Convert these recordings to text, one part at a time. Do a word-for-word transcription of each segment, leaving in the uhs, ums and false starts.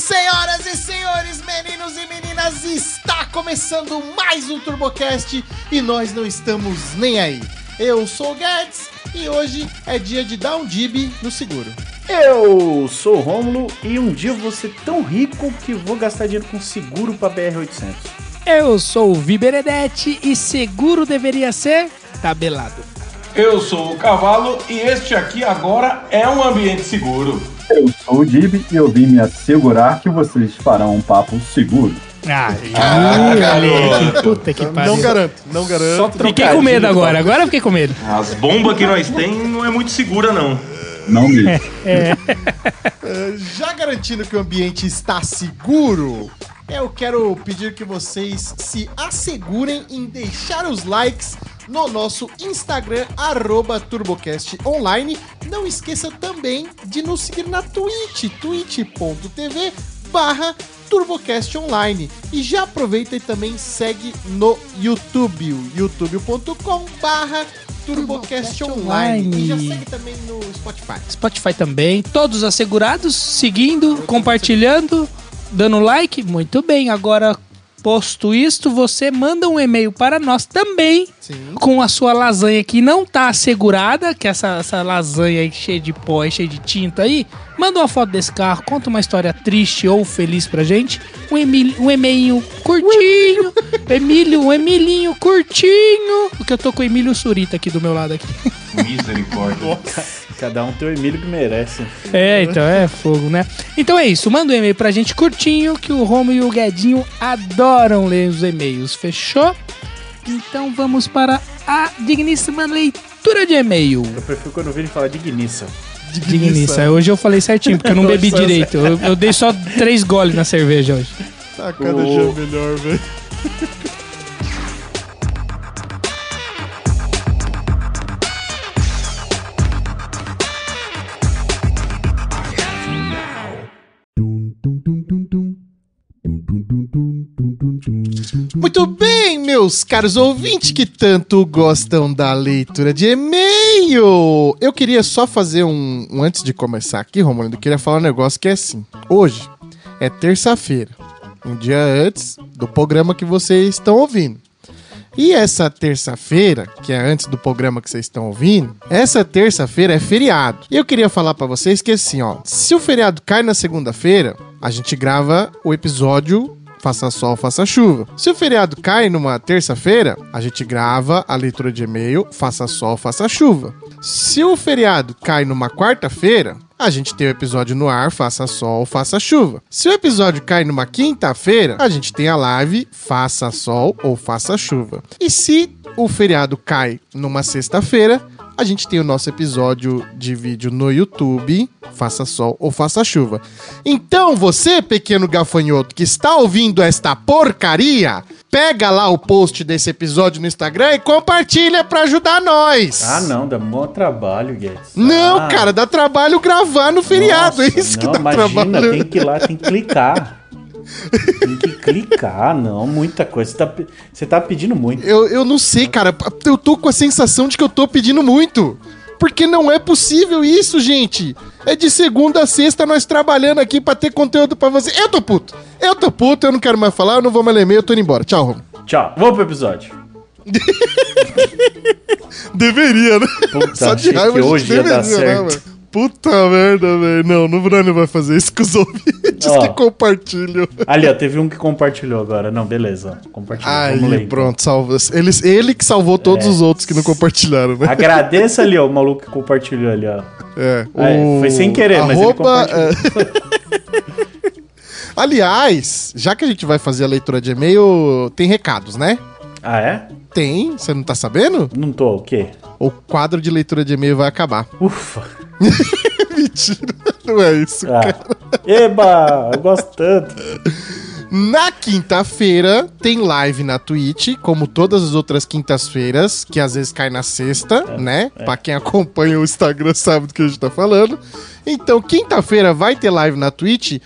Senhoras e senhores, meninos e meninas, está começando mais um TurboCast e nós não estamos nem aí. Eu sou o Guedes e hoje é dia de dar um dib no seguro. Eu sou o Rômulo e um dia eu vou ser tão rico que vou gastar dinheiro com seguro pra B R oitocentos. Eu sou o Viberedete e seguro deveria ser tabelado. Eu sou o Cavalo e este aqui agora é um ambiente seguro. Eu sou o Dib e eu vim me assegurar que vocês farão um papo seguro. Ah, ah puta que pariu. Não garanto, não garanto. Fiquei com medo agora, agora fiquei com medo. As bombas que nós tem não é muito segura, não. Não mesmo. É, é. Já garantindo que o ambiente está seguro, eu quero pedir que vocês se assegurem em deixar os likes no nosso Instagram, arroba TurboCastOnline. Não esqueça também de nos seguir na Twitch, twitch.tv barra TurboCastOnline. E já aproveita e também segue no YouTube, youtube.com barra TurboCastOnline. E já segue também no Spotify. Spotify também, todos assegurados, seguindo, compartilhando, dando like. Muito bem, agora posto isto, você manda um e-mail para nós também. Sim. Com a sua lasanha que não tá assegurada, que essa, essa lasanha aí cheia de pó, cheia de tinta aí. Manda uma foto desse carro, conta uma história triste ou feliz pra gente. Um, emil, um e-mail curtinho. Emílio, um Emilinho curtinho. Porque eu tô com o Emílio Surita aqui do meu lado aqui. Misericórdia. Cada um tem o Emílio que merece. É, então é fogo, né? Então é isso, manda um e-mail pra gente curtinho, que o Romo e o Guedinho adoram ler os e-mails, fechou? Então vamos para a digníssima leitura de e-mail. Eu prefiro quando eu ouvirem falar digniça. Digniça, hoje eu falei certinho, porque eu não bebi direito. Eu, eu dei só três goles na cerveja hoje. Tá cada dia melhor, velho. Muito bem, meus caros ouvintes que tanto gostam da leitura de e-mail. Eu queria só fazer um, um antes de começar aqui, Romulo, eu queria falar um negócio que é assim. Hoje é terça-feira, um dia antes do programa que vocês estão ouvindo. E essa terça-feira, que é antes do programa que vocês estão ouvindo, essa terça-feira é feriado. E eu queria falar pra vocês que assim, ó, se o feriado cai na segunda-feira, a gente grava o episódio Faça Sol, Faça Chuva. Se o feriado cai numa terça-feira, a gente grava a leitura de e-mail Faça Sol, Faça Chuva. Se o feriado cai numa quarta-feira, a gente tem o episódio no ar Faça Sol, Faça Chuva. Se o episódio cai numa quinta-feira, a gente tem a live Faça Sol ou Faça Chuva. E se o feriado cai numa sexta-feira, a gente tem o nosso episódio de vídeo no YouTube, Faça Sol ou Faça Chuva. Então você, pequeno gafanhoto que está ouvindo esta porcaria, pega lá o post desse episódio no Instagram e compartilha pra ajudar nós. Ah, não, dá mó trabalho, Guedes. Não, ah. cara, dá trabalho gravar no feriado. Nossa, é isso não, que dá imagina, trabalho. Tem que ir lá, tem que clicar. Tem que clicar, não, muita coisa. Você tá, você tá pedindo muito. Eu, eu não sei, cara. Eu tô com a sensação de que eu tô pedindo muito. Porque não é possível isso, gente. É de segunda a sexta nós trabalhando aqui pra ter conteúdo pra você. Eu tô puto. Eu tô puto, eu não quero mais falar, eu não vou mais ler e-mail, eu tô indo embora. Tchau, Romulo. Tchau, vamos pro episódio. Deveria, né? Puta, Só de achei raiva que a gente hoje ia dar deveria, né, certo. velho? Puta merda, velho. Não, o Bruno não vai fazer isso com os ouvintes Ó. que compartilham. Ali, ó, teve um que compartilhou agora. Não, beleza, ó, compartilhou. Aí, Vamos ler, então. pronto, salva. Ele, ele que salvou todos É. os outros que não compartilharam, né? Agradeça ali, ó, o maluco que compartilhou ali, ó. É, Ah, é, foi sem querer, mas ele arroba, compartilhou. é... Aliás, já que a gente vai fazer a leitura de e-mail, tem recados, né? Ah, é? Tem, você não tá sabendo? Não tô, o quê? O quadro de leitura de e-mail vai acabar. Ufa. Mentira, não é isso, Ah. cara. Eba, eu gosto tanto. Na quinta-feira tem live na Twitch, como todas as outras quintas-feiras, que às vezes cai na sexta, É, né? é. Pra quem acompanha o Instagram sabe do que a gente tá falando. Então, quinta-feira vai ter live na Twitch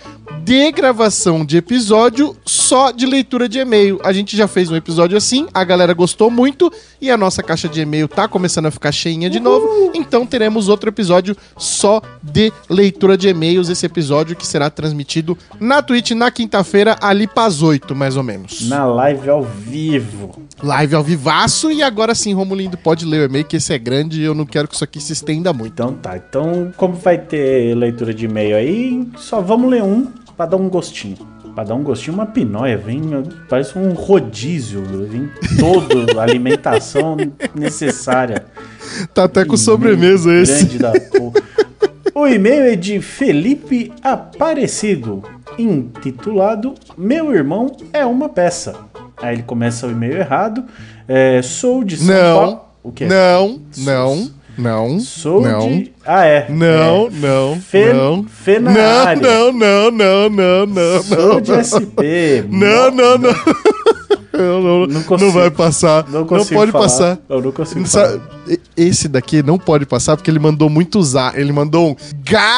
de gravação de episódio só de leitura de e-mail. A gente já fez um episódio assim, a galera gostou muito e a nossa caixa de e-mail tá começando a ficar cheinha de novo, então teremos outro episódio só de leitura de e-mails, esse episódio que será transmitido na Twitch na quinta-feira, ali pras oito, mais ou menos. Na live ao vivo. Live ao vivaço, e agora sim, Romulindo, pode ler o e-mail, que esse é grande e eu não quero que isso aqui se estenda muito. Então tá, então como vai ter leitura de e-mail aí, só vamos ler um pra dar um gostinho. Pra dar um gostinho, uma pinóia, vem, parece um rodízio, vem toda a alimentação necessária. Tá até com sobremesa esse. Grande da porra. O e-mail é de Felipe Aparecido, intitulado Meu Irmão é uma Peça. Aí ele começa o e-mail errado. É, sou de São não, Paulo. O quê? Não, não, não. Sou não. de. Ah, é. Não, é. não. Fê, não. Fê na não, área. não, não, não, não, não. Sou não, de S P. Não, não, não. Não, não, Não consigo. não vai passar. Não Não, consigo pode falar. passar. Eu não consigo Sabe, falar. esse daqui não pode passar porque ele mandou muito usar. Ele mandou um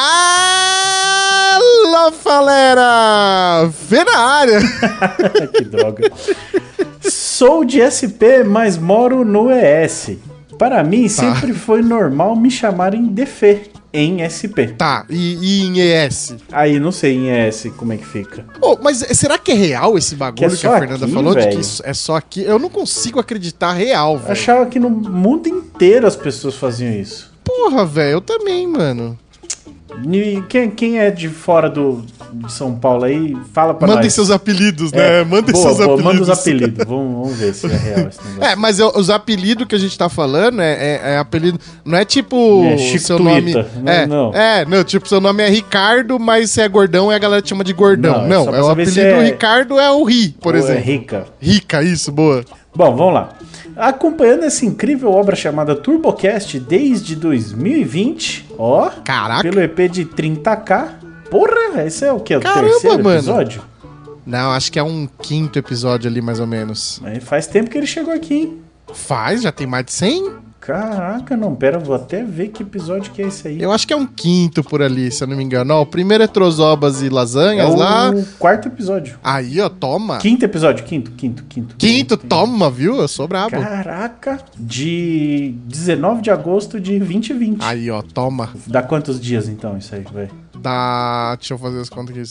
Gala Falera! Vê na área! Que droga. Sou de S P, mas moro no E S. Para mim, sempre foi normal me chamarem de Fê em S P. Tá, e, e em E S? Aí, não sei em E S como é que fica. Oh, mas será que é real esse bagulho Que é que, só a Fernanda aqui, falou? De velho? que isso é só aqui? Eu não consigo acreditar real, velho. Achava que no mundo inteiro as pessoas faziam isso. Porra, velho, eu também, mano. E quem, quem é de fora do, de São Paulo aí, fala pra Mandem nós. seus apelidos, né? É, Mandem boa, seus boa, apelidos. manda os apelidos. Vamos, vamos ver se é real esse negócio. É, mas eu- os apelidos que a gente tá falando é, é- é apelido. Não é tipo. É, Chico seu nome. Tuita. Não, É, não. é, não, tipo, seu nome é Ricardo, mas você é gordão e a galera te chama de gordão. Não, é Não, só é, pra o saber se apelido é- Ricardo é o Ri, por Ou exemplo. É rica. Rica, isso, boa. Bom, vamos lá. Acompanhando essa incrível obra chamada TurboCast desde dois mil e vinte, ó, Caraca. pelo E P de trinta K. Porra, esse é o que? O Caramba, terceiro mano. episódio? Não, acho que é um quinto episódio ali, mais ou menos. Mas faz tempo que ele chegou aqui, hein? Faz? Já tem mais de cem? Caraca, não, pera, vou até ver que episódio que é esse aí. Eu acho que é um quinto por ali, se eu não me engano. Ó, o primeiro é trozobas e É lasanhas o lá. quarto episódio. Aí, ó, toma. Quinto episódio, quinto, quinto, quinto. Quinto, toma, viu? Eu sou brabo. Caraca, de dezenove de agosto de vinte e vinte. Aí, ó, toma. Dá quantos dias então isso aí, velho? Dá. Deixa eu fazer as contas aqui.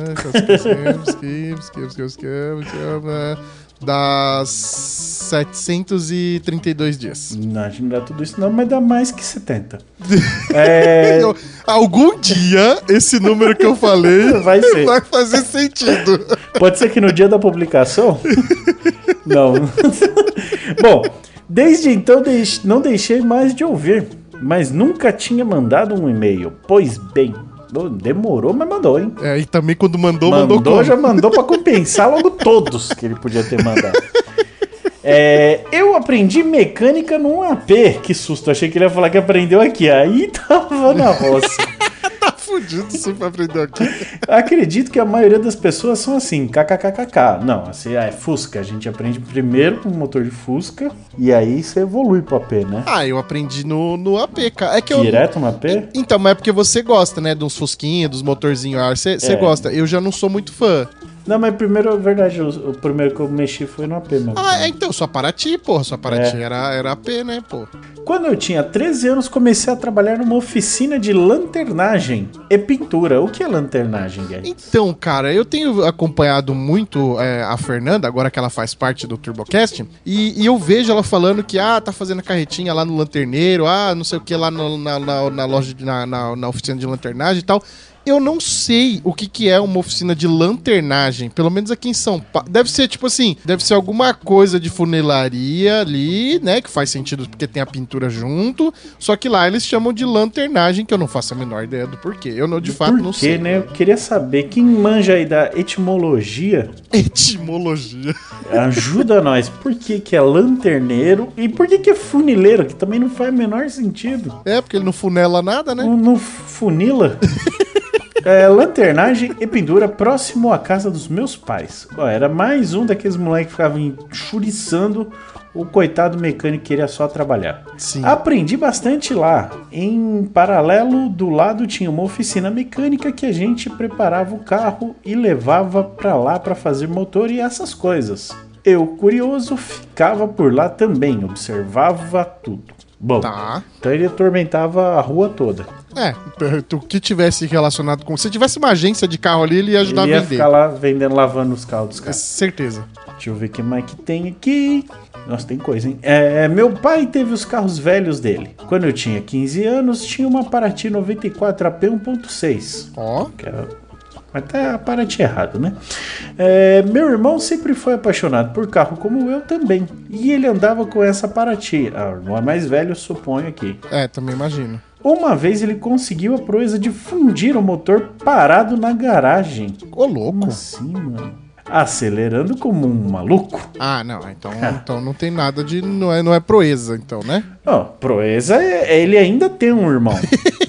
Dá setecentos e trinta e dois dias. Não, acho que não dá tudo isso não, mas dá mais que setenta. É... Eu- algum dia, esse número que eu falei Vai ser. vai fazer sentido. Pode ser que no dia da publicação? Não. Bom, desde então deix- não deixei mais de ouvir, mas nunca tinha mandado um e-mail. Pois bem, demorou, mas mandou, hein? É, e também quando mandou, mandou, Mandou, como? já mandou pra compensar logo todos que ele podia ter mandado. É, eu aprendi mecânica num A P. Que susto, achei que ele ia falar que aprendeu aqui. Aí tava na roça. Tá fudido isso pra aprender aqui. Acredito que a maioria das pessoas são assim, kkkk. Não, assim, é Fusca. A gente aprende primeiro com o motor de Fusca e aí você evolui pro A P, né? Ah, eu aprendi no, no A P, cara. É que eu... Direto no A P? Então, mas é porque você gosta, né? De uns fusquinhos, dos motorzinhos ar. Você É. gosta. Eu já não sou muito fã. Não, mas primeiro, é verdade, o, o primeiro que eu mexi foi no A P mesmo. Ah, é, então, sua Paraty, porra. Sua Paraty É. era, era A P, né, pô? Quando eu tinha treze anos, comecei a trabalhar numa oficina de lanternagem e pintura. O que é lanternagem, Guilherme? Então, cara, eu tenho acompanhado muito é, a Fernanda, agora que ela faz parte do TurboCast, e, e eu vejo ela falando que, ah, tá fazendo a carretinha lá no lanterneiro, ah, não sei o que lá no- na, na, na loja, de, na, na, na oficina de lanternagem e tal. Eu não sei o que, que é uma oficina de lanternagem, pelo menos aqui em São Paulo. Deve ser, tipo assim, deve ser alguma coisa de funilaria ali, né? Que faz sentido porque tem a pintura junto. Só que lá eles chamam de lanternagem, que eu não faço a menor ideia do porquê. Eu, não, de fato, Por não quê, sei. né? Eu queria saber, quem manja aí da etimologia, Etimologia. ajuda nós. Por que que é lanterneiro e por que que é funileiro, que também não faz o menor sentido. É, porque ele não funela nada, né? Não, não funila. É, lanternagem e pendura próximo à casa dos meus pais. Ó, era mais um daqueles moleques que ficavam enxuriçando o coitado mecânico que queria só trabalhar. Sim. Aprendi bastante lá. Em paralelo, do lado tinha uma oficina mecânica que a gente preparava o carro e levava pra lá pra fazer motor e essas coisas. Eu, curioso, ficava por lá também, observava tudo. Bom, Tá. então ele atormentava a rua toda. É, o que tivesse relacionado com... Se tivesse uma agência de carro ali, ele ia ajudar Ele ia a vender. ficar lá vendendo, lavando os carros dos É, caras. certeza. Deixa eu ver o que mais que tem aqui. Nossa, tem coisa, hein? É, meu pai teve os carros velhos dele. Quando eu tinha quinze anos, tinha uma Paraty noventa e quatro A P um ponto seis. Ó. Que era... Mas tá a Paraty errado, né? É, meu irmão sempre foi apaixonado por carro, como eu também. E ele andava com essa Paraty. Ah, não é mais velho, eu suponho aqui. É, também imagino. Uma vez ele conseguiu a proeza de fundir o motor parado na garagem. Ô, louco. Como assim, mano? Acelerando como um maluco. Ah, não. Então, então não tem nada de... Não é, não é proeza, então, né? Ó, proeza é ele ainda tem um irmão.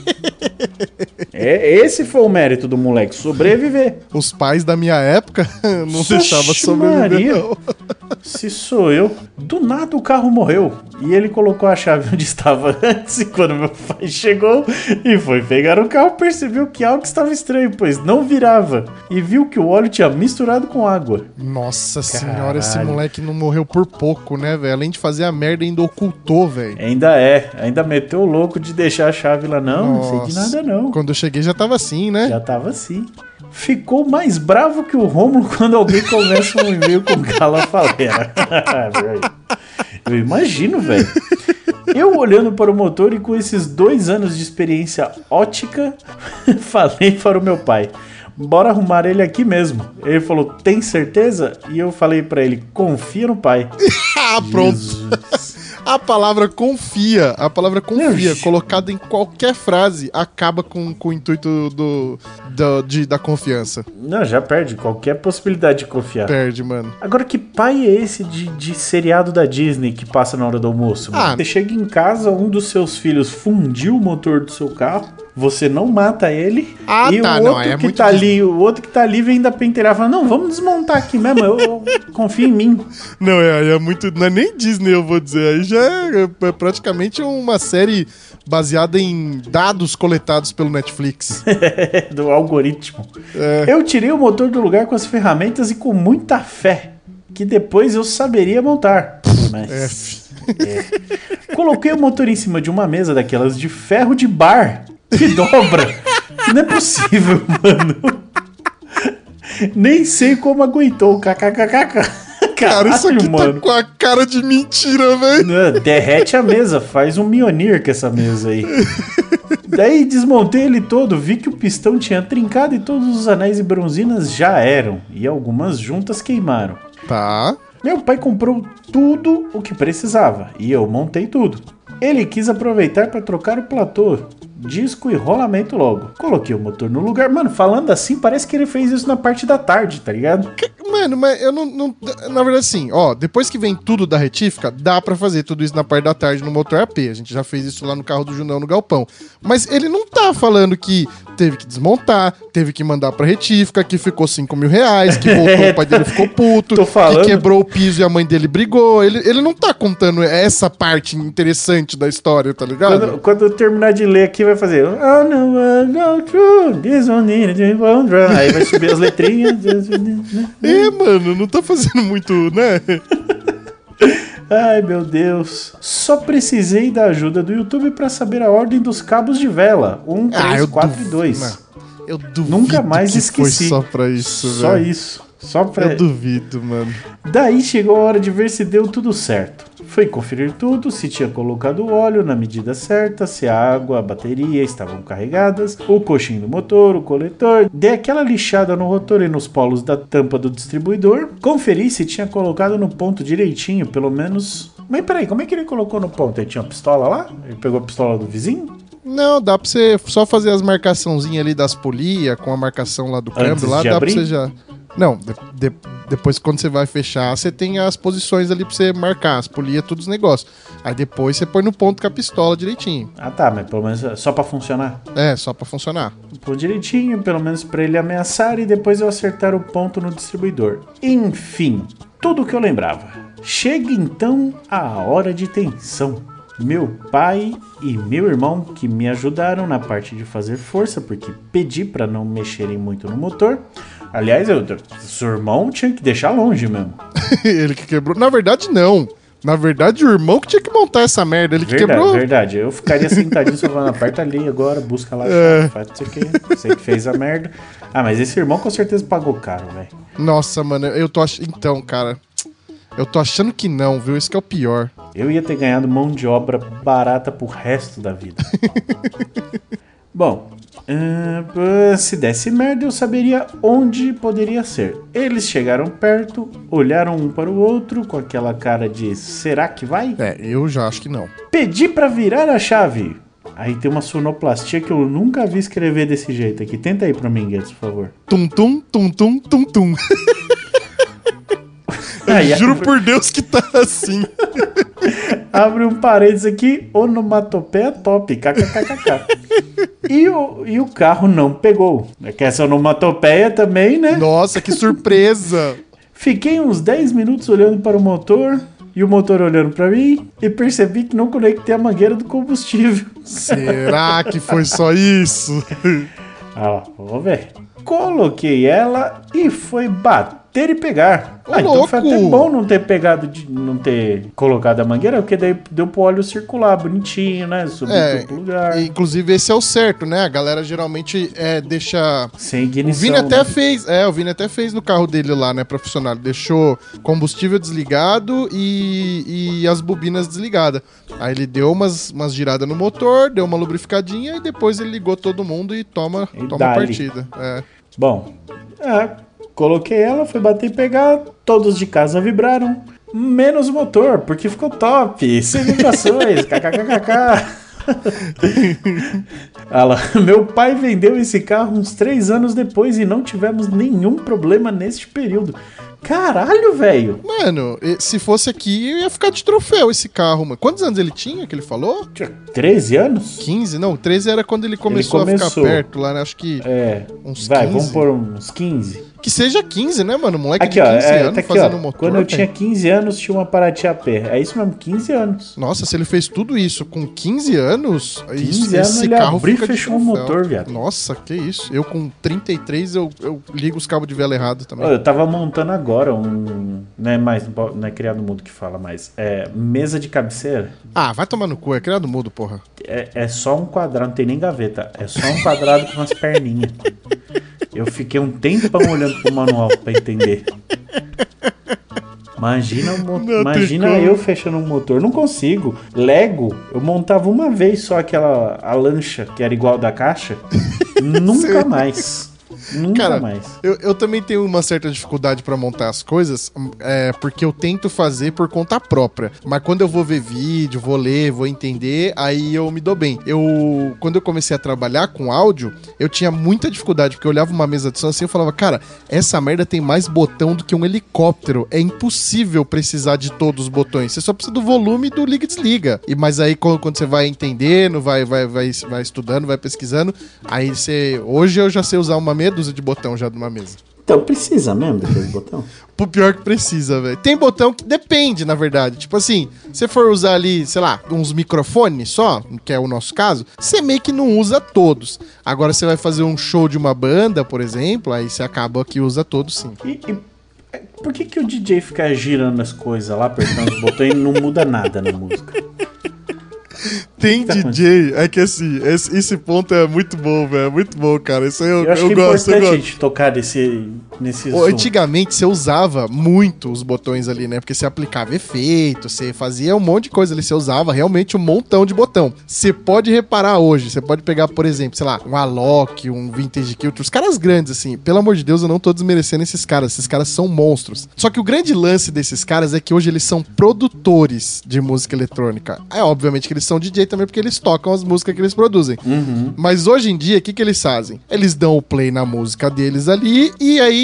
É, esse foi o mérito do moleque, sobreviver. Os pais da minha época não Oxe, deixavam sobreviver, Maria. não. Se sou eu. Do nada o carro morreu. E ele colocou a chave onde estava antes. E quando meu pai chegou e foi pegar o carro, percebeu que algo estava estranho, pois não virava. E viu que o óleo tinha misturado com água. Nossa Caralho. senhora, esse moleque não morreu por pouco, né, velho? Além de fazer a merda, ainda ocultou, velho. Ainda é. Ainda meteu o louco de deixar a chave lá. Não, não sei de Nossa. nada não. Quando eu cheguei já tava assim, né? Já tava assim. Ficou mais bravo que o Rômulo quando alguém começa um e-mail com Gala Falera. Eu imagino, velho. Eu olhando para o motor e com esses dois anos de experiência ótica, falei para o meu pai: bora arrumar ele aqui mesmo. Ele falou: tem certeza? E eu falei para ele: confia no pai. Ah, pronto. Jesus. A palavra confia, a palavra confia, Meu, colocada em qualquer frase, acaba com, com o intuito do, do- de, da confiança. Não, já perde qualquer possibilidade de confiar. Perde, mano. Agora, que pai é esse de, de seriado da Disney que passa na hora do almoço? Mano? Ah. Você chega em casa, um dos seus filhos fundiu o motor do seu carro, você não mata ele, Ah, e tá, o não, outro aí é que muito tá Disney. ali, o outro que tá ali vem da penteira e fala: não, vamos desmontar aqui mesmo, eu, eu confio em mim. Não, é, aí é muito. Não é nem Disney, eu vou dizer. Aí já é, é praticamente uma série baseada em dados coletados pelo Netflix. Do algoritmo. É. Eu tirei o motor do lugar com as ferramentas e com muita fé, que depois eu saberia montar. Mas... É. Coloquei o motor em cima de uma mesa daquelas de ferro de bar que dobra. Não é possível, mano. Nem sei como aguentou. Kkkk. Cara, isso aqui mano. tá com a cara de mentira, velho. Não, derrete a mesa, faz um Mjolnir com essa mesa aí. Daí desmontei ele todo, vi que o pistão tinha trincado e todos os anéis e bronzinas já eram, e algumas juntas queimaram. Tá. Meu pai comprou tudo o que precisava, e eu montei tudo. Ele quis aproveitar para trocar o platô, disco e rolamento logo. Coloquei o motor no lugar. Mano, falando assim, parece que ele fez isso na parte da tarde, tá ligado? Mano, mas eu não, não- Na verdade, assim, ó, depois que vem tudo da retífica, dá pra fazer tudo isso na parte da tarde no motor A P. A gente já fez isso lá no carro do Junão no Galpão. Mas ele não tá falando que teve que desmontar, teve que mandar pra retífica, que ficou cinco mil reais, que voltou, o pai dele ficou puto, Tô falando. que quebrou o piso e a mãe dele brigou. Ele, ele não tá contando essa parte interessante da história, tá ligado? Quando, quando eu terminar de ler aqui, vai fazer Oh, no, I go through this one, need to go through. Aí vai subir as letrinhas. É, mano, não tá fazendo muito, né? Ai, meu Deus. Só precisei da ajuda do YouTube pra saber a ordem dos cabos de vela. Um, Ah, três, eu quatro e duvido, dois. não. Eu duvido Nunca mais que esqueci. foi só pra isso, Só velho. isso. Só pra... Eu duvido, mano. Daí chegou a hora de ver se deu tudo certo. Foi conferir tudo, se tinha colocado o óleo na medida certa, se a água, a bateria estavam carregadas, o coxinho do motor, o coletor. Dei aquela lixada no rotor e nos polos da tampa do distribuidor. Conferi se tinha colocado no ponto direitinho, pelo menos... Mas peraí, como é que ele colocou no ponto? Ele tinha uma pistola lá? Ele pegou a pistola do vizinho? Não, dá pra você só fazer as marcaçãozinhas ali das polias com a marcação lá do câmbio, Antes lá de dá abrir? pra você já... Não, de- de- Depois, quando você vai fechar, você tem as posições ali pra você marcar, as polias, todos os negócios. Aí depois você põe no ponto com a pistola direitinho. Ah tá, mas pelo menos é só pra funcionar? É, só pra funcionar. Pô, direitinho, pelo menos pra ele ameaçar e depois eu acertar o ponto no distribuidor. Enfim, tudo o que eu lembrava. Chega então a hora de tensão. Meu pai e meu irmão que me ajudaram na parte de fazer força, porque pedi pra não mexerem muito no motor. Aliás, eu, seu irmão tinha que deixar longe mesmo. Ele que quebrou. Na verdade, não. Na verdade, o irmão que tinha que montar essa merda. Ele que verdade, quebrou. Verdade, eu ficaria sentadinho só falando, aperta ali agora, busca lá, É. faz não sei o que. Você que fez a merda. Ah, mas esse irmão com certeza pagou caro, velho. Nossa, mano, eu tô achando... Então, cara... Eu tô achando que não, viu? Esse que é o pior. Eu ia ter ganhado mão de obra barata pro resto da vida. Bom, uh, se desse merda eu saberia onde poderia ser. Eles chegaram perto, olharam um para o outro com aquela cara de será que vai? É, eu já acho que não. Pedi pra virar a chave. Aí tem uma sonoplastia que eu nunca vi escrever desse jeito aqui. Tenta aí pra mim, Guedes, por favor. Tum, tum, tum, tum, tum, tum. Aí, Juro abre, por Deus que tá assim. abre um parênteses aqui, onomatopeia top, kkkk. E o, e o carro não pegou. É que essa onomatopeia também, né? Nossa, que surpresa. Fiquei uns dez minutos olhando para o motor e o motor olhando para mim e percebi que não conectei a mangueira do combustível. Será que foi só isso? Ah lá, vamos ver. Coloquei ela e foi bater e pegar. Ô, Ah, então louco! foi até bom não ter pegado, de, não ter colocado a mangueira, porque daí deu pro óleo circular bonitinho, né? Subir É, pro lugar. inclusive esse é o certo, né? A galera geralmente é, deixa... Sem O ignição, Vini até né? fez, é, o Vini até fez no carro dele lá, né, pra funcionar. Deixou combustível desligado e, e as bobinas desligadas. Aí ele deu umas, umas giradas no motor, deu uma lubrificadinha e depois ele ligou todo mundo e toma, E toma a dá-lhe. partida. É. Bom, é, coloquei ela, fui bater e pegar, todos de casa vibraram, menos o motor, porque ficou top, sem vibrações, kkkk. Ah lá, meu pai vendeu esse carro uns três anos depois e não tivemos nenhum problema neste período. Caralho, velho! Mano, e- se fosse aqui, ia ficar de troféu esse carro, mano. Quantos anos ele tinha que ele falou? Tinha treze anos? quinze? Não, treze era quando ele começou, Ele começou. a ficar perto lá, né? Acho que É, uns vai, quinze. vamos pôr uns quinze. Que seja quinze, né, mano? Moleque Aqui, de ó, quinze é, anos tá aqui, fazendo ó. motor. Quando eu velho. tinha quinze anos, tinha uma Paraty A P. É isso mesmo, quinze anos. Nossa, se ele fez tudo isso com quinze anos, quinze isso, anos esse ele carro abriu e fica de fechou o troféu. motor, viado. Nossa, que isso. Eu com trinta e três, eu, eu ligo os cabos de vela errado também. Ó, eu tava montando agora um... Não é mais, não é criado mudo que fala mais. É mesa de cabeceira. Ah, vai tomar no cu, é criado mudo, porra. É, é só um quadrado, não tem nem gaveta. É só um quadrado com umas perninhas. Eu fiquei um tempão olhando pro manual pra entender. Imagina, o mo- Não imagina tem como. eu fechando um motor. Não consigo. Lego, eu montava uma vez só aquela a lancha que era igual da caixa. Nunca mais. Nunca Cara, mais. Eu, eu também tenho uma certa dificuldade pra montar as coisas, é, porque eu tento fazer por conta própria. Mas quando eu vou ver vídeo, vou ler, vou entender, aí eu me dou bem. Eu, quando eu comecei a trabalhar com áudio, eu tinha muita dificuldade, porque eu olhava uma mesa de som assim e falava, cara, essa merda tem mais botão do que um helicóptero. É impossível precisar de todos os botões. Você só precisa do volume e do liga e desliga. E, mas aí quando, quando você vai entendendo, vai, vai, vai, vai estudando, vai pesquisando, aí você... Hoje eu já sei usar uma meia dúzia de botão já de uma mesa. Então precisa mesmo daquele botão? Pro pior que precisa, velho. Tem botão que depende, na verdade. Tipo assim, se você for usar ali, sei lá, uns microfones só, que é o nosso caso, você meio que não usa todos. Agora você vai fazer um show de uma banda, por exemplo, aí você acaba que usa todos sim. E, e por que, que o D J fica girando as coisas lá, apertando os botões e não muda nada na música? Tem Tá D J, é que assim, esse, esse ponto é muito bom, velho. É muito bom, cara. Isso aí eu, Eu acho eu que é gosto, eu importante a gosto. gente tocar nesse, nesse Ô, assunto. Antigamente você usava muito os botões ali, né? Porque você aplicava efeito, você fazia um monte de coisa ali, você usava realmente um montão de botão. Você pode reparar hoje, você pode pegar, por exemplo, sei lá, um Alok, um Vintage Kilter, os caras grandes, assim. Pelo amor de Deus, eu não tô desmerecendo esses caras, esses caras são monstros. Só que o grande lance desses caras é que hoje eles são produtores de música eletrônica. É obviamente que eles são D J também, porque eles tocam as músicas que eles produzem. Uhum. Mas hoje em dia, o que, que eles fazem? Eles dão o play na música deles ali e aí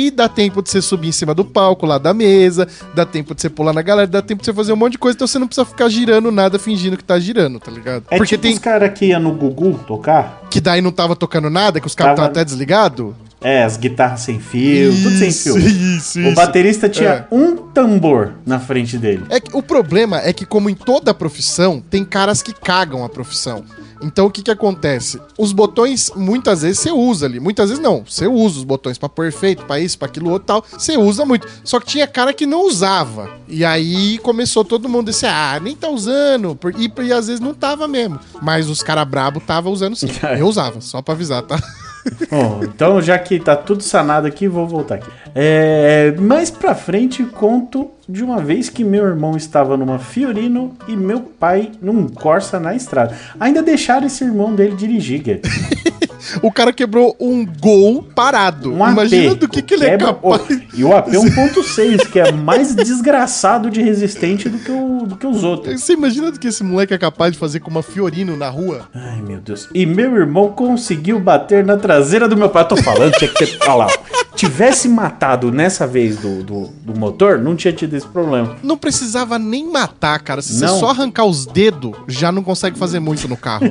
aí dá tempo de você subir em cima do palco, lá da mesa, dá tempo de você pular na galera, dá tempo de você fazer um monte de coisa, então você não precisa ficar girando nada fingindo que tá girando, tá ligado? É Porque tipo tem os caras que iam no Gugu tocar. Que daí não tava tocando nada, que os caras estavam até desligados. É, as guitarras sem fio, isso, tudo sem fio. Isso, o isso. baterista tinha é. um tambor na frente dele. É que, o problema é que, como em toda profissão, tem caras que cagam a profissão. Então, o que que acontece? Os botões, muitas vezes, você usa ali. Muitas vezes, não. Você usa os botões pra pôr efeito, pra isso, pra aquilo outro e tal. Você usa muito. Só que tinha cara que não usava. E aí, começou todo mundo a dizer, ah, nem tá usando. E, e às vezes não tava mesmo. Mas os caras brabos tava usando sim. Eu usava, só pra avisar, tá? Bom, então já que tá tudo sanado aqui, vou voltar aqui. É, mais pra frente conto de uma vez que meu irmão estava numa Fiorino e meu pai num Corsa na estrada. Ainda deixaram esse irmão dele dirigir, Guedes. O cara quebrou um Gol parado. Um Imagina A P, do que, que ele é capaz. Oh, e o A P um ponto seis, que é mais desgraçado de resistente do que, o, do que os outros. Você imagina do que esse moleque é capaz de fazer com uma Fiorino na rua? Ai, meu Deus. E meu irmão conseguiu bater na traseira do meu pai. Eu tô falando, tinha que ter... Olha lá. Tivesse matado nessa vez do, do, do motor, não tinha tido esse problema. Não precisava nem matar, cara. Se não. você só arrancar os dedos, já não consegue fazer muito no carro.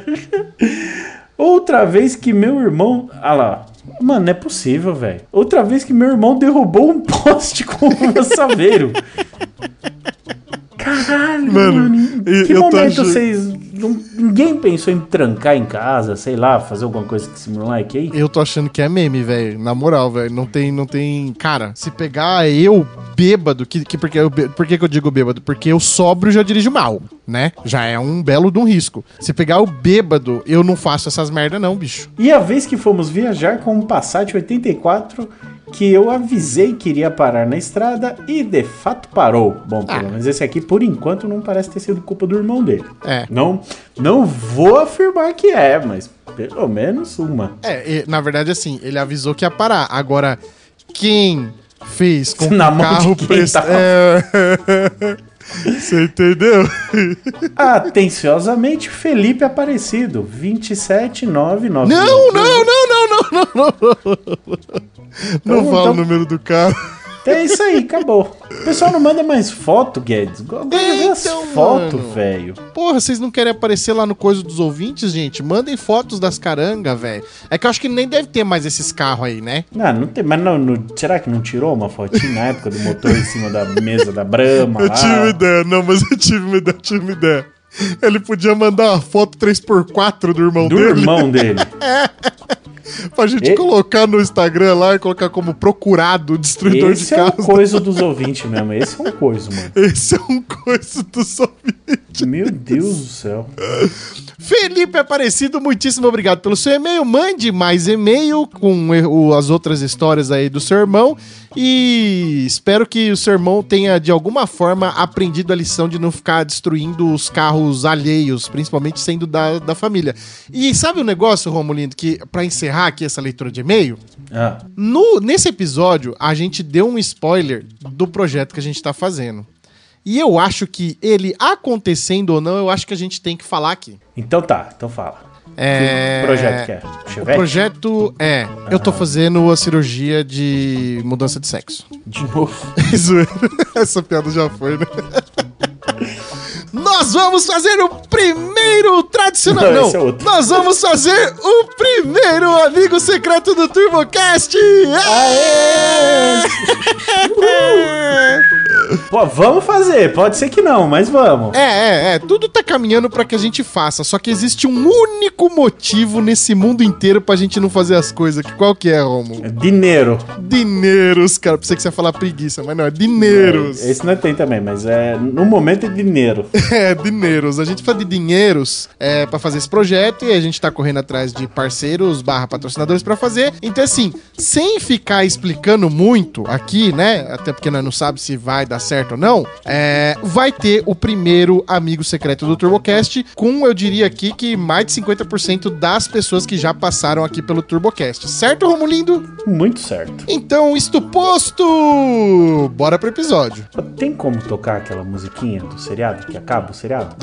Outra vez que meu irmão... Ah lá. Mano, não é possível, velho. Outra vez que meu irmão derrubou um poste com um saveiro. Caralho, mano. mano. Que eu momento tô... vocês... Não, ninguém pensou em trancar em casa, sei lá, fazer alguma coisa com esse moleque aí? Eu tô achando que é meme, velho. Na moral, velho. Não tem, não tem... Cara, se pegar eu bêbado... Que, que, porque eu, por que, que eu digo bêbado? Porque eu sóbrio já dirijo mal, né? Já é um belo de um risco. Se pegar o bêbado, eu não faço essas merda não, bicho. E a vez que fomos viajar com um Passat oitenta e quatro... que eu avisei que iria parar na estrada e de fato parou. Bom, pelo ah. menos esse aqui, por enquanto, não parece ter sido culpa do irmão dele. É. Não, não vou afirmar que é, mas pelo menos uma. É, na verdade, assim, ele avisou que ia parar. Agora, quem fez com que na o carro presta... Tava... É... Você entendeu? Atenciosamente, Felipe Aparecido, vinte e sete nove nove. Não, não, não, não, não, não, não. Não então, fala então... o número do carro. É isso aí, acabou. O pessoal não manda mais foto, Guedes. Gosta de ver as fotos, velho. Porra, vocês não querem aparecer lá no Coisa dos Ouvintes, gente? Mandem fotos das carangas, velho. É que eu acho que nem deve ter mais esses carros aí, né? Não, não tem. Mas não, não, será que não tirou uma fotinha na época do motor em cima da mesa da Brahma? Eu lá? tive uma ideia, não, mas eu tive uma ideia, tive uma ideia. Ele podia mandar uma foto três por quatro do irmão do dele. Do irmão dele. É. Pra gente e... colocar no Instagram lá e colocar como procurado destruidor esse de carros. Esse é um coisa dos ouvintes mesmo. Esse é um coisa, mano. Esse é um coisa dos ouvintes. Meu Deus do céu. Felipe Aparecido, muitíssimo obrigado pelo seu e-mail. Mande mais e-mail com as outras histórias aí do seu irmão. E espero que o seu irmão tenha, de alguma forma, aprendido a lição de não ficar destruindo os carros alheios, principalmente sendo da, da família. E sabe o negócio, Romulindo, que pra encerrar aqui essa leitura de e-mail, ah. no, nesse episódio a gente deu um spoiler do projeto que a gente tá fazendo. E eu acho que ele acontecendo ou não, eu acho que a gente tem que falar aqui. Então tá, então fala. É... Que projeto que é? Chevette? O projeto é... Ah. Eu tô fazendo a cirurgia de mudança de sexo. De novo? Essa piada já foi, né? Nós vamos fazer o primeiro tradicional... Não, não é nós vamos fazer o primeiro amigo secreto do TurboCast! Aê! Pô, vamos fazer, pode ser que não, mas vamos. É, é, é, tudo tá caminhando pra que a gente faça, só que existe um único motivo nesse mundo inteiro pra gente não fazer as coisas. Qual que é, Romulo? É dinheiro. Dinheiros, cara, pensei que você ia falar preguiça, mas não, é dinheiros. É, esse não tem também, mas é, no momento é dinheiro. É, dinheiros. A gente fala de dinheiros é, pra fazer esse projeto e a gente tá correndo atrás de parceiros barra patrocinadores pra fazer. Então, assim, sem ficar explicando muito aqui, né, até porque nós não sabemos se vai dar certo ou não, é, vai ter o primeiro amigo secreto do TurboCast com, eu diria aqui, que mais de cinquenta por cento das pessoas que já passaram aqui pelo TurboCast. Certo, Romulindo? Muito certo. Então, isto posto, bora pro episódio. Tem como tocar aquela musiquinha do seriado, que acaba o seriado?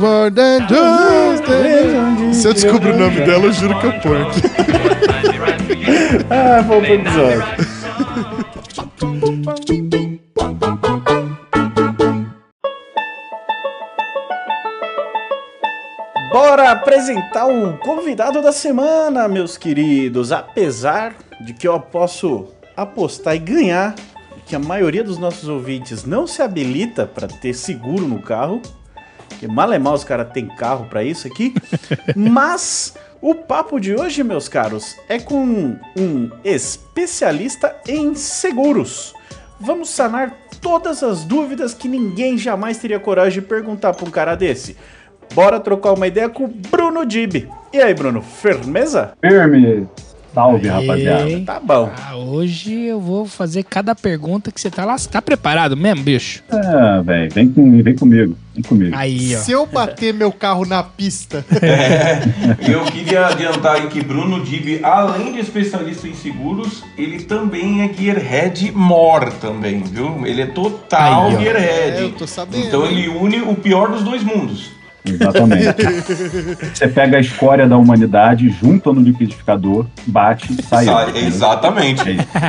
Se eu descobrir o nome dela, eu juro que eu ponho aqui. Ah, vamos pro episódio. Bora apresentar o convidado da semana, meus queridos. Apesar de que eu posso apostar e ganhar que a maioria dos nossos ouvintes não se habilita para ter seguro no carro, que mal é mal os caras têm carro para isso aqui, mas o papo de hoje, meus caros, é com um especialista em seguros. Vamos sanar todas as dúvidas que ninguém jamais teria coragem de perguntar para um cara desse. Bora trocar uma ideia com o Bruno Dib. E aí, Bruno, firmeza? Firme. Salve, Aê. rapaziada. Tá bom. Ah, hoje eu vou fazer cada pergunta que você tá lá. Você tá preparado mesmo, bicho? Ah, velho, vem, com, vem comigo. Vem comigo. Aí, ó. Se eu bater meu carro na pista... É, eu queria adiantar aí que Bruno Dib, além de especialista em seguros, ele também é Gearhead More também, viu? Ele é total Aí, ó. Gearhead. É, eu tô sabendo. Então ele une o pior dos dois mundos. Exatamente. Você pega a escória da humanidade, junta no liquidificador, bate, sai. Sa- outro, exatamente. É isso.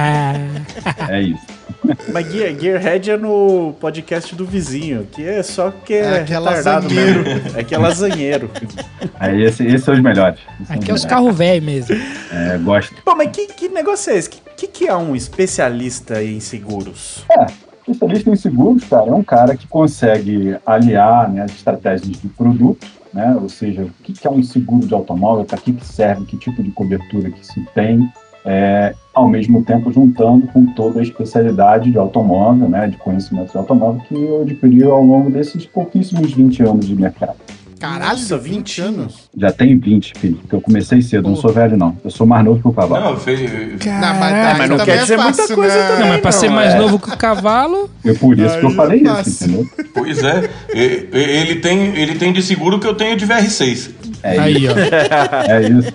É isso. Mas Gear, Gearhead é no podcast do vizinho, que é só que é, É, que é retardado lasanheiro. mesmo. É que é lasanheiro. Aí esse, esses são os melhores. Esses são Aqui é os melhores. carros velhos mesmo. É, gosto. Pô, mas que, que negócio é esse? Que, que, que é um especialista em seguros? Especialista em seguros, cara, é um cara que consegue aliar, né, as estratégias de produto, né, ou seja, o que que é um seguro de automóvel, para que que serve, que tipo de cobertura que se tem, é, ao mesmo tempo juntando com toda a especialidade de automóvel, né, de conhecimento de automóvel que eu adquiri ao longo desses pouquíssimos vinte anos de mercado. Caralho, Nossa, vinte vinte anos? Já tenho vinte, filho, porque eu comecei cedo, não sou velho não, eu sou mais novo que o cavalo. Não, fez... Não, mas, Caraca. mas não também quer dizer muita fácil, coisa né? também. Não, mas pra não, ser mais é. novo que o cavalo... É por isso que eu Aí falei é isso, fácil. entendeu? Pois é. E- e- Ele tem, ele tem de seguro que eu tenho de V R seis. É isso, Aí, ó. é isso.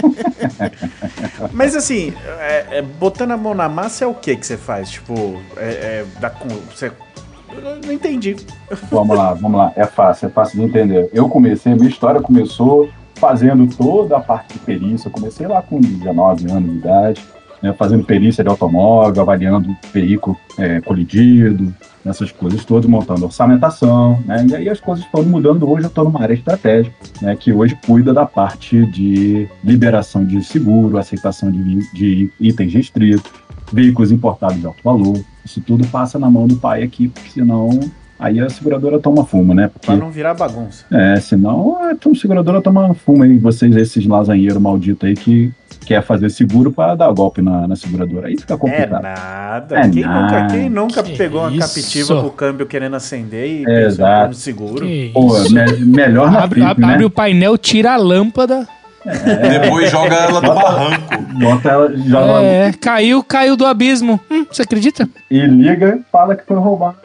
Mas assim, é, é, botando a mão na massa é o que que você faz? Tipo, é, é, dá com, você, eu não entendi. Vamos lá, vamos lá. É fácil, é fácil de entender. Eu comecei, a minha história começou fazendo toda a parte de perícia. Eu comecei lá com dezenove anos de idade, né, fazendo perícia de automóvel, avaliando o veículo é, colidido, essas coisas todas, montando orçamentação, né, e aí as coisas foram mudando. Hoje eu estou numa área estratégica, né, que hoje cuida da parte de liberação de seguro, aceitação de, de itens restritos, veículos importados de alto valor. Isso tudo passa na mão do pai aqui, porque senão aí a seguradora toma fumo, né? Porque, Pra não virar bagunça. é, senão a então, a seguradora toma fumo aí, vocês, esses lasanheiros malditos aí que quer fazer seguro para dar golpe na, na seguradora. Aí fica É complicado. nada. É quem, nada. Nunca, quem nunca Que pegou uma isso? capitiva com o câmbio querendo acender e É, pensou exato. no seguro? Que Pô, isso. me- melhor na Abre, Flip, abre, né? abre o painel, tira a lâmpada. Depois joga ela do barranco. Bota ela, joga É, caiu, caiu do abismo. Hum, você acredita? e liga, fala que foi roubada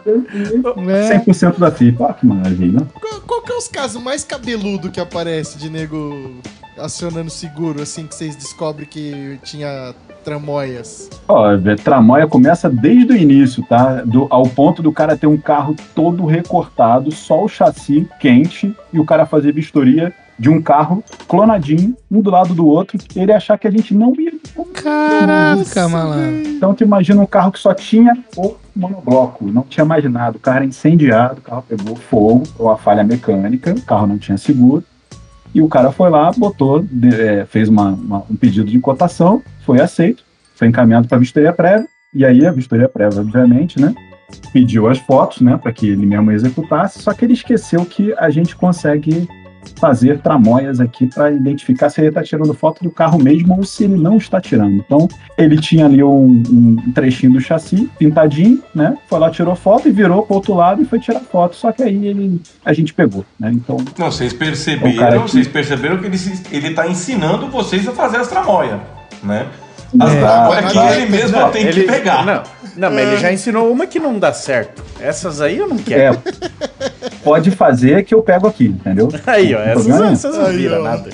e É. cem por cento da F I P. Ó, que maravilha. Qual, qual que é os casos mais cabeludo que aparece de nego acionando seguro, assim, que vocês descobrem que tinha tramóias? Ó, a tramóia começa desde o início, tá? Do, ao ponto do cara ter um carro todo recortado, só o chassi quente, e o cara fazer vistoria de um carro clonadinho, um do lado do outro, e ele achar que a gente não ia. Caraca, malandro. Então tu imagina um carro que só tinha o monobloco, não tinha mais nada, o carro era incendiado, o carro pegou fogo, ou uma falha mecânica, o carro não tinha seguro, e o cara foi lá, botou, de- é, fez uma, uma- um pedido de cotação, foi aceito, foi encaminhado para a vistoria prévia, e aí a vistoria prévia, obviamente, né, pediu as fotos, né, para que ele mesmo executasse, só que ele esqueceu que a gente consegue fazer tramóias aqui para identificar se ele está tirando foto do carro mesmo ou se ele não está tirando. Então, ele tinha ali um, um trechinho do chassi pintadinho, né? Foi lá, tirou foto e virou para o outro lado e foi tirar foto. Só que aí ele, a gente pegou, né? Então, Não, vocês O cara perceberam, que- vocês perceberam que ele, se- ele tá ensinando vocês a fazer as tramóias, né? É. As tramóias que Não, ele mesmo não, tem Ele- que pegar. Não, não, mas ele já ensinou uma que não dá certo. Essas aí eu não é, quero. pode fazer que eu pego aqui, entendeu? Aí, ó, Não tem essas, problema. essas não Aí, viram ó. nada.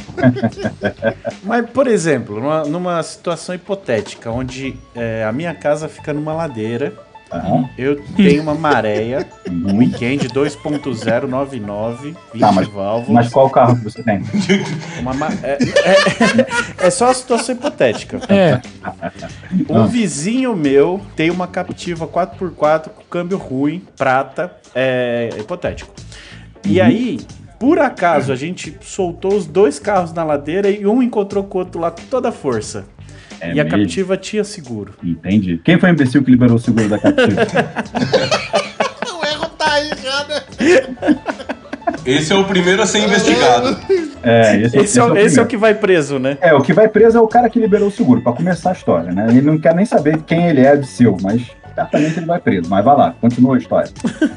Mas, por exemplo, numa, numa situação hipotética, onde é, a minha casa fica numa ladeira Uhum. Eu tenho uma Maréia, um Weekend dois ponto zero nove nove, vinte tá, mas, válvulas. Mas qual carro que você tem? Uma ma... é, é, é só a situação hipotética. É. Um vizinho meu tem uma Captiva quatro por quatro com câmbio ruim, prata, é hipotético. E uhum. aí, por acaso, a gente soltou os dois carros na ladeira e um encontrou com o outro lá com toda a força. É e a mesmo? Captiva tinha seguro. Entendi. Quem foi o imbecil que liberou o seguro da Captiva? O erro tá aí já, né? Esse é o primeiro a ser investigado. É, esse, esse, esse, é, o, é, o esse é o que vai preso, né? É, o que vai preso é o cara que liberou o seguro, pra começar a história, né? Ele não quer nem saber quem ele é de seu, mas certamente ele vai preso. Mas vai lá, continua a história.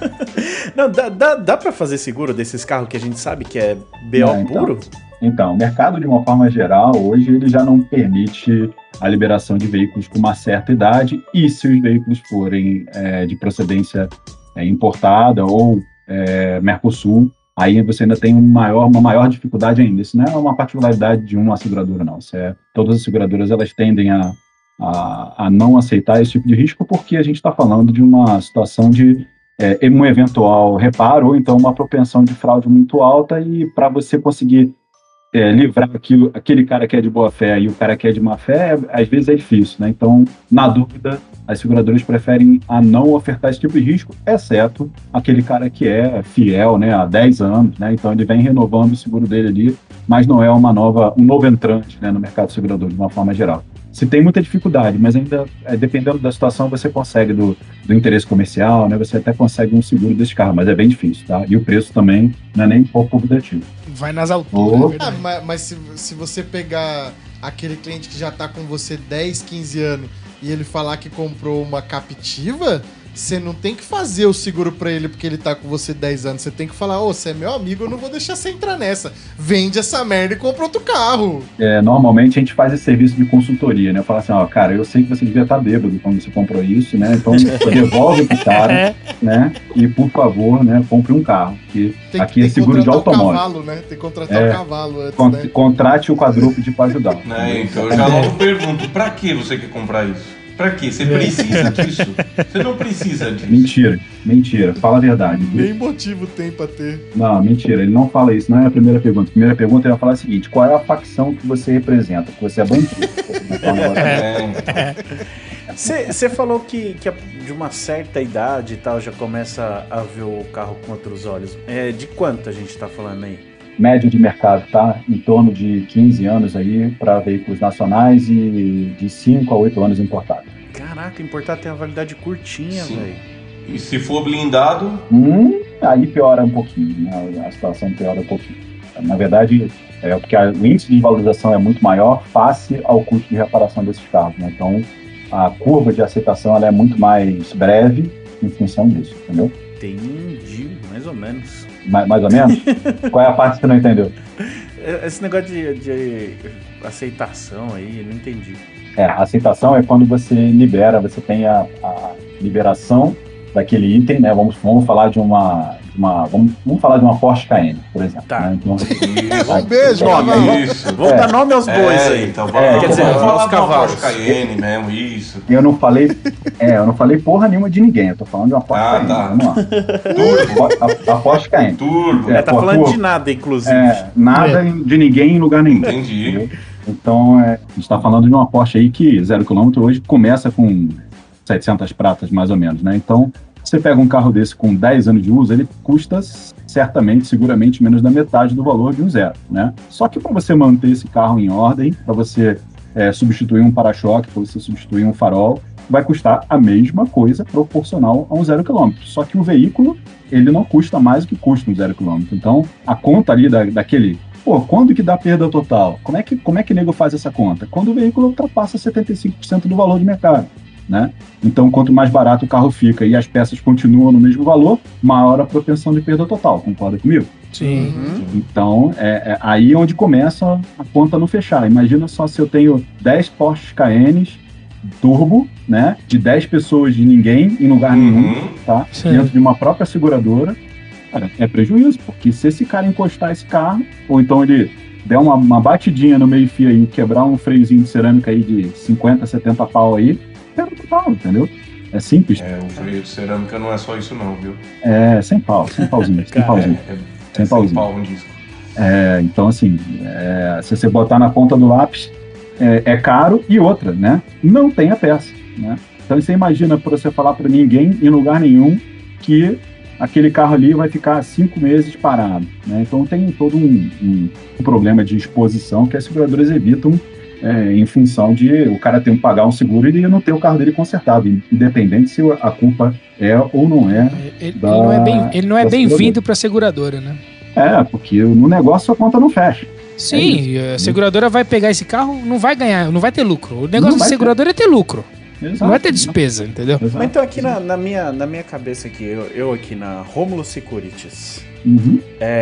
Não, dá, dá, dá pra fazer seguro desses carros que a gente sabe que é B O é, então, puro? Então, o mercado, de uma forma geral, hoje ele já não permite a liberação de veículos com uma certa idade, e se os veículos forem é, de procedência é, importada ou é, Mercosul, aí você ainda tem um maior, uma maior dificuldade ainda. Isso não é uma particularidade de uma seguradora, não. Isso é, todas as seguradoras elas tendem a, a, a não aceitar esse tipo de risco, porque a gente está falando de uma situação de é, um eventual reparo ou então uma propensão de fraude muito alta, e para você conseguir É, livrar aquilo, aquele cara que é de boa fé e o cara que é de má fé, às vezes é difícil, né? Então, na dúvida, as seguradoras preferem a não ofertar esse tipo de risco, exceto aquele cara que é fiel, né, há dez anos, né? Então ele vem renovando o seguro dele ali, mas não é uma nova, um novo entrante, né, no mercado segurador de uma forma geral. Se tem muita dificuldade, mas ainda, é, dependendo da situação, você consegue do, do interesse comercial, né? Você até consegue um seguro desse carro, mas é bem difícil, tá? E o preço também não é nem um pouco convidativo. Vai nas alturas. Oh. Ah, mas mas se, se você pegar aquele cliente que já tá com você dez, quinze anos e ele falar que comprou uma Captiva, você não tem que fazer o seguro pra ele porque ele tá com você dez anos. Você tem que falar, ô, oh, você é meu amigo, eu não vou deixar você entrar nessa. Vende essa merda e compra outro carro. É, normalmente a gente faz esse serviço de consultoria, né? Eu falo assim, ó, cara, eu sei que você devia estar bêbado quando você comprou isso, né? Então devolve pro cara, né? E por favor, né, compre um carro. Porque tem, aqui tem é seguro de automóvel. Cavalo, né? Tem que contratar o é, um cavalo antes, con- né? Contrate o quadrúpede para ajudar. É, então eu já logo pergunto, pra que você quer comprar isso? Pra quê? Você precisa disso? Você não precisa disso. Mentira, mentira. Fala a verdade. Nem motivo tem pra ter. Não, mentira. Ele não fala isso. Não é a primeira pergunta. A primeira pergunta ele vai falar o seguinte: qual é a facção que você representa? Que você é bandido. Você falou que, que de uma certa idade e tal já começa a ver o carro com outros olhos. É, de quanto a gente tá falando aí? Médio de mercado, tá? Em torno de quinze anos aí para veículos nacionais e de cinco a oito anos importados. Caraca, importado tem uma validade curtinha, velho. E se for blindado? Hum, aí piora um pouquinho, né? A situação piora um pouquinho. Na verdade, é porque a, o índice de valorização é muito maior face ao custo de reparação desses carros, né? Então, a curva de aceitação ela é muito mais breve em função disso, entendeu? Entendi, mais ou menos. Mais, mais ou menos? Qual é a parte que você não entendeu? Esse negócio de, de aceitação aí, eu não entendi. É, a aceitação é quando você libera, você tem a, a liberação daquele item, né? Vamos, vamos falar de uma, de uma vamos, vamos falar de uma Porsche Cayenne, por exemplo. Tá. Né? Então, um beijo, nome, isso. Vamos é. dar nome aos bois é, aí. Então, vamos, é, vamos, quer dizer, vamos falar de uma Porsche Cayenne mesmo, isso. Eu não falei, é, eu não falei porra nenhuma de ninguém. Eu tô falando de uma Porsche ah, Cayenne. Tá. Vamos lá. Turbo. A, a Porsche Cayenne. Turbo. É, é tá pô, falando turbo. de nada, inclusive. É, nada é. de ninguém em lugar nenhum. Entendi. Entendeu? Então, é, a gente está falando de uma Porsche aí que zero quilômetro hoje começa com setecentas pratas, mais ou menos, né? Então, você pega um carro desse com dez anos de uso, ele custa certamente, seguramente, menos da metade do valor de um zero, né? Só que para você manter esse carro em ordem, para você é, substituir um para-choque, para você substituir um farol, vai custar a mesma coisa proporcional a um zero quilômetro. Só que o veículo, ele não custa mais do que custa um zero quilômetro. Então, a conta ali da, daquele... Pô, quando que dá perda total? Como é que, como é que o nego faz essa conta? Quando o veículo ultrapassa setenta e cinco por cento do valor de mercado, né? Então, quanto mais barato o carro fica e as peças continuam no mesmo valor, maior a propensão de perda total. Concorda comigo? Sim. Uhum. Então, é, é aí onde começa a conta não fechar. Imagina só se eu tenho dez Porsche Cayennes turbo, né? De dez pessoas de ninguém em lugar uhum. nenhum, tá? Sim. Dentro de uma própria seguradora. Cara, é prejuízo, porque se esse cara encostar esse carro, ou então ele der uma, uma batidinha no meio-fio aí, quebrar um freiozinho de cerâmica aí de cinquenta, setenta pau aí, perda total, entendeu? É simples. É, o freio de cerâmica não é só isso não, viu? É, sem pau, sem pauzinho, sem pauzinho. É, é, sem é pauzinho. sem pau um disco. É, então, assim, é, se você botar na ponta do lápis, é, é caro e outra, né? Não tem a peça, né? Então, você imagina para você falar para ninguém, em lugar nenhum, que aquele carro ali vai ficar cinco meses parado, né? Então, tem todo um, um, um problema de exposição que as seguradoras evitam é, em função de o cara ter que pagar um seguro e ele não ter o carro dele consertado, independente se a culpa é ou não é. Ele, da, ele não é bem, ele não é bem-vindo seguradora. para a seguradora, né? É, porque no negócio a conta não fecha. Sim, É a seguradora vai pegar esse carro, não vai ganhar, não vai ter lucro. O negócio da seguradora ter. é ter lucro. Exato, não vai ter despesa, entendeu? Exato. Mas então aqui na, na minha, na minha cabeça aqui, eu, eu aqui na Romulo Securities, Uhum.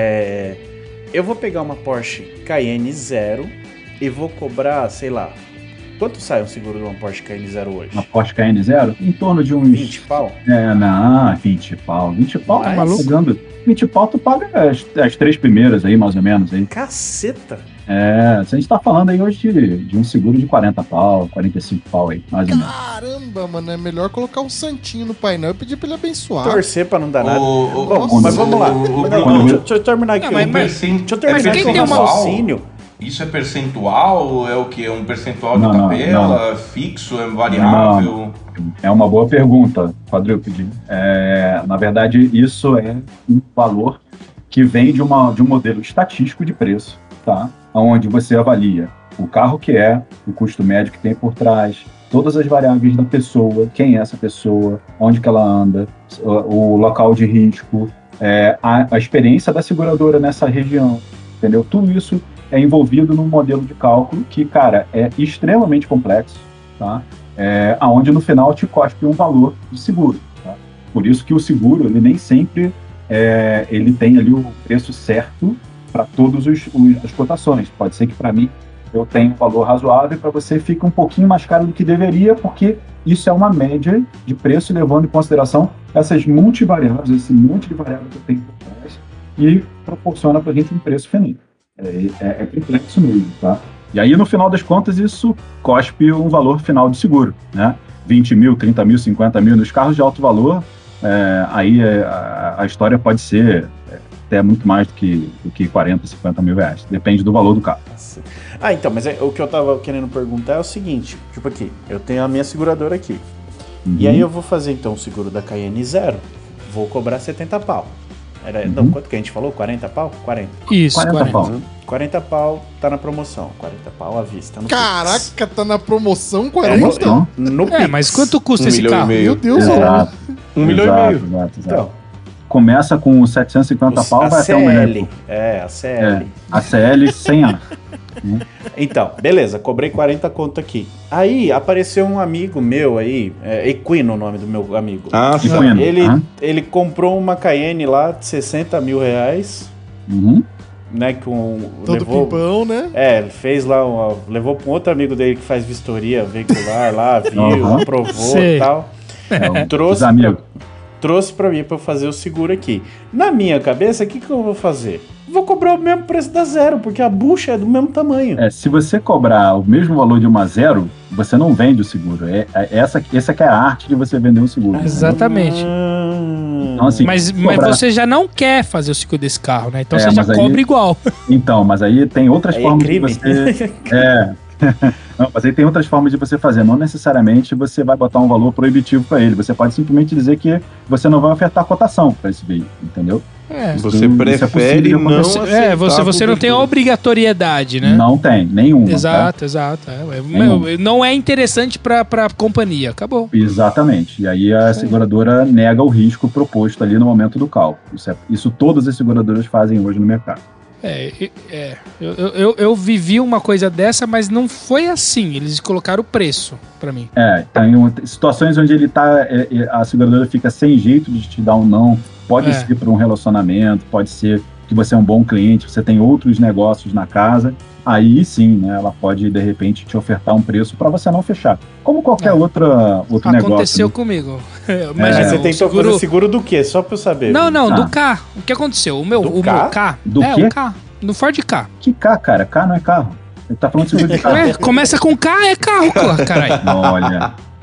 é, eu vou pegar uma Porsche Cayenne zero e vou cobrar, sei lá, quanto sai um seguro de uma Porsche Cayenne zero hoje? Uma Porsche Cayenne zero, em torno de uns... vinte pau? É, não, vinte pau. vinte pau, tá Mas- maluco? Pagando vinte pau, tu paga as, as três primeiras aí, mais ou menos. Aí. Caceta! É, a gente tá falando aí hoje de, de um seguro de quarenta pau, quarenta e cinco pau aí, mais ou menos. Caramba, mano, é melhor colocar um santinho no painel e pedir pra ele abençoar. Torcer pra não dar nada. Ô, ô, Bom, ô, mas vamos lá. ô, ô, Mas Bruno, não, eu- deixa, deixa eu terminar aqui. Não, mas- o- mas- deixa eu É terminar aqui o percentual? raciocínio. Isso é percentual? É o que? É um percentual Não, de não, tabela? Fixo? É variável? É uma boa pergunta, Quadrúpede. É, na verdade, isso é um valor que vem de, uma, de um modelo estatístico de preço, tá? Onde você avalia o carro que é, o custo médio que tem por trás, todas as variáveis da pessoa, quem é essa pessoa, onde que ela anda, o, o local de risco, é, a, a experiência da seguradora nessa região, entendeu? Tudo isso é envolvido num modelo de cálculo que, cara, é extremamente complexo, tá? É, aonde no final te cospe um valor de seguro, tá? Por isso que o seguro, ele nem sempre é, ele tem ali o preço certo para todas as cotações. Pode ser que para mim eu tenha um valor razoável e para você fica um pouquinho mais caro do que deveria, porque isso é uma média de preço levando em consideração essas multivariáveis, esse monte de variáveis que eu tenho por trás e proporciona para a gente um preço final. É, é, é complexo mesmo, tá? E aí, no final das contas, isso cospe um valor final de seguro, né? vinte mil, trinta mil, cinquenta mil. Nos carros de alto valor, é, aí é, a, a história pode ser até muito mais do que, do que quarenta, cinquenta mil reais. Depende do valor do carro. Ah, então, mas é, o que eu tava querendo perguntar é o seguinte, tipo aqui, eu tenho a minha seguradora aqui. Uhum. E aí eu vou fazer então o seguro da Cayenne zero, vou cobrar setenta pau. Era, Uhum. Não, quanto que a gente falou? quarenta pau? quarenta. Isso, quarenta quarenta. pau. quarenta pau tá na promoção, quarenta pau à vista. No Caraca, tá na promoção Pix. quarenta? Promoção. no, no É, Pix. mas quanto custa Um esse milhão e carro? meio. Meu Deus, Exato. Um milhão e Exato, meio. exato, exato. Então, Começa com setecentos e cinquenta pau, a vai até um milhão. e C L. pouco. É, a C L. É, a C L sem A. Então, beleza, cobrei quarenta conto aqui. Aí apareceu um amigo meu aí, é Equino o nome do meu amigo. Ah, sim. Equino. Ele, Aham. ele comprou uma Cayenne lá de sessenta mil reais, Uhum. né, com... Todo levou, pimpão, né? É, ele fez lá, uma, levou para um outro amigo dele que faz vistoria veicular lá, viu, Uhum. aprovou Sei. e tal. É, os Trouxe amigos. pra, trouxe pra mim pra eu fazer o seguro aqui. Na minha cabeça, o que, que eu vou fazer? Vou cobrar o mesmo preço da zero, porque a bucha é do mesmo tamanho. É, se você cobrar o mesmo valor de uma zero, você não vende o seguro. É, é- essa, essa que é a arte de você vender um seguro. Exatamente. Hum. Então, assim, Mas, se mas cobrar- você já não quer fazer o seguro desse carro, né? Então É, você já mas aí- cobra igual. Então, mas aí tem outras Aí é formas crime. de você. É. Não, mas aí tem outras formas de você fazer. Não necessariamente você vai botar um valor proibitivo para ele. Você pode simplesmente dizer que você não vai ofertar cotação para esse veículo, entendeu? É. Você Isso é prefere possível não Você, aceitar é, você, você não tem a cobertura. obrigatoriedade, né? Não tem, nenhuma. Exato, exato. É, é, Nenhum. meu, não é interessante pra, pra companhia. Acabou. Tá? Exatamente. E aí a seguradora nega o risco proposto ali no momento do cálculo. Isso, é- isso todas as seguradoras fazem hoje no mercado. É, é, é. Eu, eu, eu, eu vivi uma coisa dessa, mas não foi assim. Eles colocaram o preço pra mim. É, tem um- situações onde ele tá, é, é, a seguradora fica sem jeito de te dar um não. Pode É. ser para um relacionamento, pode ser que você é um bom cliente, você tem outros negócios na casa. Aí sim, né, ela pode de repente te ofertar um preço para você não fechar. Como qualquer É. outra, outro negócio. Aconteceu né? comigo. Mas Imagina, você o tentou seguro... fazer seguro do quê? Só pra eu saber. Não, não, Ah. do K. O que aconteceu? O meu, Do o K? meu K. Do é, quê? o K. No Ford K. Que K, cara? K não é carro. Ele tá falando de seguro de carro. Ué, começa com K, é carro, caralho. Olha.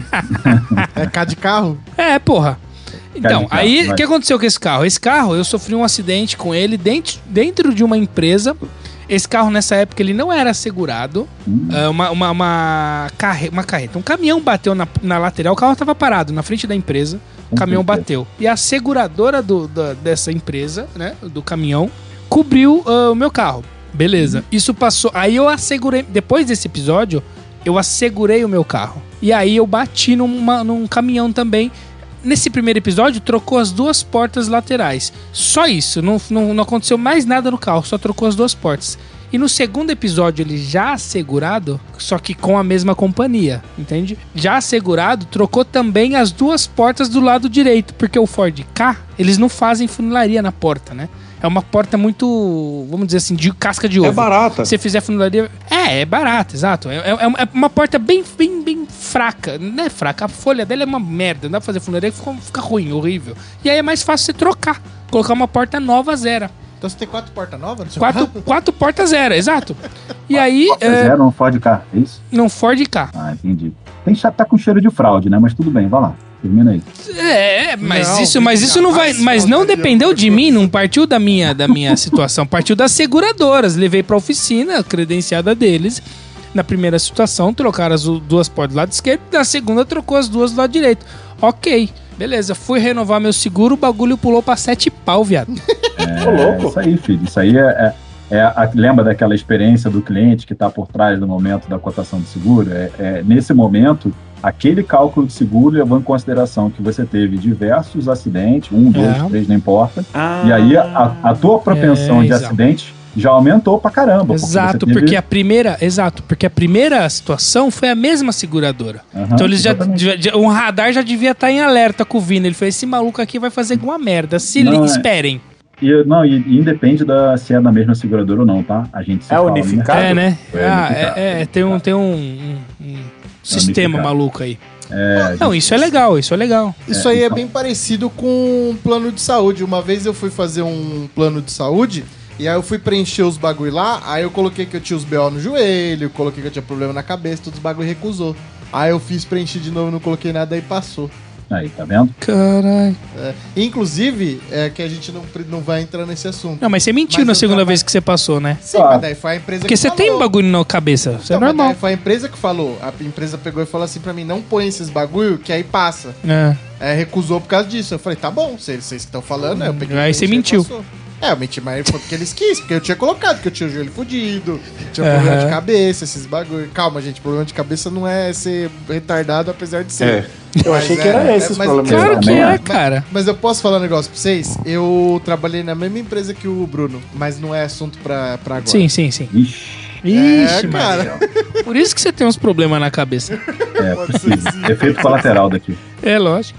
É K de carro? É, porra. Então, carro, aí, o vai. que aconteceu com esse carro? Esse carro, eu sofri um acidente com ele dentro, dentro de uma empresa. Esse carro, nessa época, ele não era assegurado. Hum. Uh, uma, uma, uma, carre, uma carreta. Um caminhão bateu na, na lateral. O carro estava parado na frente da empresa. O caminhão bateu. E a seguradora do, da, dessa empresa, né, do caminhão, cobriu uh, o meu carro. Beleza. Isso passou... Aí eu assegurei... Depois desse episódio, eu assegurei o meu carro. E aí eu bati numa, num caminhão também. Nesse primeiro episódio, trocou as duas portas laterais. Só isso. Não, não, não aconteceu mais nada no carro. Só trocou as duas portas. E no segundo episódio, ele já assegurado, só que com a mesma companhia, entende? Já assegurado, trocou também as duas portas do lado direito, porque o Ford Ka, eles não fazem funilaria na porta, né? É uma porta muito, vamos dizer assim, de casca de ovo. É barata. Se você fizer funilaria... É, é barata, exato. É, é, é uma porta bem, bem, bem fraca. Não é fraca, a folha dela é uma merda. Não dá pra fazer funilaria, fica, fica ruim, horrível. E aí é mais fácil você trocar, colocar uma porta nova zero. Então você tem quatro portas novas no seu Quatro, carro? quatro portas zero, exato. E aí... Porta É, zero no Ford Ka, é isso? não Ford Ka. Ah, entendi. Tem que tá com cheiro de fraude, né? Mas tudo bem, vai lá. Termina aí. É, mas Não, isso, mas isso não vai, mas não dependeu de mim, não partiu da minha, da minha situação, partiu das seguradoras. Levei pra oficina, credenciada deles. Na primeira situação, trocaram as duas portas do lado esquerdo, na segunda trocou as duas do lado direito. Ok, beleza, fui renovar meu seguro, o bagulho pulou pra sete pau, viado. É, Ô, louco. isso aí, filho. Isso aí é... é... É a, lembra daquela experiência do cliente que está por trás do momento da cotação de seguro? É, é, nesse momento, aquele cálculo de seguro levou em consideração que você teve diversos acidentes, um, dois, É. três, não importa. Ah. E aí a, a tua propensão É, de exato. acidente já aumentou pra caramba. Exato, porque, você teve- porque a primeira, exato, porque a primeira situação foi a mesma seguradora. Aham, Então eles já, exatamente. já- um radar já devia estar em alerta com o Vini. Ele falou: esse maluco aqui vai fazer alguma merda. Se Não, li- é- esperem. E, não, e, e independe da, se é da mesma seguradora ou não, tá? A gente se É fala, unificado? né? É, né? É, Ah, unificado, é, é, tem um, tem um, um- um sistema unificado. maluco aí. É, Não, isso é legal, isso é legal. Isso aí é bem parecido com um plano de saúde. Uma vez eu fui fazer um plano de saúde e aí eu fui preencher os bagulho lá, aí eu coloquei que eu tinha os B O no joelho, coloquei que eu tinha problema na cabeça, todos os bagulho recusou. Aí eu fiz preencher de novo, não coloquei nada e passou. Aí, tá vendo? Caralho. É, inclusive, é que a gente não, pre- não vai entrar nesse assunto. Não, mas você mentiu Mas na eu segunda trabalho- vez que você passou, né? Sim, Ah. mas daí foi a empresa Porque que você falou. tem bagulho na cabeça, isso é Então, mas normal. daí foi a empresa que falou. A empresa pegou e falou assim pra mim, não põe esses bagulho que aí passa. É. É, recusou por causa disso. Eu falei, tá bom, vocês vocês que estão falando, eu peguei. Aí você preenchi e mentiu. passou. É, eu menti, mas foi porque eles quis, porque eu tinha colocado, que eu tinha o joelho fudido, tinha Aham. problema de cabeça, esses bagulho. Calma, gente, problema de cabeça não é ser retardado, apesar de ser. É. Eu Mas achei que é, era é, esse os mas- problemas. Claro que também é, acho. cara. Mas eu posso falar um negócio pra vocês? Eu trabalhei na mesma empresa que o Bruno, mas não é assunto pra, pra agora. Sim, sim, sim. Ixi, Ixi, É, mano. cara. Por isso que você tem uns problemas na cabeça. é Pode ser possível. sim. Efeito colateral daqui. É lógico.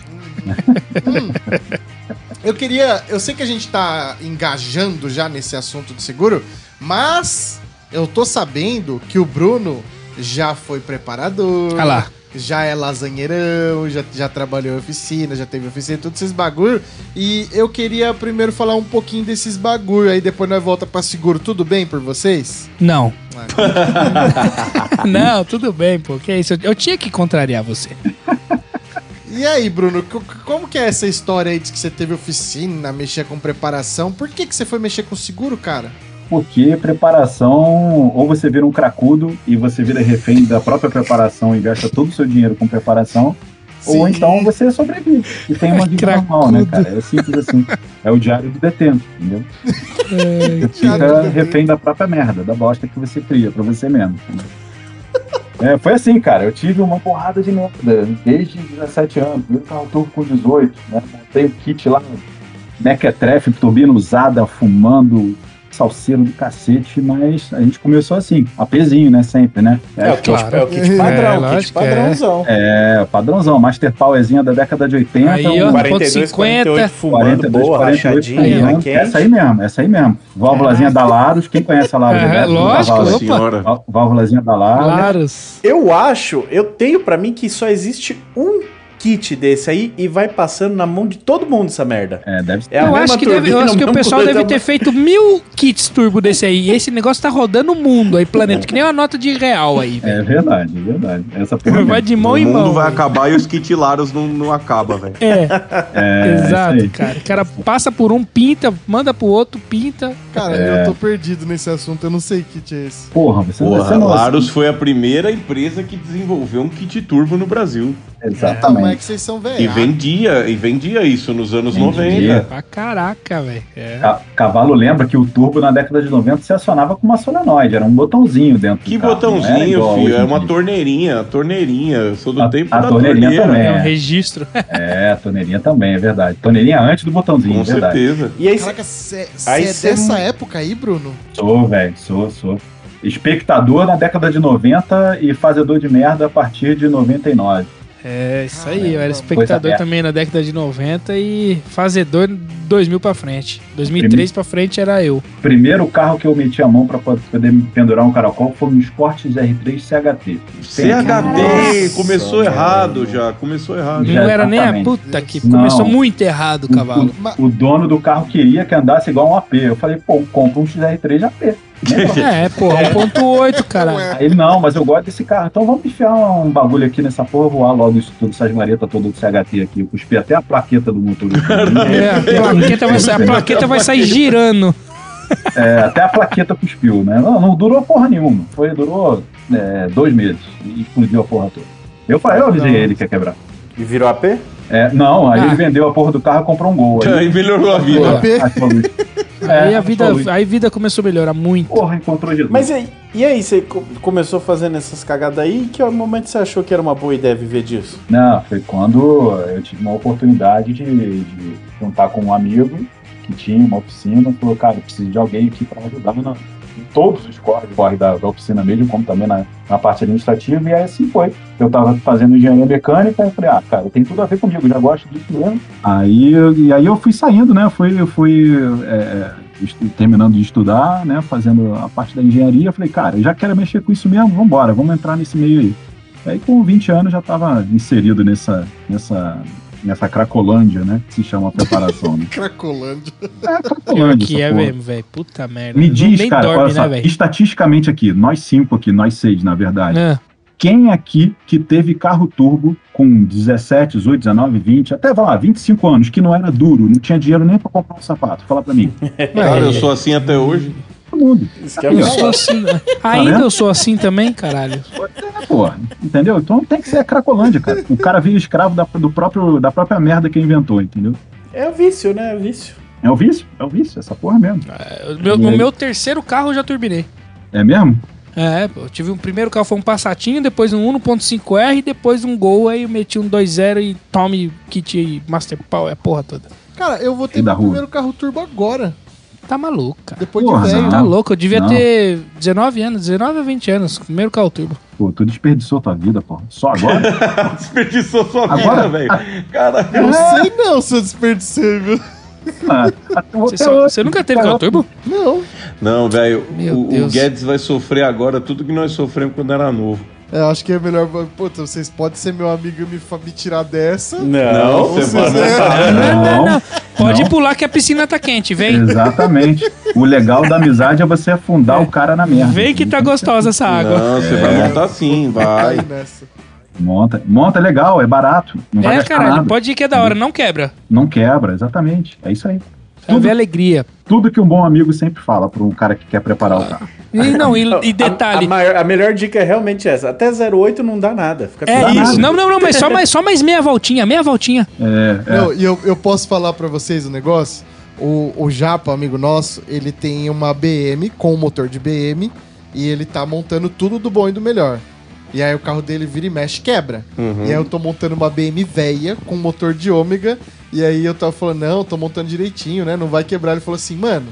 Eu queria. Eu sei que a gente tá engajando já nesse assunto de seguro, mas eu tô sabendo que o Bruno já foi preparador. Ah lá. Já é lasanheirão, já, já trabalhou em oficina, já teve oficina, todos esses bagulho. E eu queria primeiro falar um pouquinho desses bagulho, aí depois nós volta pra seguro. Tudo bem por vocês? Não. Ah, Não, tudo bem, pô. Que é isso? Eu, eu tinha que contrariar você. E aí, Bruno, co- como que é essa história aí de que você teve oficina, mexer com preparação? Por que, que você foi mexer com seguro, cara? Porque preparação, ou você vira um cracudo e você vira refém da própria preparação e gasta todo o seu dinheiro com preparação, ou Sim. então você sobrevive e tem uma vida normal, né, cara? É simples assim. É o diário do detento, entendeu? Você Diário do fica detento. refém da própria merda, da bosta que você cria pra você mesmo. Entendeu? É, foi assim, cara. Eu tive uma porrada de merda desde dezessete anos. Eu tava todo com dezoito, né? Montei o kit lá, mequetrefe, turbina usada, fumando, salseiro do cacete, mas a gente começou assim, a pezinho, né? Sempre, né? É, o kit, claro. é o kit É, padrão, o kit lógico, padrãozão. É, padrãozão, Master Powerzinha da década de oitenta. Aí, um ó, quarenta e dois, quarenta e oito, fumando, quarenta e dois, boa, quarenta e oito, rachadinha, fumando. quente. Essa aí mesmo, essa aí mesmo. Válvulazinha da Laros, quem conhece a Laros? É, né? lógico, Válvula- opa. Senhora. Vál- Válvulazinha da Laros. Claros. Eu acho, eu tenho pra mim que só existe um kit desse aí e vai passando na mão de todo mundo essa merda. É, deve ser. É a eu mesma acho que, deve, eu turbina, acho que o mesmo pessoal coisa, deve ter mas- feito mil kits turbo desse aí. E esse negócio tá rodando o mundo aí, planeta, que nem uma nota de real aí, velho. É verdade, é verdade. Essa porra Vai mesmo. de mão O em mão. mundo vai velho. acabar e os kitilaros não, não acabam, velho. É, É, exato, isso aí. cara. O cara passa por um, pinta, manda pro outro, pinta. Cara, É. eu tô perdido nesse assunto, eu não sei que kit é esse. Porra, você Porra, você não... Larus foi a primeira empresa que desenvolveu um kit turbo no Brasil. Então, mas é Exatamente. que vocês são E velhos. vendia, e vendia isso nos anos Vendia. noventa. Pra caraca, velho. É. Ca- Cavalo lembra que o turbo na década de noventa se acionava com uma solenoide, era um botãozinho dentro Que do carro, não era botãozinho, igual filho. hoje É em uma dia. torneirinha, torneirinha. Eu sou do A- tempo a da torneirinha torneira. também. É um É. registro. É, a torneirinha também, é verdade. Torneirinha antes do botãozinho, Com é verdade. certeza. E aí, Caraca, você Aí é cê dessa mu- época aí, Bruno? Sou, velho, sou, sou. Espectador na década de noventa e fazedor de merda a partir de noventa e nove. É, isso aí. Eu Caramba, era espectador coisa também na década de noventa e fazedor dois mil pra frente. dois mil e três pra frente era eu. Primeiro carro que eu meti a mão pra poder me pendurar um caracol foi um Sport R três C H T. C H T, Nossa, começou velho. errado já, começou errado. Já, Não era nem a exatamente. puta que Não. começou muito errado o cavalo. O, o dono do carro queria que andasse igual um A P. Eu falei, pô, compra um X R três de A P. É, porra, um ponto oito, cara. Aí ele, não, mas eu gosto desse carro. Então vamos enfiar um bagulho aqui nessa porra, voar logo isso tudo, essas varetas todas do C H T aqui. Eu cuspi até a plaqueta do motor. É, a plaqueta vai, sa- a plaqueta vai sair girando. É, até a plaqueta cuspiu, né? Não, não durou porra nenhuma. Foi, durou é, dois meses e explodiu a porra toda. Eu falei, eu avisei Não. ele que ia quebrar. e virou A P? É, não, aí Ah. ele vendeu a porra do carro e comprou um Gol. Aí melhorou a Pô, vida. A P? achou a luz. Aí É, a vida, achou luz. aí a vida começou a melhorar muito. Porra, encontrou Jesus. Mas e aí, e aí, você co- começou fazendo essas cagadas aí? Em que momento você achou que era uma boa ideia viver disso? Não, foi quando eu tive uma oportunidade de, de juntar com um amigo que tinha uma oficina, falou, cara, eu preciso de alguém aqui para ajudar na, em todos os corres, corre da, da oficina mesmo, como também na, na parte administrativa, e aí assim foi. Eu tava fazendo engenharia mecânica, e eu falei, ah, cara, tem tudo a ver comigo, já gosto disso mesmo. Aí, eu- e aí eu fui saindo, né, fui, eu fui é, estu- terminando de estudar, né, fazendo a parte da engenharia, eu falei, cara, eu já quero mexer com isso mesmo, vambora, vamos entrar nesse meio aí. Aí com vinte anos já estava inserido nessa, nessa, nessa cracolândia, né? Que se chama a preparação, né? Cracolândia. É, Pior cracolândia, que essa é porra. mesmo, velho. Puta merda. Me Não- diz, nem cara, dorme, olha só, né, velho? estatisticamente aqui, nós cinco aqui, nós seis, na verdade. É. Quem aqui que teve carro turbo com dezessete, dezoito, dezenove, vinte, até vai lá, vinte e cinco anos, que não era duro, não tinha dinheiro nem pra comprar um sapato? Fala pra mim. Cara, eu sou assim até hoje. Todo mundo. Isso que é Eu uma- sou assim. né? Ainda vendo? eu sou assim também, caralho. É, porra, entendeu? Então tem que ser a cracolândia, cara. O cara veio escravo da, do próprio, da própria merda que inventou, entendeu? É o vício, né? É o vício. É o vício, é o vício, essa porra mesmo. O meu, o meu terceiro carro eu já turbinei. É mesmo? É, pô, eu tive um primeiro carro, foi um Passatinho, depois um um ponto cinco R, depois um Gol, aí eu meti um dois zero e tome kit Master Power, a porra toda. Cara, eu vou ter E da meu rua? primeiro carro turbo agora. Tá maluco, cara. Depois Porra, de velho. não. Tá louco, eu devia Não. ter dezenove anos, dezenove a vinte anos, primeiro carro turbo. Pô, tu desperdiçou tua vida, porra. Só agora? Desperdiçou sua vida, Agora- velho. Cara, Eu sei não se eu desperdicei, viu? Ah, Você, só- você nunca teve carro turbo? Não. não, velho, Meu o, o Deus. Guedes vai sofrer agora tudo que nós sofremos quando era novo. É, acho que é melhor. Puta, vocês podem ser meu amigo e me, fa- me tirar dessa. Não, você vocês vai é- Não, não, não. Pode Não. pular que a piscina tá quente, vem. Exatamente. O legal da amizade é você afundar o cara na merda. Vem que tá gostosa essa água. Não, você vai montar sim, vai. Caí nessa. Monta. Monta é legal, é barato. Não vai É, gastar caralho, nada. pode ir que é da hora, não quebra. Não quebra, exatamente. É isso aí. Vai ver alegria. Tudo que um bom amigo sempre fala para um cara que quer preparar o carro. E não, e, e A, detalhe. a maior- a melhor dica é realmente essa. Até zero vírgula oito não dá nada. Fica É tudo- isso. Não, não, não, mas só mais, só mais meia voltinha, meia voltinha. É, é. Não, e eu, eu posso falar pra vocês um negócio? O, o Japa, amigo nosso, ele tem uma B M com motor de B M e ele tá montando tudo do bom e do melhor. E aí o carro dele vira e mexe, quebra. Uhum. E aí eu tô montando uma B M velha com motor de ômega. E aí eu tava falando, não, tô montando direitinho, né? Não vai quebrar. Ele falou assim, mano,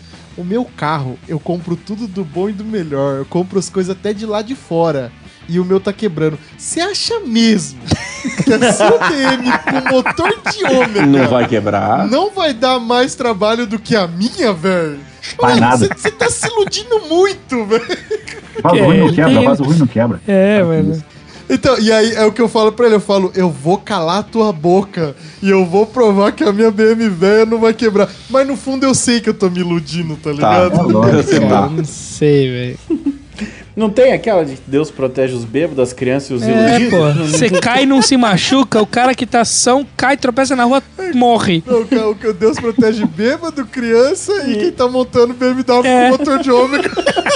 o meu carro, eu compro tudo do bom e do melhor. Eu compro as coisas até de lá de fora. E o meu tá quebrando. Você acha mesmo que a sua B M com motor de ômega Não vai quebrar. não vai dar mais trabalho do que a minha, velho? Faz nada. Você tá se iludindo muito, velho. Vaso É, ruim não ele quebra, tem- vaso ruim não quebra. É, Ah, mano. isso. Então, e aí é o que eu falo pra ele, eu falo, eu vou calar a tua boca e eu vou provar que a minha B M velha não vai quebrar. Mas no fundo eu sei que eu tô me iludindo, tá ligado? Tá, você tá. Não sei, velho. Não tem aquela de Deus protege os bêbados, as crianças e os É, iludidos? pô. Você cai e não se machuca, o cara que tá são, cai, tropeça na rua, morre. Não, que- o que Deus protege bêbado, criança e quem tá montando B M W É. com motor de ômega.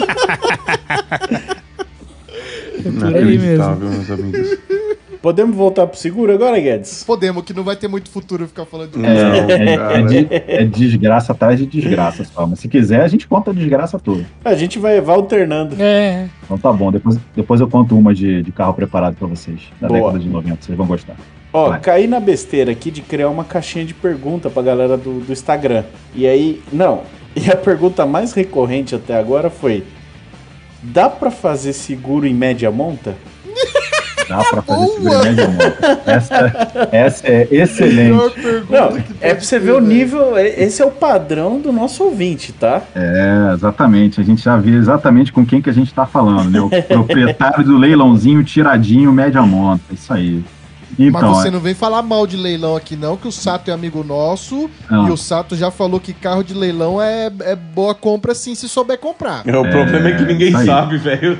Inacreditável, meus amigos. Podemos voltar pro seguro agora, Guedes? Podemos, que não vai ter muito futuro eu ficar falando de Não, É, é, é cara. de- é desgraça atrás de desgraça só. Mas se quiser, a gente conta a desgraça toda. A gente vai, vai alternando. É. Então tá bom. Depois, depois eu conto uma de, de carro preparado pra vocês. Da Boa. década de noventa. Vocês vão gostar. Ó, Vai. caí na besteira aqui de criar uma caixinha de pergunta pra galera do, do Instagram. E aí, não. E a pergunta mais recorrente até agora foi: dá pra fazer seguro em média monta? Dá pra fazer Boa! seguro em média monta. Essa, essa é excelente. Melhor pergunta Não, que é pode pra você ter, ver o velho. nível. é- Esse é o padrão do nosso ouvinte, tá? É, exatamente. A gente já vê exatamente com quem que a gente tá falando, né? O proprietário do leilãozinho tiradinho média monta. Isso aí. Então, Mas você é- não vem falar mal de leilão aqui não, que o Sato é amigo nosso Não. e o Sato já falou que carro de leilão é, é boa compra sim, se souber comprar. É, o problema é que ninguém isso aí. sabe, velho.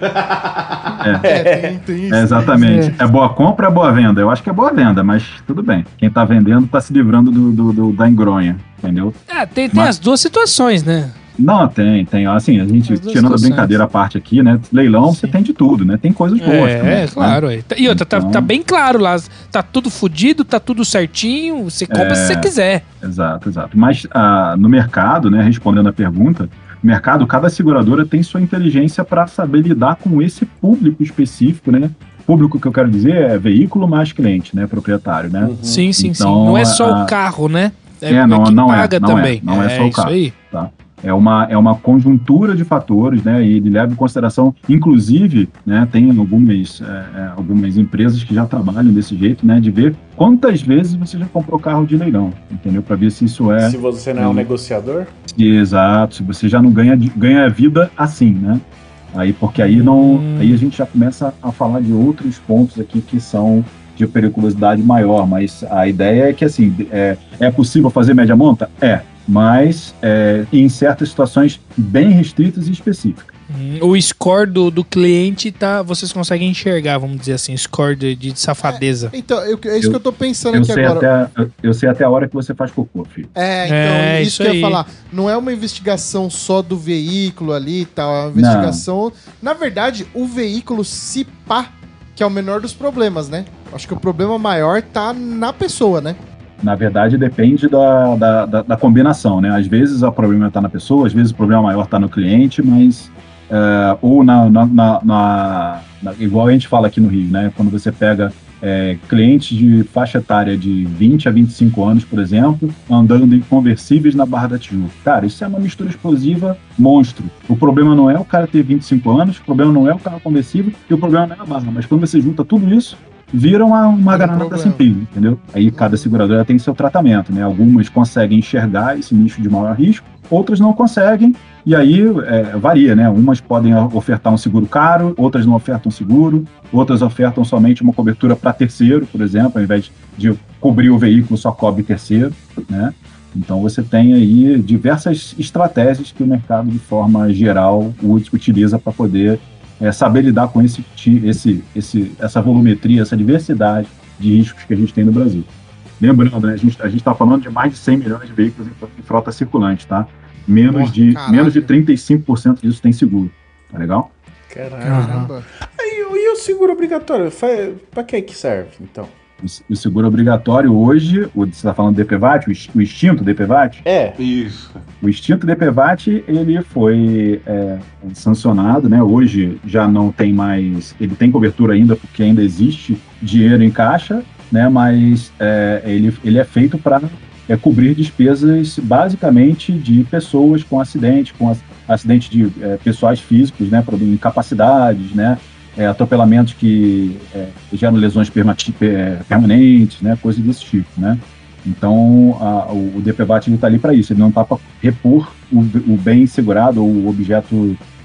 É, tem, tem isso. É, exatamente. É. boa compra ou é boa venda? Eu acho que é boa venda, mas tudo bem. Quem tá vendendo tá se livrando do, do- do- da engronha, entendeu? Ah, tem, tem Mas- as duas situações, né? Não, tem, tem. Assim, a gente, As duas tirando a situações. brincadeira à parte aqui, né? Leilão você tem de tudo, né? Tem coisas boas também. É, né? claro. é. E outra, tá, Então- tá bem claro lá. Tá tudo fudido, tá tudo certinho. Você compra É. se você quiser. Exato, exato. Mas ah, no mercado, né, respondendo a pergunta, no mercado, cada seguradora tem sua inteligência para saber lidar com esse público específico, né? Público que eu quero dizer é veículo mais cliente, né? Proprietário, né? Sim, sim, sim. Então, Não é só a- o carro, né? É, não- que não é, paga não é, também. não é só o isso carro. aí. É uma, é uma conjuntura de fatores, né? E ele leva em consideração, inclusive, né? Tem algumas, é, é, algumas empresas que já trabalham desse jeito, né? De ver quantas vezes você já comprou carro de leilão, entendeu? Para ver se isso é Se você não é um Hum. negociador. exato, se você já não ganha, de- ganha vida assim, né? Aí, porque aí não, Hum. aí a gente já começa a falar de outros pontos aqui que são de periculosidade maior, mas a ideia é que assim, é, é possível fazer média monta? É, mas é, em certas situações bem restritas e específicas. Hum, O score do, do cliente tá. Vocês conseguem enxergar, vamos dizer assim, score de, de safadeza. Então, eu- é isso Eu- que eu tô pensando Eu aqui sei, agora. até, eu- eu sei até a hora que você faz cocô, filho. É, então, É, isso, isso que eu ia aí. falar. Não é uma investigação só do veículo ali e tal, é uma investigação... Na verdade, o veículo se pá, que é o menor dos problemas, né? Acho que o problema maior tá na pessoa, né? Na verdade, depende da, da, da, da combinação, né? Às vezes o problema está na pessoa, às vezes o problema maior está no cliente, mas... é, ou na, na, na, na- na- igual a gente fala aqui no Rio, né? Quando você pega é, clientes de faixa etária de vinte a vinte e cinco anos, por exemplo, andando em conversíveis na Barra da Tijuca. Cara, isso é uma mistura explosiva monstro. O problema não é o cara ter vinte e cinco anos, o problema não é o carro conversível e o problema não é a barra. Mas quando você junta tudo isso, vira uma, uma Vira um granada problema. sem pilha, entendeu? Aí cada seguradora tem seu tratamento, né? Algumas conseguem enxergar esse nicho de maior risco, outras não conseguem, e aí é, varia, né? Umas podem ofertar um seguro caro, outras não ofertam seguro, outras ofertam somente uma cobertura para terceiro, por exemplo, ao invés de cobrir o veículo, só cobre terceiro, né? Então você tem aí diversas estratégias que o mercado, de forma geral, utiliza para poder é, saber lidar com esse, ti- esse, esse, essa volumetria, essa diversidade de riscos que a gente tem no Brasil. Lembrando, né, a gente a está falando de mais de cem milhões de veículos em frota circulante, tá? Menos, Porra, de, caralho. menos de trinta e cinco por cento disso tem seguro, tá legal? Caralho. Caramba. E, o- e o seguro obrigatório? Fa- Pra que que serve, então? O, o seguro obrigatório hoje, o, você está falando do D P V A T, o, ex- o extinto D P V A T, É. Isso. o extinto D P V A T, ele foi é, sancionado, né? Hoje já não tem mais, ele tem cobertura ainda porque ainda existe dinheiro em caixa, né? Mas é, ele, ele é feito para é, cobrir despesas basicamente de pessoas com acidente, com ac- acidente de é, pessoais físicos, né? Por incapacidades, né? É, atropelamentos que é, geram lesões permati- é, permanentes, né? Coisas desse tipo, né? Então, a, o, o D P V A T está ali para isso, ele não está para repor o, o bem segurado ou o objeto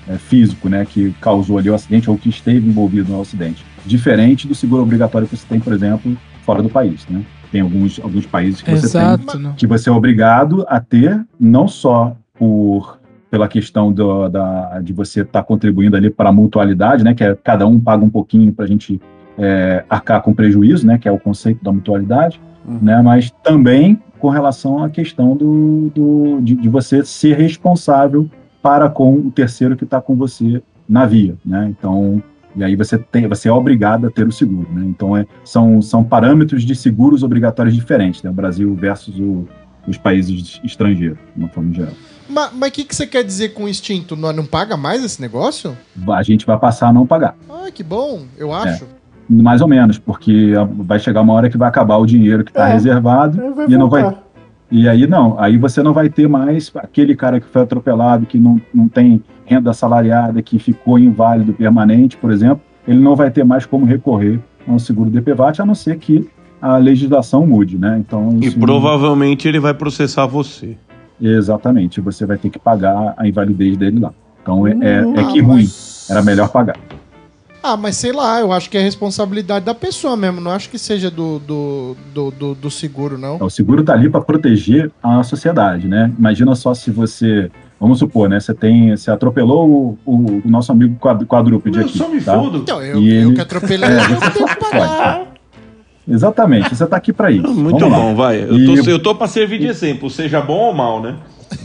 é, físico, né, que causou ali o acidente ou que esteve envolvido no acidente. Diferente do seguro obrigatório que você tem, por exemplo, fora do país, né? Tem alguns, alguns países que você Exato, tem, não. que você é obrigado a ter, não só por, pela questão do, da, de você estar tá contribuindo ali para a mutualidade, né? Que é cada um paga um pouquinho para a gente é, arcar com prejuízo, né? Que é o conceito da mutualidade, uhum. né? Mas também com relação à questão do, do, de, de você ser responsável para com o terceiro que está com você na via, né? Então, e aí você, tem, você é obrigado a ter o seguro, né? Então, é, são, são parâmetros de seguros obrigatórios diferentes, né? O Brasil versus o, os países estrangeiros, de uma forma geral. Mas o que, que você quer dizer com extinto? Não, não paga mais esse negócio? A gente vai passar a não pagar. Ah, que bom, eu acho. É. Mais ou menos, porque vai chegar uma hora que vai acabar o dinheiro que está é, reservado e não vai. E aí não, aí você não vai ter mais aquele cara que foi atropelado, que não, não tem renda assalariada, que ficou inválido permanente, por exemplo, ele não vai ter mais como recorrer ao seguro D P V A T, a não ser que a legislação mude, né? Então, e provavelmente ele vai processar você. Exatamente, você vai ter que pagar a invalidez dele lá. Então é, é, é que ruim, era melhor pagar. Ah, mas sei lá, eu acho que é responsabilidade da pessoa mesmo, não acho que seja do, do, do, do, do seguro, não. O seguro tá ali para proteger a sociedade, né? Imagina só se você, vamos supor, né? Você tem, você atropelou o, o, o nosso amigo quadrúpede aqui. Eu só me tá? fodo. Então, eu, eu ele... que atropelei, é, eu tenho que pagar. Exatamente, você tá aqui para isso. Muito vamos bom, lá. vai. Eu, e... tô, eu tô para servir de exemplo, seja bom ou mal, né?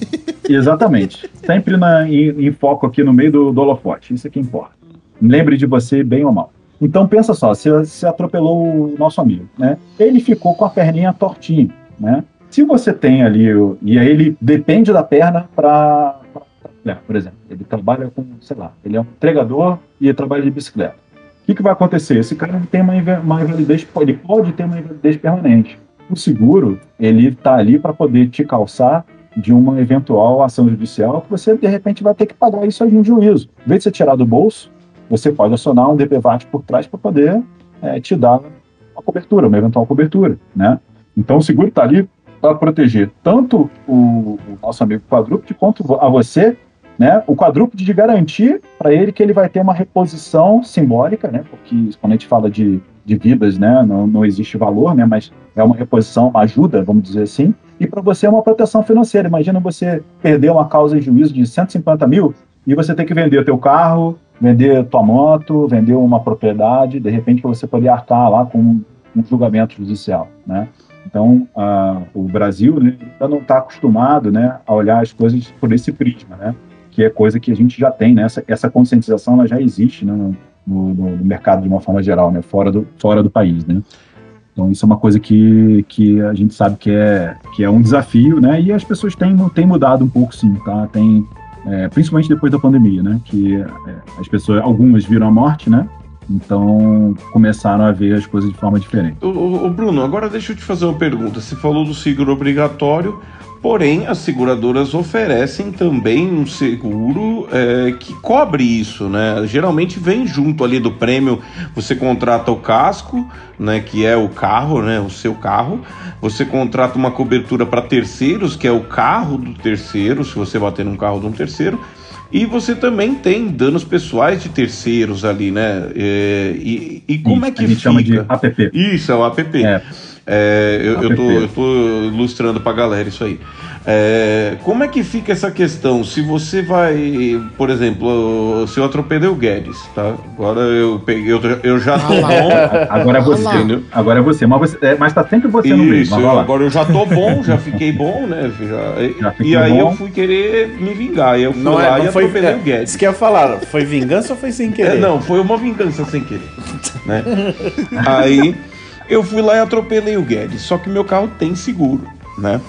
Exatamente. Sempre na, em, em foco aqui no meio do, do holofote, isso é que importa. Lembre de você, bem ou mal. Então, pensa só, você, você atropelou o nosso amigo, né? Ele ficou com a perninha tortinha, né? Se você tem ali, e aí ele depende da perna para trabalhar, por exemplo. Ele trabalha com, sei lá, ele é um entregador e ele trabalha de bicicleta. O que, que vai acontecer? Esse cara tem uma, uma invalidez, ele pode ter uma invalidez permanente. O seguro, ele está ali para poder te calçar de uma eventual ação judicial que você, de repente, vai ter que pagar isso aí em juízo. Em vez de você tirar do bolso, você pode acionar um D P V A T por trás para poder é, te dar uma cobertura, uma eventual cobertura, né? Então, o seguro está ali para proteger tanto o, o nosso amigo quadrúpede quanto a você, né? O quadrúpede de garantir para ele que ele vai ter uma reposição simbólica, né? Porque quando a gente fala de, de vidas, né? Não, não existe valor, né? Mas é uma reposição, uma ajuda, vamos dizer assim. E para você é uma proteção financeira. Imagina você perder uma causa em juízo de cento e cinquenta mil e você ter que vender teu carro, vender tua moto, vender uma propriedade, de repente você poder arcar lá com um, um julgamento judicial, né? Então, uh, o Brasil, né, ainda não está acostumado, né, a olhar as coisas por esse prisma, né? Que é coisa que a gente já tem, né? Essa, essa conscientização ela já existe, né, no, no, no mercado de uma forma geral, né? Fora do, fora do país, né? Então, isso é uma coisa que, que a gente sabe que é, que é um desafio, né? E as pessoas têm, têm mudado um pouco, sim, tá? Tem... É, principalmente depois da pandemia, né? Que é, as pessoas, algumas viram a morte, né? Então começaram a ver as coisas de forma diferente. Ô, ô Bruno, agora deixa eu te fazer uma pergunta. Você falou do seguro obrigatório, porém as seguradoras oferecem também um seguro é, que cobre isso, né? Geralmente vem junto ali do prêmio, você contrata o casco, né? Que é o carro, né? O seu carro. Você contrata uma cobertura para terceiros, que é o carro do terceiro, se você bater num carro de um terceiro. E você também tem danos pessoais de terceiros ali, né? É, e, e como Isso, é que a gente fica? chama de A P P. Isso, é o A P P. É. É, eu, eu, tô, eu tô ilustrando pra galera isso aí. É, como é que fica essa questão? Se você vai, por exemplo, se eu atropelei o Guedes, tá? Agora eu peguei, eu, eu já tô bom. Agora é você, entendeu? Agora é você, mas, você, é, mas tá sempre você isso, no meio. Isso, agora eu já tô bom, já fiquei bom, né? Já, já e aí bom. Eu fui querer me vingar. Aí eu fui não lá é, não e foi, atropelei é, o Guedes. Isso que eu ia falar, foi vingança ou foi sem querer? É, não, foi uma vingança sem querer. Né? Aí eu fui lá e atropelei o Guedes, só que meu carro tem seguro, né?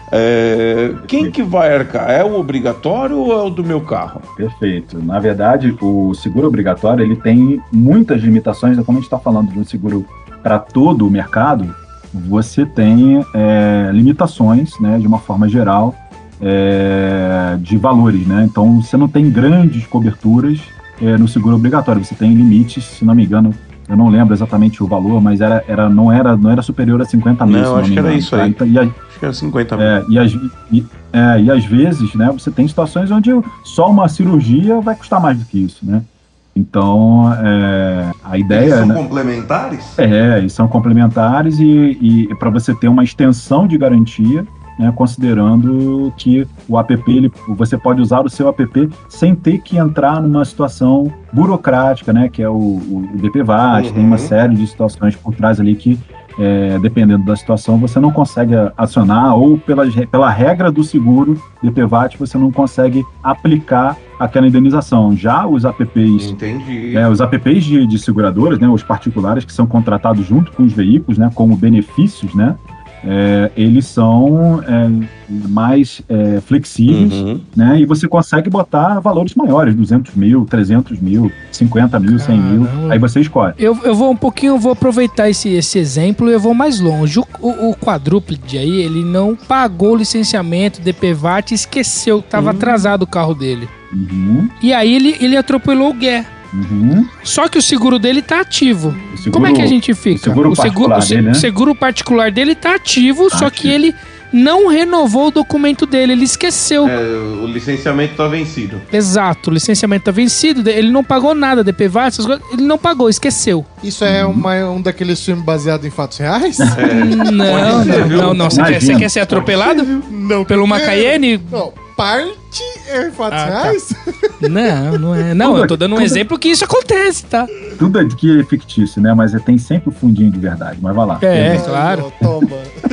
É, quem que vai arcar? É o obrigatório ou é o do meu carro? Perfeito. Na verdade, o seguro obrigatório ele tem muitas limitações. Como a gente está falando de um seguro para todo o mercado, você tem é, limitações, né, de uma forma geral, é, de valores, né? Então, você não tem grandes coberturas é, no seguro obrigatório. Você tem limites, se não me engano, eu não lembro exatamente o valor, mas era, era, não, era, não era superior a cinquenta mil. Não, acho que era isso aí. Então, e a, acho que era cinquenta mil. É, e, as, e, É, e às vezes, né, você tem situações onde só uma cirurgia vai custar mais do que isso, né? Então, é, a ideia... Eles são né, complementares? É, e são complementares e, e para você ter uma extensão de garantia, né, considerando que o app, ele, você pode usar o seu app sem ter que entrar numa situação burocrática, né, que é o, o D P V A T, uhum. Tem uma série de situações por trás ali que, é, dependendo da situação, você não consegue acionar, ou pela, pela regra do seguro D P V A T, você não consegue aplicar aquela indenização. Já os apps, é, os apps de, de seguradoras, né, os particulares que são contratados junto com os veículos, né, como benefícios, né, É, eles são é, mais é, flexíveis, uhum. né? E você consegue botar valores maiores, duzentos mil, trezentos mil, cinquenta mil, cem mil, aí você escolhe. Eu, eu vou um pouquinho, eu vou aproveitar esse, esse exemplo e eu vou mais longe. O, o, o quadrúpede aí, ele não pagou o licenciamento, D P V A T, esqueceu, tava uhum. atrasado o carro dele. Uhum. E aí ele, ele atropelou o Gué. Uhum. Só que o seguro dele tá ativo. Seguro, como é que a gente fica? O seguro, o seguro, particular, o se, dele, né? seguro particular dele tá ativo, tá só ativo. Que ele não renovou o documento dele, ele esqueceu. É, o licenciamento tá vencido. Exato, o licenciamento tá vencido, ele não pagou nada, D P V A T, essas coisas, ele não pagou, esqueceu. Isso é uma, um daqueles filmes baseados em fatos reais? É. Não, não, não, não. Você quer, você quer ser atropelado? Não. Pelo uma Cayenne? Não. Parte é fatos ah, reais? Tá. Não, não é. Não, tudo, eu tô dando um tudo, exemplo que isso acontece, tá? Tudo aqui é fictício, né? Mas tem sempre o fundinho de verdade. Mas vai lá. É, é claro. Toma.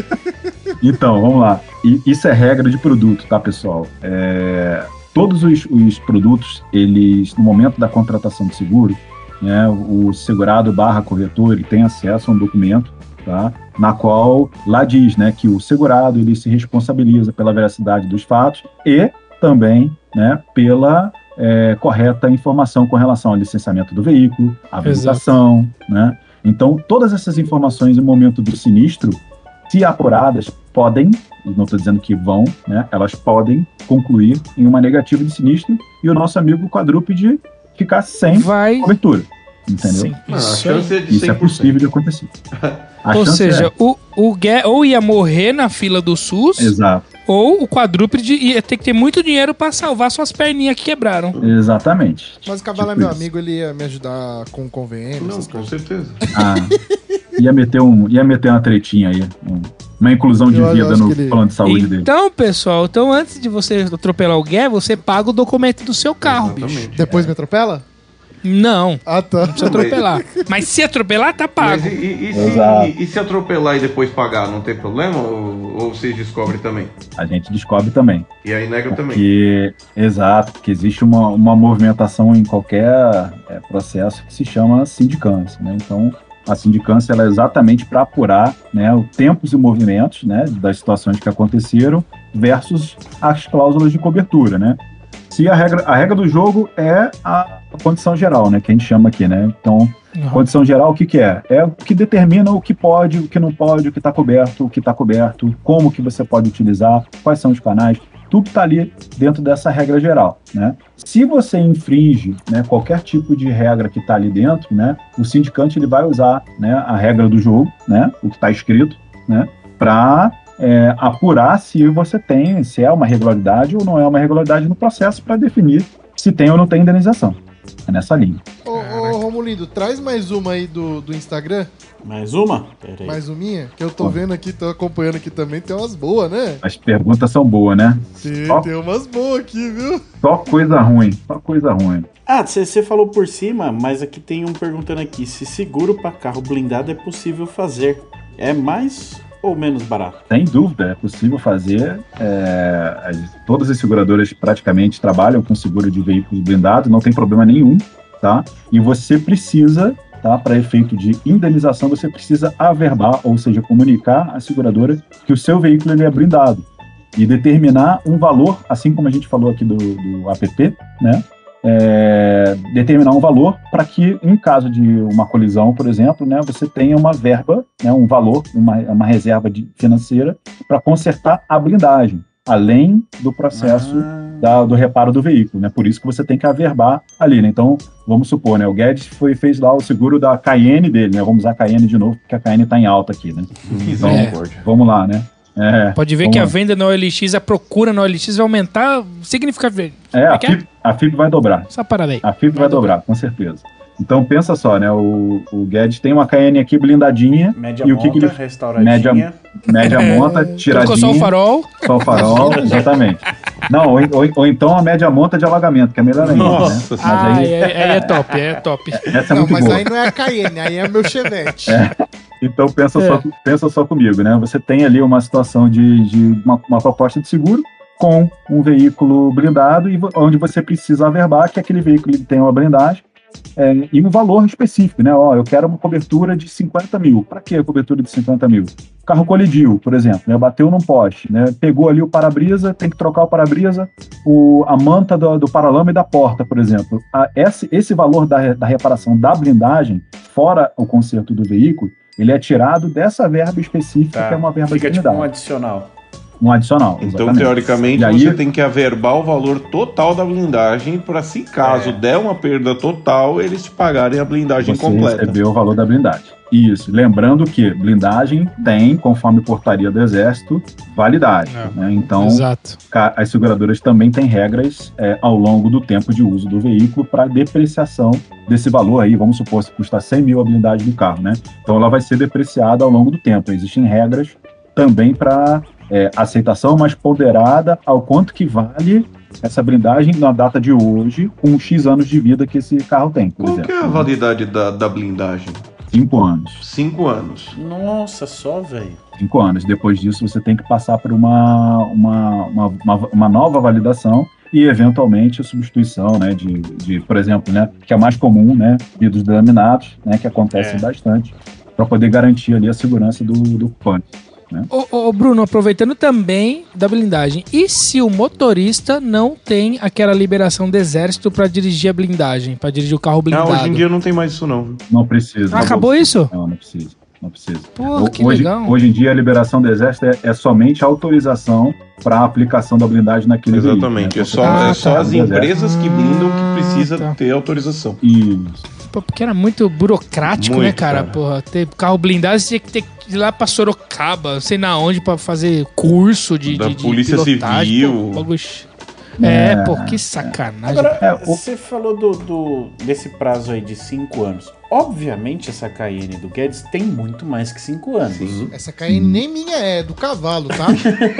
Então, vamos lá. E isso é regra de produto, tá, pessoal? É, todos os, os produtos, eles, no momento da contratação de seguro, né, o segurado barra corretor, ele tem acesso a um documento, tá? Na qual lá diz, né, que o segurado ele se responsabiliza pela veracidade dos fatos e também, né, pela é, correta informação com relação ao licenciamento do veículo, a habilitação, né? Então, todas essas informações no momento do sinistro, se apuradas, podem, não estou dizendo que vão, né, elas podem concluir em uma negativa de sinistro e o nosso amigo quadrúpede ficar sem Vai. cobertura. Entendeu? Sim, isso, ah, é isso é possível de acontecer. A ou seja, é... o, o Gué ou ia morrer na fila do SUS, exato, ou o quadrúpede ia ter que ter muito dinheiro pra salvar suas perninhas que quebraram. Exatamente. Mas o Cavalo tipo é meu isso. amigo, ele ia me ajudar com o convênio, não, essas com coisas. certeza. Ah, ia, meter um, ia meter uma tretinha aí, um, uma inclusão de eu vida no ele... plano de saúde então, dele. Então, pessoal, então antes de você atropelar o Gué, você paga o documento do seu carro, exatamente. Bicho. Depois é. me atropela? Não. Ah, tá. Não precisa atropelar. Mas se atropelar, tá pago. Mas e, e, e, se, e se atropelar e depois pagar, não tem problema? Ou, ou vocês descobrem também? A gente descobre também. E aí nega porque, também? Exato, porque existe uma, uma movimentação em qualquer é, processo que se chama sindicância, né? Então, a sindicância ela é exatamente para apurar, né, os tempos e movimentos, né, das situações que aconteceram versus as cláusulas de cobertura, né? Se a regra, a regra do jogo é a condição geral, né, que a gente chama aqui, né? Então, uhum. Condição geral, o que que é? É o que determina o que pode, o que não pode, o que está coberto, o que está coberto, como que você pode utilizar, quais são os canais, tudo está ali dentro dessa regra geral, né? Se você infringe, né, qualquer tipo de regra que está ali dentro, né, o sindicante ele vai usar, né, a regra do jogo, né, o que está escrito, né, para É, apurar se você tem, se é uma regularidade ou não é uma regularidade no processo para definir se tem ou não tem indenização. É nessa linha. Ô, ô Romulindo, traz mais uma aí do, do Instagram. Mais uma? Pera aí. Mais uminha? Que eu tô vendo aqui, tô acompanhando aqui também, tem umas boas, né? As perguntas são boas, né? Sim, só, tem umas boas aqui, viu? Só coisa ruim, só coisa ruim. Ah, você falou por cima, mas aqui tem um perguntando aqui, se seguro para carro blindado é possível fazer. É mais ou menos barato? Sem dúvida, é possível fazer. É, as, todas as seguradoras praticamente trabalham com seguro de veículos blindados, não tem problema nenhum, tá? E você precisa, tá, para efeito de indenização, você precisa averbar, ou seja, comunicar à seguradora que o seu veículo ele é blindado e determinar um valor, assim como a gente falou aqui do, do app, né? É, determinar um valor para que, em caso de uma colisão, por exemplo, né, você tenha uma verba, né, um valor, uma, uma reserva de, financeira para consertar a blindagem, além do processo ah. da, do reparo do veículo, né? Por isso que você tem que averbar ali, né? Então, vamos supor, né, o Guedes foi, fez lá o seguro da Cayenne dele, né? Vamos usar a Cayenne de novo, porque a Cayenne está em alta aqui, né? Então, é. vamos lá, né? É, Pode ver que a venda na O L X, a procura na O L X vai aumentar significativamente. É, a F I P, a F I P vai dobrar. Essa parada aí. A F I P vai, vai dobrar, dobrar, com certeza. Então pensa só, né? O, o Guedes tem uma Cayenne aqui blindadinha. Média e monta, o que que ele... restauradinha. Média, média monta, tiradinha. Trocou só o farol. Só o farol, exatamente. Não, ou, ou, ou então a média monta de alagamento, que é melhor ainda. Nossa, né? Ah, aí, aí, aí é top, é top. Essa é não, muito mas boa. aí não é a Cayenne, aí é meu Chevette. É. Então pensa, é. só, pensa só comigo, né? Você tem ali uma situação de, de uma, uma proposta de seguro com um veículo blindado e onde você precisa averbar que aquele veículo tem uma blindagem é, e um valor específico, né? Ó, eu quero uma cobertura de cinquenta mil. Para que a cobertura de cinquenta mil? O carro colidiu, por exemplo, né? Bateu num poste, né? Pegou ali o para-brisa, tem que trocar o para-brisa, o, a manta do, do paralama e da porta, por exemplo. A, esse, esse valor da, da reparação da blindagem, fora o conserto do veículo, ele é tirado dessa verba específica, tá. que é uma verba Fica de tipo um adicional. Um adicional, Então, exatamente. teoricamente, E aí- você tem que averbar o valor total da blindagem para, se caso É. der uma perda total, eles te pagarem a blindagem Você completa. recebeu o valor da blindagem. Isso. Lembrando que blindagem tem, conforme portaria do Exército, validade. É. Né? Então, Exato. ca- as seguradoras também têm regras é, ao longo do tempo de uso do veículo para depreciação desse valor aí. Vamos supor, se custa cem mil a blindagem do carro, né? Então, ela vai ser depreciada ao longo do tempo. Existem regras também para é, aceitação mais ponderada ao quanto que vale essa blindagem na data de hoje, com X anos de vida que esse carro tem, por Qual exemplo. que é a validade da, da blindagem? Cinco anos. Cinco anos. Nossa, só, velho. Cinco anos. Depois disso, você tem que passar por uma, uma, uma, uma, uma nova validação e, eventualmente, a substituição, né, de, de, por exemplo, né, que é mais comum, né, vidros delaminados, né, que acontece É. bastante, para poder garantir ali a segurança do, do ocupante. Ô, ô, Bruno, aproveitando também da blindagem, e se o motorista não tem aquela liberação do Exército pra dirigir a blindagem, pra dirigir o carro blindado? Ah, hoje em dia não tem mais isso, não. Não precisa. Ah, acabou isso? Não, não precisa. Não precisa. Pô, que hoje, legal. hoje em dia, a liberação do Exército é, é somente a autorização para a aplicação da blindagem naquele Exatamente. veículo. É só, Ah, é só tá. as empresas que blindam Ah, que precisa tá. ter autorização. Isso. Pô, porque era muito burocrático, Muito, né, cara? cara. Porra, ter carro blindado, você tinha que ter que ir lá pra Sorocaba, não sei na onde, pra fazer curso de, Da de, de Polícia pilotagem. Civil. Pô, bagulho- É, É, pô, que sacanagem. Agora, É, o- você falou do, do- desse prazo aí de cinco anos. Obviamente, essa Cayenne do Guedes tem muito mais que cinco anos. Sim. Essa Cayenne nem minha é, do cavalo, tá?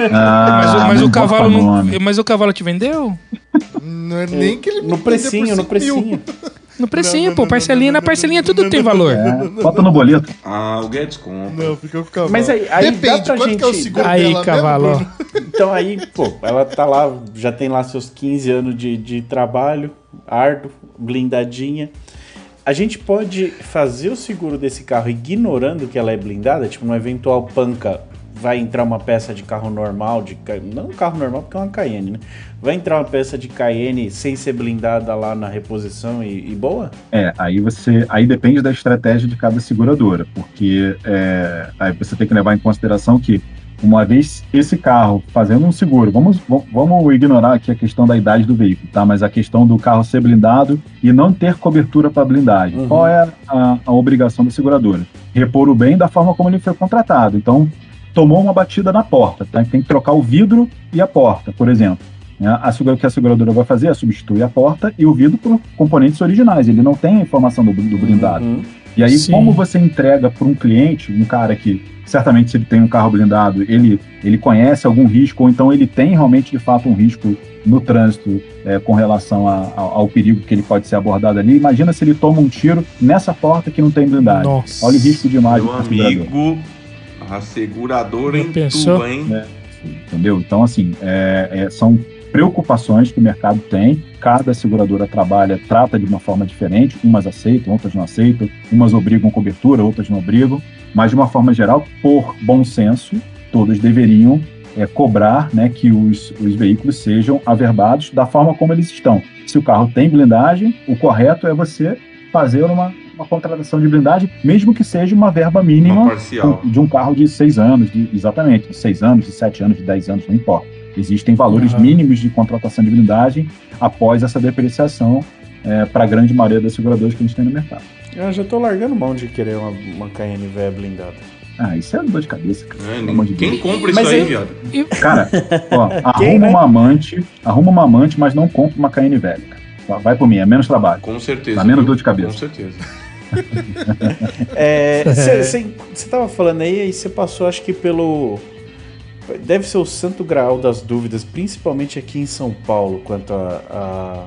Ah, mas, o- mas não o cavalo bota não. nome. Mas o cavalo te vendeu? Não é nem que ele me No vendeu precinho, por no cinco mil. precinho. No precinho, Não, não, pô. não, Parcelinha, não, na não, parcelinha não, tudo não, tem não, valor. É, bota no boleto. Ah, o Guedes compra. Não, fica com o cavalo. Mas aí- aí Depende, dá pra quanto gente- que é o seguro Aí, dela cavalo. mesmo, Bruno? Então aí, pô, ela tá lá, já tem lá seus quinze anos de, de trabalho, árduo, blindadinha. A gente pode fazer o seguro desse carro ignorando que ela é blindada? Tipo, numa eventual panca, vai entrar uma peça de carro normal, de ca- não um carro normal porque é uma Cayenne, né? Vai entrar uma peça de Cayenne sem ser blindada lá na reposição e, e boa? É, aí você. Aí depende da estratégia de cada seguradora, porque é, aí você tem que levar em consideração que, uma vez esse carro fazendo um seguro, vamos, v- vamos ignorar aqui a questão da idade do veículo, tá? Mas a questão do carro ser blindado e não ter cobertura para blindagem. Uhum. Qual é a, a obrigação da seguradora? Repor o bem da forma como ele foi contratado. Então, tomou uma batida na porta, tá? Tem que trocar o vidro e a porta, por exemplo. Né? A segura- o que a seguradora vai fazer é substituir a porta e o vidro por componentes originais. Ele não tem a informação do, do blindado. Uhum. E aí, Sim. como você entrega para um cliente, um cara que, certamente, se ele tem um carro blindado, ele, ele conhece algum risco, ou então ele tem realmente, de fato, um risco no trânsito é, com relação a- ao, ao perigo que ele pode ser abordado ali. Imagina se ele toma um tiro nessa porta que não tem blindagem. Nossa. Olha o risco de imagem Meu para o segurador. amigo, a seguradora Já em pensou? tu, hein? Entendeu? Então, assim, é, é, são preocupações que o mercado tem. Cada seguradora trabalha, trata de uma forma diferente. Umas aceitam, outras não aceitam. Umas obrigam cobertura, outras não obrigam. Mas, de uma forma geral, por bom senso, todos deveriam é, cobrar, né, que os, os veículos sejam averbados da forma como eles estão. Se o carro tem blindagem, o correto é você fazer uma, uma contratação de blindagem, mesmo que seja uma verba mínima Uma parcial. de um carro de seis anos, de, exatamente, de seis anos, de sete anos, de dez anos, não importa. Existem valores Uhum. mínimos de contratação de blindagem após essa depreciação é, para a grande maioria das seguradoras que a gente tem no mercado. Eu já tô largando mão de querer uma, uma Cayenne velha blindada. Ah, isso é dor de cabeça, cara. É, Pelo amor de quem Deus. compra Mas isso aí, eu- viado? Cara, ó, Quem, arruma né? uma amante, arruma uma amante, mas não compra uma Cayenne velha, cara. Vai por mim, é menos trabalho. Com certeza. Dá menos viu? dor de cabeça. Com certeza. Você tava falando aí e você passou, acho que pelo... Deve ser o santo graal das dúvidas, principalmente aqui em São Paulo, quanto a, a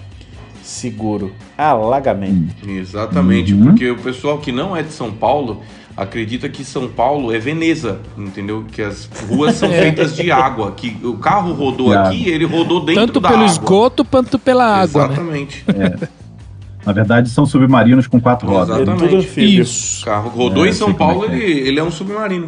seguro. Alagamento. Exatamente, Uhum. porque o pessoal que não é de São Paulo acredita que São Paulo é Veneza, entendeu? Que as ruas são É. feitas de água, que o carro rodou De aqui, ele rodou dentro Tanto da pelo água. esgoto quanto pela água, né? Exatamente. Na verdade, são submarinos com quatro rodas. É Exatamente. tudo anfíbio. O Isso. carro rodou É, em São sei como é Paulo, que é. ele, ele é um submarino.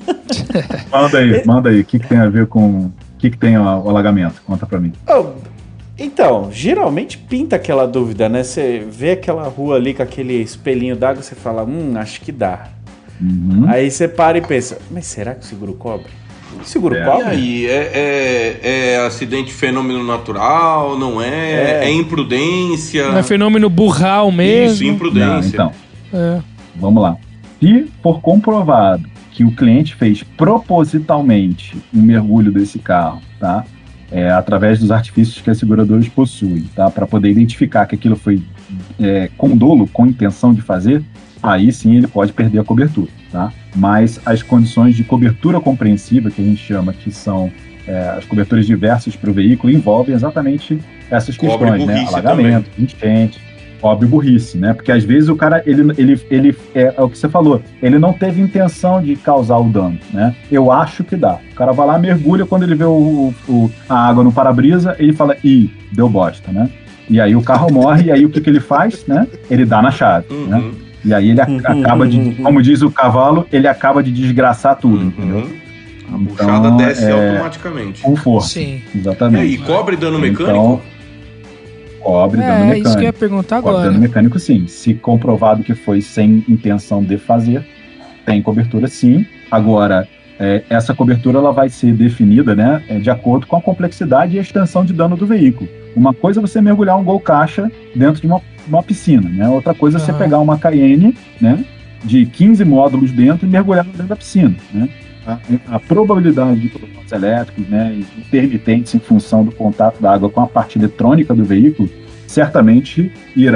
Manda aí, manda aí. O que, que tem a ver com. O que, que tem o, o alagamento? Conta pra mim. Oh, então, geralmente pinta aquela dúvida, né? Você vê aquela rua ali com aquele espelhinho d'água, você fala, hum, acho que dá. Uhum. Aí você para e pensa, mas será que o seguro cobre? O seguro É. E cobre? aí, é, é, é acidente fenômeno natural, não é? É. É, imprudência. Não é fenômeno burral Isso, mesmo. Não, imprudência. então, É. vamos lá. Se for comprovado que o cliente fez propositalmente um mergulho desse carro, tá? É, através dos artifícios que as seguradoras possuem, tá? Para poder identificar que aquilo foi é, com dolo, com intenção de fazer, aí sim ele pode perder a cobertura, tá? Mas as condições de cobertura compreensiva, que a gente chama, que são é, as coberturas diversas para o veículo, envolvem exatamente essas Cobre questões, né? burrice Alagamento, enchente, cobre burrice, né? Porque às vezes o cara, ele, ele, ele é, é o que você falou, ele não teve intenção de causar o dano, né? Eu acho que dá. O cara vai lá, mergulha, quando ele vê o, o, a água no para-brisa, ele fala, ih, deu bosta, né? E aí o carro morre, e aí o que, que ele faz, né? Ele dá na chave, né? Uhum. E aí ele a- acaba de, como diz o cavalo, ele acaba de desgraçar tudo, entendeu? Uhum. A Então, buchada desce é, automaticamente. Com força, Sim. E exatamente. aí, cobre dano Então, mecânico? Cobre dano É, mecânico. isso que eu ia perguntar Cobre agora. dano mecânico, sim. Se comprovado que foi sem intenção de fazer, tem cobertura, sim. Agora, é, essa cobertura ela vai ser definida, né, é, de acordo com a complexidade e a extensão de dano do veículo. Uma coisa é você mergulhar um Gol Caixa dentro de uma, uma piscina, né? Outra coisa é você Aham. pegar uma Cayenne, né, de quinze módulos dentro e mergulhar dentro da piscina, né? A, a probabilidade de problemas elétricos, né, intermitentes em função do contato da água com a parte eletrônica do veículo, certamente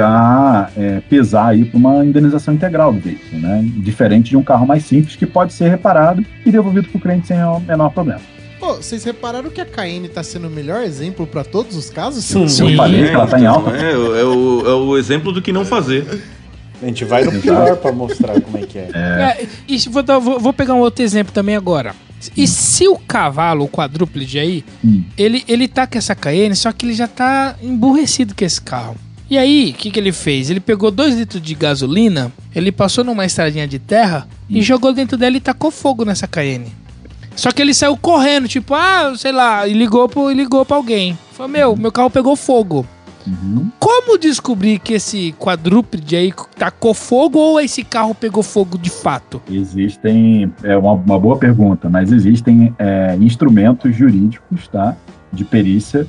irá é, pesar aí para uma indenização integral do veículo, né? Diferente de um carro mais simples que pode ser reparado e devolvido para o cliente sem o menor problema. Pô, vocês repararam que a Cayenne tá sendo o melhor exemplo pra todos os casos? Sim. Eu falei que ela tá em então, alta. É, é o, é o exemplo do que não fazer. A gente vai no pior pra mostrar como é que é. É, e se- vou, dar- vou- vou pegar um outro exemplo também agora. E se o cavalo, o quadrúpede aí, Hum. ele, ele tá com essa Cayenne, só que ele já tá emburrecido com esse carro. E aí, o que, que ele fez? Ele pegou dois litros de gasolina, ele passou numa estradinha de terra e jogou dentro dela e tacou fogo nessa Cayenne. Só que ele saiu correndo, tipo, ah, sei lá, e ligou, pro, e ligou pra alguém. Falou, meu, meu carro pegou fogo. Uhum. Como descobrir que esse quadrúpede aí tacou fogo ou esse carro pegou fogo de fato? Existem, é uma, uma boa pergunta, mas existem é, instrumentos jurídicos, tá, de perícia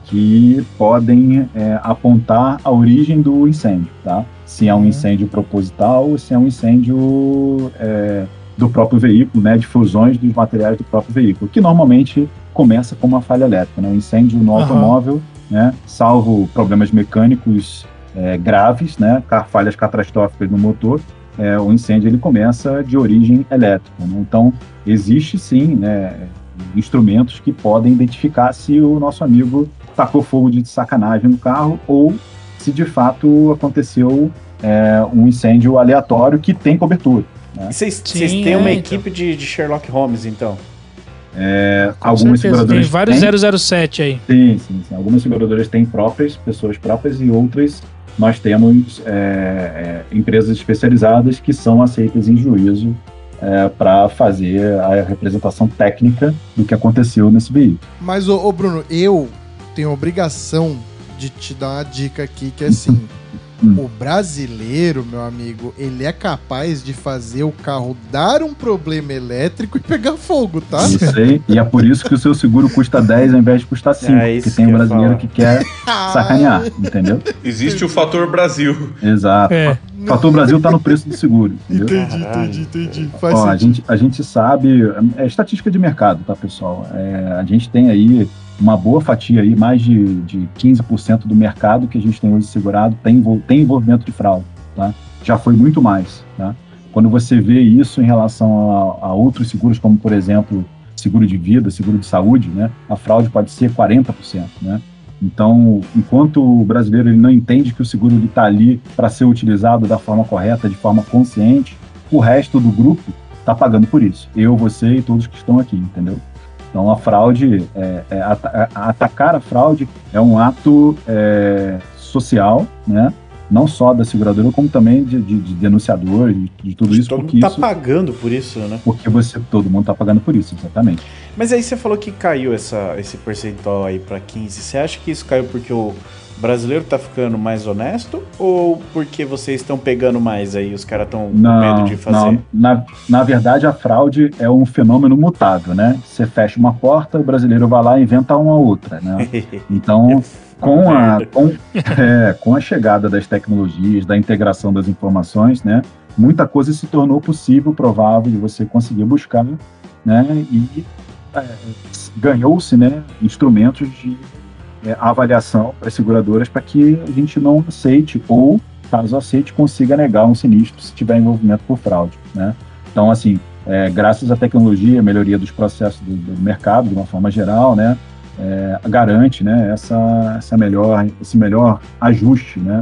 que podem é, apontar a origem do incêndio, tá? Se é um incêndio proposital ou se é um incêndio é, do próprio veículo, né, de fusões dos materiais do próprio veículo, que normalmente começa com uma falha elétrica, né, um incêndio no Aham. automóvel, né, salvo problemas mecânicos é, graves, né, ca- falhas catastróficas no motor, é, o incêndio ele começa de origem elétrica, né? Então existe sim, né, instrumentos que podem identificar se o nosso amigo tacou fogo de sacanagem no carro ou se de fato aconteceu é, um incêndio aleatório que tem cobertura. E vocês Sim, vocês têm uma é, equipe de, de Sherlock Holmes, então? É, Com algumas certeza, tem seguradoras vários têm, zero zero sete aí. sim, sim, sim. Algumas seguradoras têm próprias, pessoas próprias, e outras nós temos é, é, empresas especializadas que são aceitas em juízo é, para fazer a representação técnica do que aconteceu nesse veículo. Mas, ô, ô, Bruno, eu tenho a obrigação de te dar uma dica aqui, que é assim, hum. o brasileiro, meu amigo, ele é capaz de fazer o carro dar um problema elétrico e pegar fogo, tá? Isso aí, e é por isso que o seu seguro custa dez ao invés de custar cinco, É isso porque tem que um eu ia brasileiro falar. que quer sacanear, entendeu? Existe o fator Brasil. Exato. É. O fator Brasil tá no preço do seguro, entendeu? Entendi, entendi, entendi. Faz Ó, a, sentido. gente, a gente sabe, é estatística de mercado, tá, pessoal? É, a gente tem aí uma boa fatia aí, mais de, de quinze por cento do mercado que a gente tem hoje segurado tem, tem envolvimento de fraude, tá? Já foi muito mais, tá? Quando você vê isso em relação a, a outros seguros, como, por exemplo, seguro de vida, seguro de saúde, né? A fraude pode ser quarenta por cento, né? Então, enquanto o brasileiro ele não entende que o seguro está ali para ser utilizado da forma correta, de forma consciente, o resto do grupo está pagando por isso. Eu, você e todos que estão aqui, entendeu? Então, a fraude, é, é, at- atacar a fraude é um ato é, social, né? Não só da seguradora, como também de, de, de denunciador, de, de tudo isso. Todo porque mundo tá isso, pagando por isso, né? porque você, todo mundo está pagando por isso, exatamente. Mas aí você falou que caiu essa, esse percentual aí pra quinze. Você acha que isso caiu porque o brasileiro tá ficando mais honesto? Ou porque vocês estão pegando mais aí, os caras estão com medo de fazer? Não. Na, na verdade, a fraude é um fenômeno mutável, né? Você fecha uma porta, o brasileiro vai lá e inventa uma outra, né? Então, com a, com, é, com a chegada das tecnologias, da integração das informações, né? Muita coisa se tornou possível, provável, de você conseguir buscar, né? E é, ganhou-se, né, instrumentos de é, avaliação para as seguradoras para que a gente não aceite ou, caso aceite, consiga negar um sinistro se tiver envolvimento por fraude, né? Então, assim, é, graças à tecnologia, a melhoria dos processos do, do mercado, de uma forma geral, né, é, garante, né, essa, essa melhor, esse melhor ajuste, né,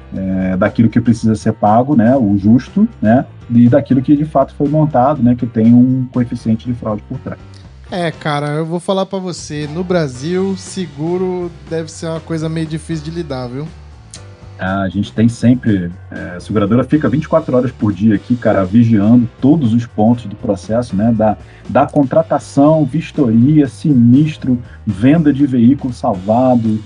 é, daquilo que precisa ser pago, né, o justo, né, e daquilo que de fato foi montado, né, que tem um coeficiente de fraude por trás. É, cara, eu vou falar pra você, no Brasil, seguro deve ser uma coisa meio difícil de lidar, viu? A gente tem sempre, é, a seguradora fica vinte e quatro horas por dia aqui, cara, vigiando todos os pontos do processo, né, da, da contratação, vistoria, sinistro, venda de veículo salvado,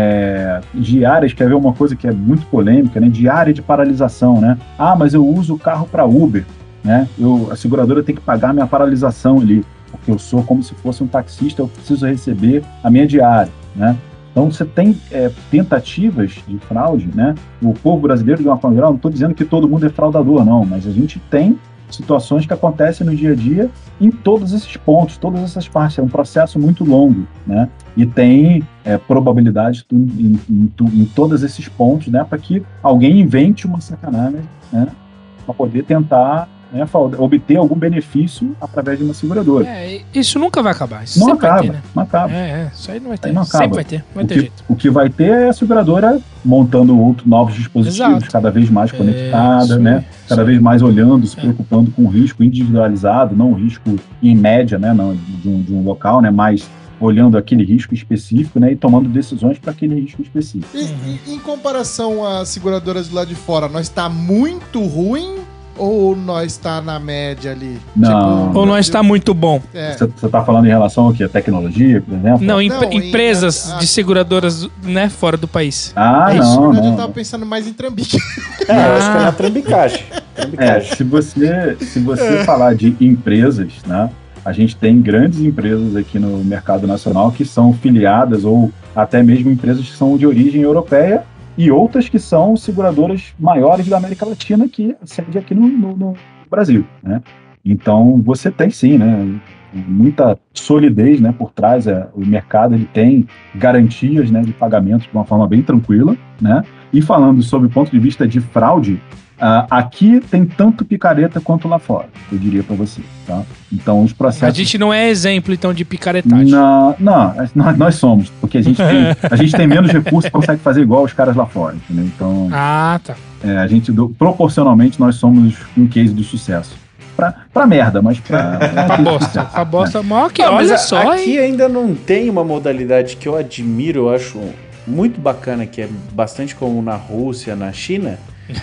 é, diárias, quer ver uma coisa que é muito polêmica, né, diária de paralisação, né, ah, mas eu uso o carro para Uber, né, eu, a seguradora tem que pagar a minha paralisação ali, porque eu sou como se fosse um taxista, eu preciso receber a minha diária, né. Então você tem é, tentativas de fraude, né? O povo brasileiro, de uma forma geral, não estou dizendo que todo mundo é fraudador, não, mas a gente tem situações que acontecem no dia a dia em todos esses pontos, todas essas partes. É um processo muito longo, né? E tem é, probabilidade em, em, em, em todos esses pontos, né? Para que alguém invente uma sacanagem, né? Para poder tentar, né, obter algum benefício através de uma seguradora. É, isso nunca vai acabar. Isso Não sempre acaba, vai ter, né? não acaba. É, é, isso aí não vai ter. Não acaba. Sempre vai ter. Vai O ter que, jeito. o que vai ter é a seguradora montando outros novos dispositivos, Exato. cada vez mais É, conectada, isso aí, né? Cada isso vez aí. mais olhando, se É. preocupando com o risco individualizado, não o risco em média, né? Não, de, um, de um local, né? Mas olhando aquele risco específico, né? E tomando decisões para aquele risco específico. E, e em comparação às seguradoras do lado de fora, nós tá muito ruim ou nós tá na média ali? Não. Ou nós está muito bom. É. Você está falando em relação ao quê? A tecnologia, por exemplo? Não, em- Não, em- empresas a- a- de seguradoras, né, fora do país. Ah, É isso, não, na verdade, não. eu tava pensando mais em trambique. É, eu acho que é na trambicagem. É, Trambicagem. se você, se você falar de empresas, né, a gente tem grandes empresas aqui no mercado nacional que são filiadas ou até mesmo empresas que são de origem europeia e outras que são seguradoras maiores da América Latina que sede aqui no, no, no Brasil, né? Então, você tem sim, né, muita solidez, né, por trás. É, o mercado ele tem garantias, né, de pagamento de uma forma bem tranquila, né? E falando sobre o ponto de vista de fraude, Uh, aqui tem tanto picareta quanto lá fora, eu diria para você, tá? Então os processos... A gente não é exemplo, então, de picaretagem. Não, não, nós, nós somos, porque a gente tem, a gente tem menos recursos e consegue fazer igual os caras lá fora, entendeu? Então, Ah, tá. é, a gente, do- proporcionalmente, nós somos um case de sucesso. Pra, pra merda, mas pra... Pra bosta. Pra bosta. Mas que, Não, mas olha a- só, aqui hein? ainda não tem uma modalidade que eu admiro, eu acho muito bacana, que é bastante como na Rússia, na China,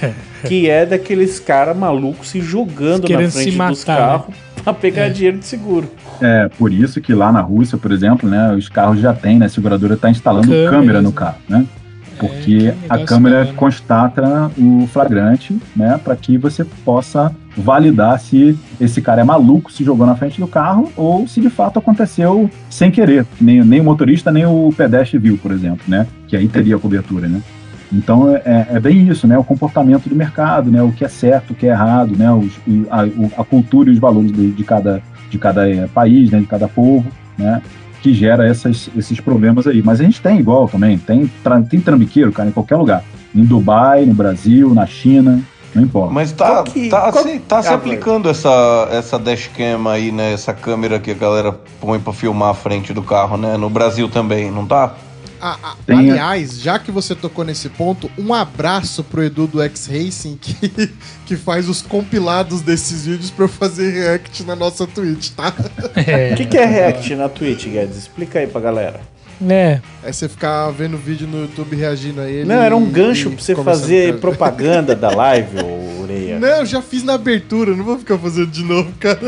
que é daqueles caras malucos se jogando na Querendo frente se dos matar, carros pra pegar É. dinheiro de seguro. É, por isso que lá na Rússia, por exemplo, né, os carros já têm, né, a seguradora está instalando Câmeras, câmera no né? carro, né? Porque É, a câmera constata o flagrante, né, para que você possa validar se esse cara é maluco, se jogou na frente do carro, ou se de fato aconteceu sem querer. Nem, nem o motorista, nem o pedestre viu, por exemplo, né? Que aí teria cobertura, né? Então é, é bem isso, né? O comportamento do mercado, né? O que é certo, o que é errado, né? Os, a, a cultura e os valores de, de cada, de cada é, país, né? De cada povo, né? Que gera essas, esses problemas aí. Mas a gente tem igual também, tem, tem trambiqueiro, cara, em qualquer lugar. Em Dubai, no Brasil, na China, não importa. Mas tá, que, tá, qual, se, tá ah, se aplicando essa, essa dashcam aí, né? Essa câmera que a galera põe pra filmar a frente do carro, né? No Brasil também, não tá? Ah, ah, Tem- aliás, já que você tocou nesse ponto, um abraço pro Edu do X-Racing que, que faz os compilados desses vídeos pra eu fazer react na nossa Twitch, tá? É. O que, que é React na Twitch, Guedes? Explica aí pra galera. É. Aí você ficar vendo vídeo no YouTube reagindo a ele. Não, era um e- gancho e pra você começando fazer a- propaganda da live, ô Ureia. Não, eu já fiz na abertura, não vou ficar fazendo de novo, cara.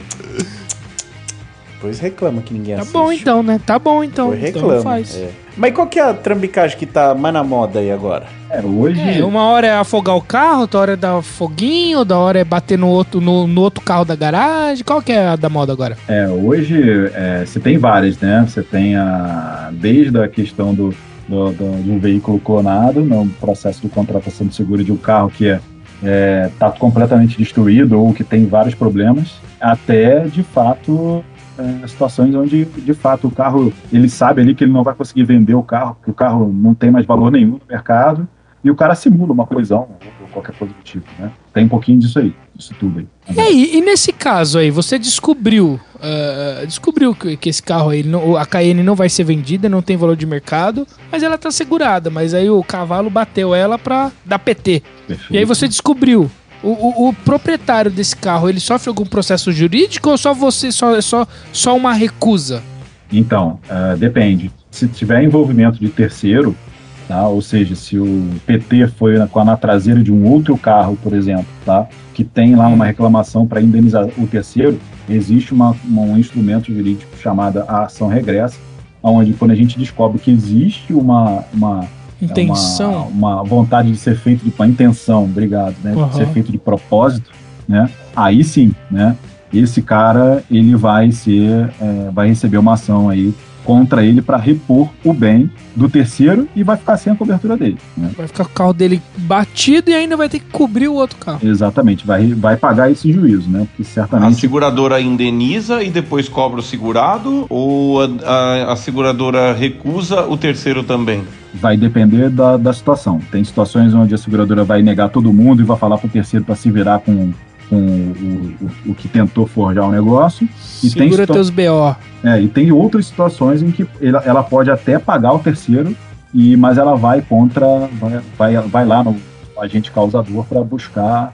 Depois reclama que ninguém Tá assiste. bom então, né? Tá bom então. Depois Então reclama. faz. É. Mas qual que é a trambicagem que tá mais na moda aí agora? É, hoje, É, uma hora é afogar o carro, outra hora é dar foguinho, outra hora é bater no outro, no, no outro carro da garagem. Qual que é a da moda agora? é, hoje é, você tem várias, né? Você tem a, desde a questão do, do, do- de um veículo clonado, no processo de contratação de seguro de um carro que é, é, tá completamente destruído ou que tem vários problemas, até, de fato, é, situações onde, de fato, o carro, ele sabe ali que ele não vai conseguir vender o carro, que o carro não tem mais valor nenhum no mercado, e o cara simula uma colisão ou qualquer coisa do tipo, né? Tem um pouquinho disso aí, disso tudo aí. E aí, e nesse caso aí, você descobriu, ah, descobriu que, que esse carro aí, não- a Cayenne não vai ser vendida, não tem valor de mercado, mas ela tá segurada, mas aí o cavalo bateu ela pra dar P T. Perfeito. E aí você descobriu. O, o- o proprietário desse carro, ele sofre algum processo jurídico ou só você, só, é só, só uma recusa? Então, ah, depende. Se tiver envolvimento de terceiro, tá? Ou seja, se o P T foi na, com a- na traseira de um outro carro, por exemplo, tá? Que tem lá uma reclamação para indenizar o terceiro, existe uma, uma- um instrumento jurídico chamado a ação regressa, onde quando a gente descobre que existe uma, uma, Intenção? uma, uma vontade de ser feito de uma intenção, obrigado, né? Uhum. De ser feito de propósito, né? Aí sim, né? Esse cara ele vai ser, é, vai receber uma ação aí contra ele para repor o bem do terceiro e vai ficar sem a cobertura dele, né? Vai ficar com o carro dele batido e ainda vai ter que cobrir o outro carro. Exatamente, vai, vai pagar esse juízo, né? Porque A certamente seguradora indeniza e depois cobra o segurado? Ou a, a- a seguradora recusa o terceiro também? vai depender da, da situação. Tem situações onde a seguradora vai negar todo mundo e vai falar pro terceiro para se virar com, com o, o, o que tentou forjar o negócio. E tem, Segura situa- teus B O. é, e tem outras situações em que ela, ela pode até pagar o terceiro, e, mas ela vai contra, vai, vai, vai lá no agente causador para buscar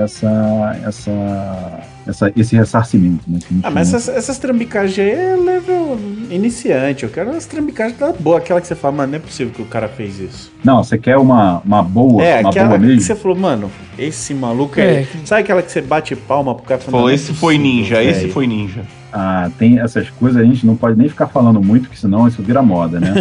essa, essa, essa, esse ressarcimento. Né, que a gente Ah, mas chama. essas, essas trambicagens aí é level iniciante. Eu quero umas trambicagens da boa. Aquela que você fala, mano, não é possível que o cara fez isso. Não, você quer uma, uma boa, é, uma aquela boa que mesmo? você falou, mano, esse maluco É. é. Sabe aquela que você bate palma pro cara falando, Falou, "Não é esse foi possível, ninja, esse velho." foi ninja. Ah, tem essas coisas, a gente não pode nem ficar falando muito, porque senão isso vira moda, né?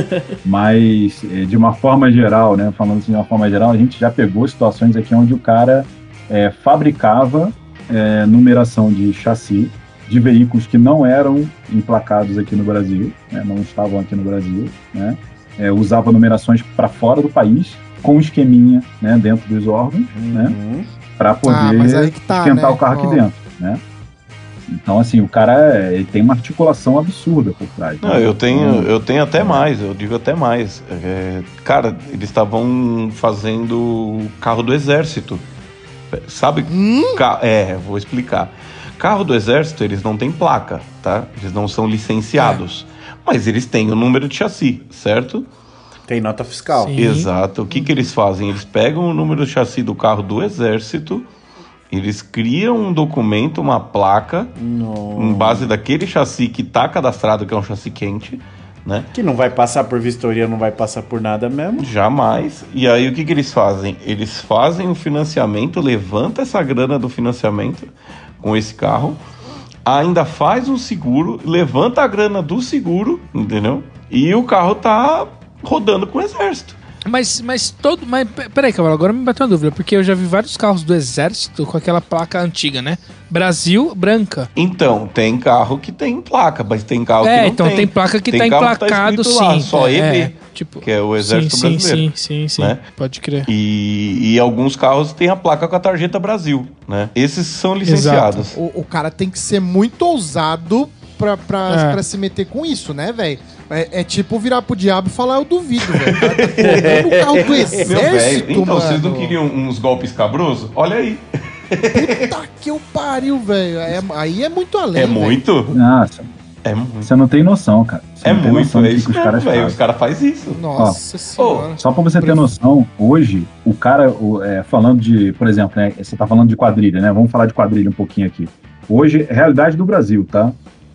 Mas, eh, de uma forma geral, né? Falando assim de uma forma geral, a gente já pegou situações aqui onde o cara eh, fabricava eh, numeração de chassi de veículos que não eram emplacados aqui no Brasil, né? Não estavam aqui no Brasil, né? Eh, usava numerações para fora do país, com um esqueminha, né, dentro dos órgãos, né? Uhum. Para poder Ah, mas aí que tá, esquentar né? o carro Ó. aqui dentro, né? Então, assim, o cara é- ele tem uma articulação absurda por trás. Não, né? eu tenho, Então, eu tenho até mais, eu digo até mais. É, cara, eles estavam fazendo o carro do exército. Sabe? Ca- É, vou explicar. Carro do exército, eles não têm placa, tá? Eles não são licenciados. Mas eles têm o número de chassi, certo? Tem nota fiscal. Sim. Exato. O que, que eles fazem? Eles pegam o número de chassi do carro do exército, eles criam um documento, uma placa, No- em base daquele chassi que tá cadastrado, que é um chassi quente, né? Que não vai passar por vistoria, não vai passar por nada mesmo. Jamais. E aí o que, que eles fazem? Eles fazem o financiamento, levanta essa grana do financiamento com esse carro, ainda faz um seguro, levanta a grana do seguro, entendeu? E o carro tá rodando com o exército. Mas, mas todo. Mas peraí, Cavalo, agora me bateu uma dúvida, porque eu já vi vários carros do exército com aquela placa antiga, né? Brasil branca. Então, tem carro que tem placa, mas tem carro É, que não então tem. tem placa que tem tá carro emplacado, que tá escrito lá, sim. só é, E B, é, tipo, que é o Exército sim, Brasileiro. Sim, sim, sim, né? Pode crer. E, e alguns carros têm a placa com a tarjeta Brasil, né? Esses são licenciados. O, o cara tem que ser muito ousado pra, pra, É. pra se meter com isso, né, velho? É, é tipo virar pro diabo e falar, eu duvido, velho. O cara tá roubando o carro do Meu exército, velho, então mano. vocês não queriam uns golpes cabrosos? Olha aí. Puta que o pariu, velho. É, aí é muito além, É velho. muito? Nossa, É muito. você não tem noção, cara. Você É não tem muito, noção do é que isso que os mesmo, caras velho. fazem. Os caras fazem isso. Nossa senhora. Só pra você ter noção, hoje, o cara, o, é, falando de, por exemplo, né, você tá falando de quadrilha, né? Vamos falar de quadrilha um pouquinho aqui. Hoje, realidade do Brasil, tá?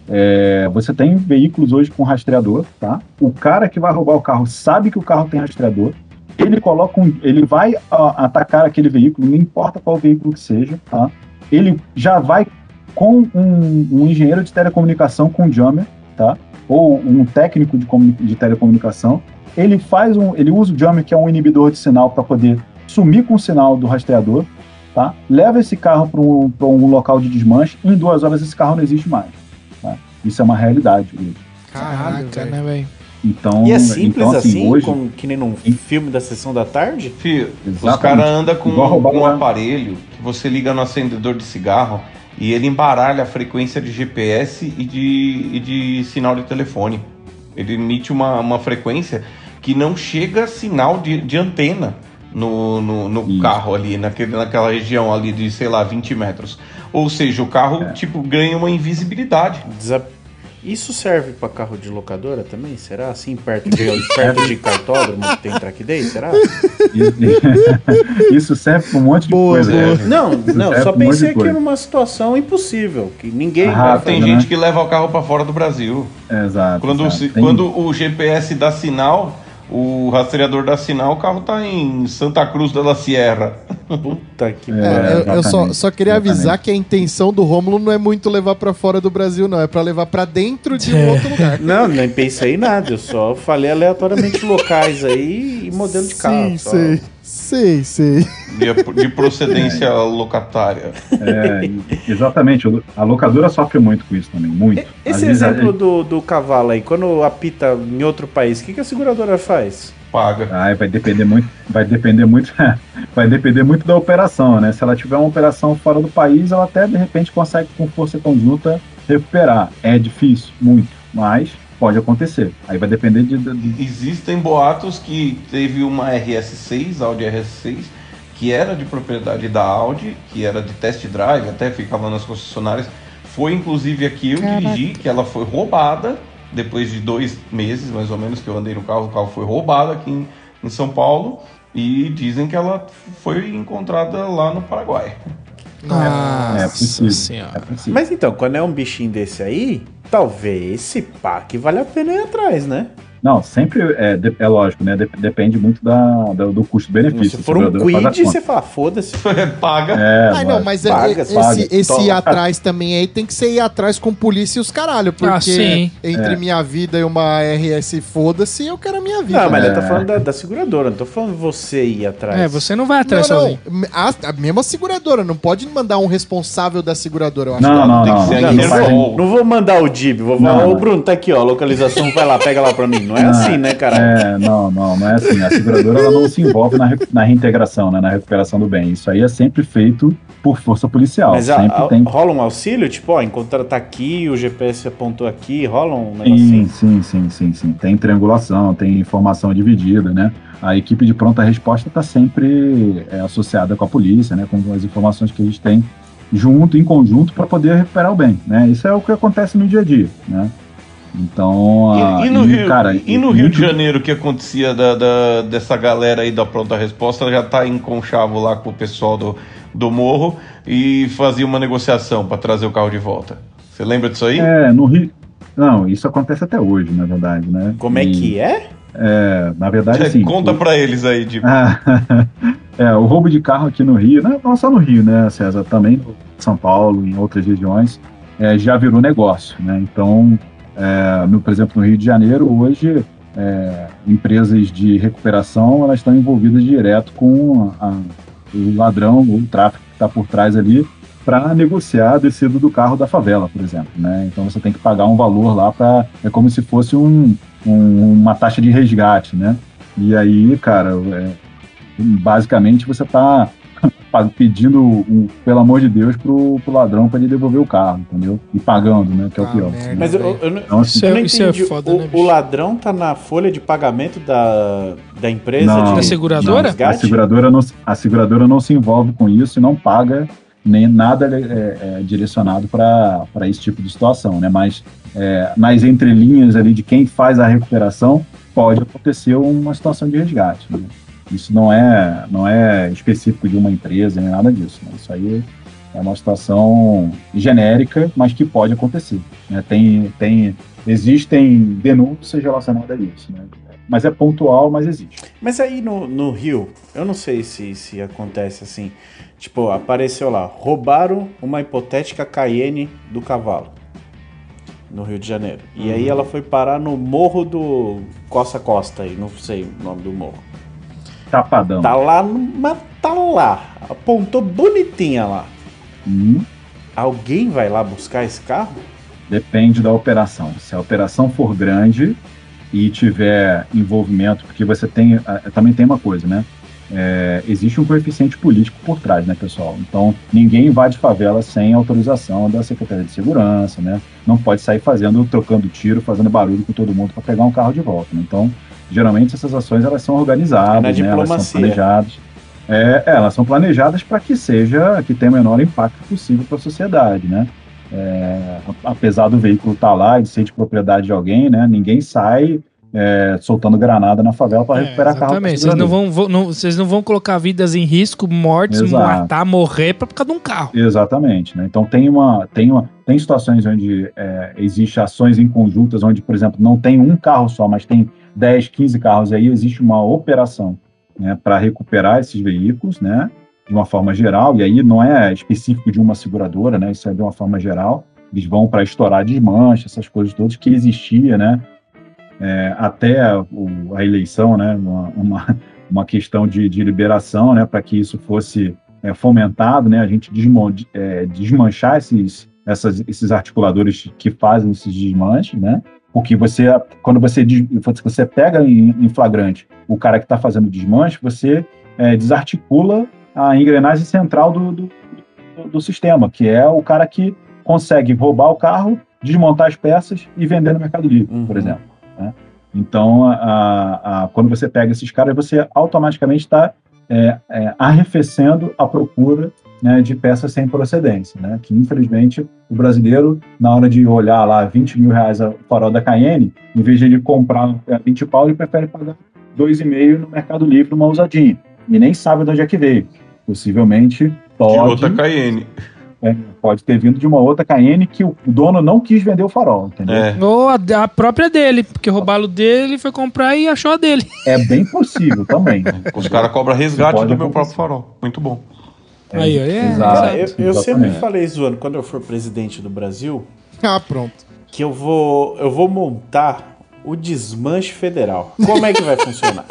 É, você tem veículos hoje com rastreador, tá? O cara que vai roubar o carro sabe que o carro tem rastreador, ele coloca um, ele vai a, atacar aquele veículo, não importa qual veículo que seja, tá? Ele já vai com um, um engenheiro de telecomunicação com jammer, tá? Ou um técnico de, comuni- de telecomunicação, ele faz um, ele usa o jammer, que é um inibidor de sinal, para poder sumir com o sinal do rastreador, tá? Leva esse carro para um, pra um local de desmanche, e em duas horas esse carro não existe mais, tá? Isso é uma realidade hoje. Caralho, Caraca, velho. né, velho? Então, E é simples então, assim, hoje, como que nem num filme da Sessão da Tarde? Filho, os Exatamente. caras andam com, Igual roubar com um uma- aparelho que você liga no acendedor de cigarro e ele embaralha a frequência de G P S e de, e de sinal de telefone. Ele emite uma, uma frequência que não chega sinal de, de antena no, no, no Isso. carro ali, naquele, naquela região ali de, sei lá, vinte metros. Ou seja, o carro, É. tipo, ganha uma invisibilidade. Desa- Isso serve pra carro de locadora também? Será assim, perto de, perto de cartódromo que tem track day? Será? Isso serve para um monte de Boa, coisa. boa. né? Não, não, serve só pra um monte de pensei que coisa. era uma situação impossível, que ninguém Ah, vai tá. fazer. Tem né? gente que leva o carro para fora do Brasil. Exato. Quando, exato. se- Tem- quando o G P S dá sinal, o rastreador dá sinal, o carro tá em Santa Cruz da La Sierra. Puta que É, pariu. eu- eu só, exatamente, só queria avisar exatamente. que a intenção do Rômulo não é muito levar pra fora do Brasil, não. É pra levar pra dentro de um outro lugar. Não, nem pensei em nada, eu só falei aleatoriamente locais aí e modelo de carro. Sim, só. sei. Sei, sei. De, de procedência locatária. É, e- exatamente. A locadora sofre muito com isso também. Muito. E- Esse Às vezes, exemplo a- do, do cavalo aí, quando apita em outro país, o que, que a seguradora faz? Paga. Ai, vai depender muito, vai depender muito, vai depender muito da operação, né? Se ela tiver uma operação fora do país, ela até de repente consegue com força conjunta recuperar. É difícil, muito, mas pode acontecer. Aí vai depender de, de- de- Existem boatos que teve uma R S seis, Audi R S seis, que era de propriedade da Audi, que era de test drive, até ficava nas concessionárias. Foi inclusive aqui eu Caraca. dirigi, que ela foi roubada. Depois de dois meses, mais ou menos, que eu andei no carro, o carro foi roubado aqui em, em São Paulo. E dizem que ela foi encontrada lá no Paraguai. é Nossa possível. senhora. É possível. Mas então, quando é um bichinho desse aí, talvez esse pá que vale a pena ir atrás, né? Não, sempre é, de- é lógico, né? Dep- depende muito da, da- do custo-benefício. Se for um A seguradora faz a quid, conta. você fala, foda-se. Paga. É, Ai, não, lógico. mas é- Paga, esse, paga, esse toma. ir atrás também aí tem que ser ir atrás com polícia e os caralho. Porque Ah, sim. entre É. minha vida e uma R S foda-se, eu quero a minha vida. Não, mas né? ele tá falando da, da seguradora, não tô falando você ir atrás. É, você não vai atrás Não, sozinho. não. A, a mesma seguradora, não pode mandar um responsável da seguradora, eu acho. Não, não, tem que não. ser não, a não faz- Interpol. Não vou mandar o D I B, vou falar, Não. ô Bruno, tá aqui, ó, localização, vai lá, pega lá pra mim. Não é Não. assim, né, cara? É, não, não, não é assim. A seguradora ela não se envolve na, re- na reintegração, né, na recuperação do bem. Isso aí é sempre feito por força policial. Mas a- sempre a- tem. rola um auxílio? Tipo, ó, encontrar tá aqui, o G P S apontou aqui, rola um Sim, negocinho? sim, sim, sim, sim. Tem triangulação, tem informação dividida, né? A equipe de pronta resposta está sempre é, associada com a polícia, né? Com as informações que a gente tem junto, em conjunto, para poder recuperar o bem, né? Isso é o que acontece no dia a dia, né? Então, E, ah, e no, Rio, cara, e no Rio muito- de Janeiro, o que acontecia da, da- dessa galera aí da Pronta Resposta? Já tá em conchavo lá com o pessoal do, do morro e fazia uma negociação para trazer o carro de volta. Você lembra disso aí? É, no Rio. Não, isso acontece até hoje, na verdade, né? Como é E, que é? É, na verdade, É, assim. conta o- pra eles aí, tipo. Ah, é, o roubo de carro aqui no Rio, não, não só no Rio, né, César? Também em São Paulo, em outras regiões, é, já virou negócio, né? Então, é, no, por exemplo, no Rio de Janeiro, hoje, é, empresas de recuperação, elas estão envolvidas direto com a, o ladrão, o tráfico que está por trás ali, para negociar a descida do carro da favela, por exemplo, né? Então você tem que pagar um valor lá para... É como se fosse um, um, uma taxa de resgate, né? E aí, cara, é, basicamente você está pedindo, um, pelo amor de Deus, pro, pro ladrão para ele devolver o carro, entendeu? E pagando, né? Que é o Ah, pior. merda. Mas eu, eu, não- Então, assim, Isso é- eu não isso é entendi. foda, o, né, o bicho? ladrão tá na folha de pagamento da, da empresa Não. de, Da seguradora? de a resgate? seguradora, não, a seguradora não se envolve com isso e não paga nem nada é, é, direcionado para esse tipo de situação, né? Mas é, nas entrelinhas ali de quem faz a recuperação, pode acontecer uma situação de resgate, né? Isso não é, não é específico de uma empresa, nem nada disso, né? Isso aí é uma situação genérica, mas que pode acontecer, né? Tem, tem, existem denúncias relacionadas a isso, né? Mas é pontual, mas existe. Mas aí no, no Rio, eu não sei se, se acontece assim. Tipo, apareceu lá, roubaram uma hipotética Cayenne do cavalo no Rio de Janeiro. E Uhum. aí ela foi parar no morro do Costa Costa aí, não sei o nome do morro. Chapadão. Tá lá, mas tá lá. Apontou bonitinha lá. Hum, Alguém vai lá buscar esse carro? depende da operação. Se a operação for grande e tiver envolvimento, porque você tem, ah, também tem uma coisa, né? É, existe um coeficiente político por trás, né, pessoal? Então, ninguém invade favela sem autorização da Secretaria de Segurança, né? Não pode sair fazendo, trocando tiro, fazendo barulho com todo mundo para pegar um carro de volta, né? Então, geralmente essas ações elas são organizadas, É na né? Elas são diplomacia. planejadas. É, é, elas são planejadas para que seja, que tenha o menor impacto possível para a sociedade, né? É, a- apesar do veículo estar lá e de ser de propriedade de alguém, né? Ninguém sai é, soltando granada na favela para É, recuperar carro. pra exatamente. Vocês não, seguradora. vão, vão- não, vocês não vão colocar vidas em risco, mortes, Exato. matar, morrer por causa de um carro. Exatamente, né? Então tem uma, tem uma, tem situações onde é, existe ações em conjuntas, onde, por exemplo, não tem um carro só, mas tem dez, quinze carros, e aí existe uma operação, né, para recuperar esses veículos, né, de uma forma geral, e aí não é específico de uma seguradora, né? Isso é de uma forma geral. Eles vão para estourar desmanche, essas coisas todas que existia, né? É, até o- a eleição, né? Uma, uma, uma questão de, de liberação, né? Para que isso fosse é, fomentado, né? A gente desmo- é, desmanchar esses, essas, esses articuladores que fazem esses desmanches, né? Porque você, quando você, des- você pega em, em flagrante o cara que está fazendo o desmanche, você é, desarticula a engrenagem central do, do, do- do sistema, que é o cara que consegue roubar o carro, desmontar as peças e vender no Mercado Livre, Uhum. por exemplo, né? Então, a, a- a- quando você pega esses caras, você automaticamente está é, é, arrefecendo a procura, né, de peças sem procedência, né? Que, infelizmente, o brasileiro, na hora de olhar lá vinte mil reais o farol da Cayenne, em vez de ele comprar é, vinte pau, ele prefere pagar dois e meio no Mercado Livre, numa usadinha. E nem sabe de onde é que veio. Possivelmente De pode, outra Cayenne. é, pode ter vindo de uma outra Cayenne que o dono não quis vender o farol, entendeu? É. Ou a, a própria dele, porque roubaram dele, foi comprar e achou a dele. É bem possível também. Os caras cobram resgate Pode do meu acontecer. próprio farol. Muito bom. É, Aí, ó, é, exato, Cara, eu, eu sempre exatamente. falei zoando, quando eu for presidente do Brasil, Ah, pronto. que eu vou, eu vou montar o desmanche federal. Como é que vai funcionar?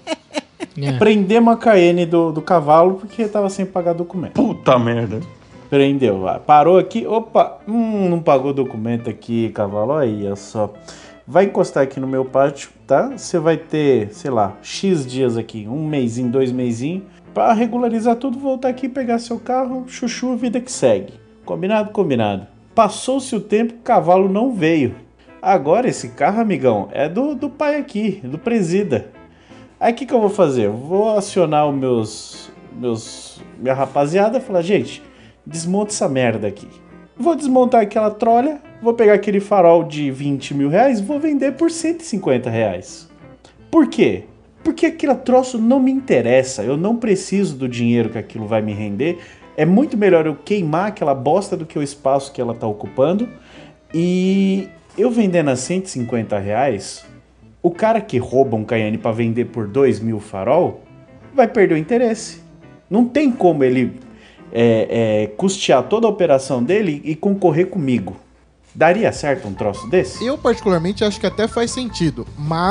É. Prender uma Cayenne do, do cavalo porque tava sem pagar documento. Puta merda. Prendeu, vai. Parou aqui, opa, hum, não pagou documento aqui, cavalo, aí, olha só. Vai encostar aqui no meu pátio, tá? Você vai ter, sei lá, X dias aqui, um mêsinho, dois mêsinho, pra regularizar tudo, voltar aqui, pegar seu carro, chuchu, vida que segue. Combinado? Combinado. Passou-se o tempo, o cavalo não veio. Agora esse carro, amigão, é do, do pai aqui, do presida. Aí o que, que eu vou fazer? Eu vou acionar os meus, meus, minha rapaziada e falar, gente, desmonta essa merda aqui. Vou desmontar aquela trolha, vou pegar aquele farol de vinte mil reais, vou vender por cento e cinquenta reais. Por quê? Porque aquele troço não me interessa, eu não preciso do dinheiro que aquilo vai me render. É muito melhor eu queimar aquela bosta do que o espaço que ela está ocupando. E eu vendendo a cento e cinquenta reais, o cara que rouba um Cayenne para vender por dois mil farol vai perder o interesse. Não tem como ele é, é, custear toda a operação dele e concorrer comigo. Daria certo um troço desse? Eu, particularmente, acho que até faz sentido. Mas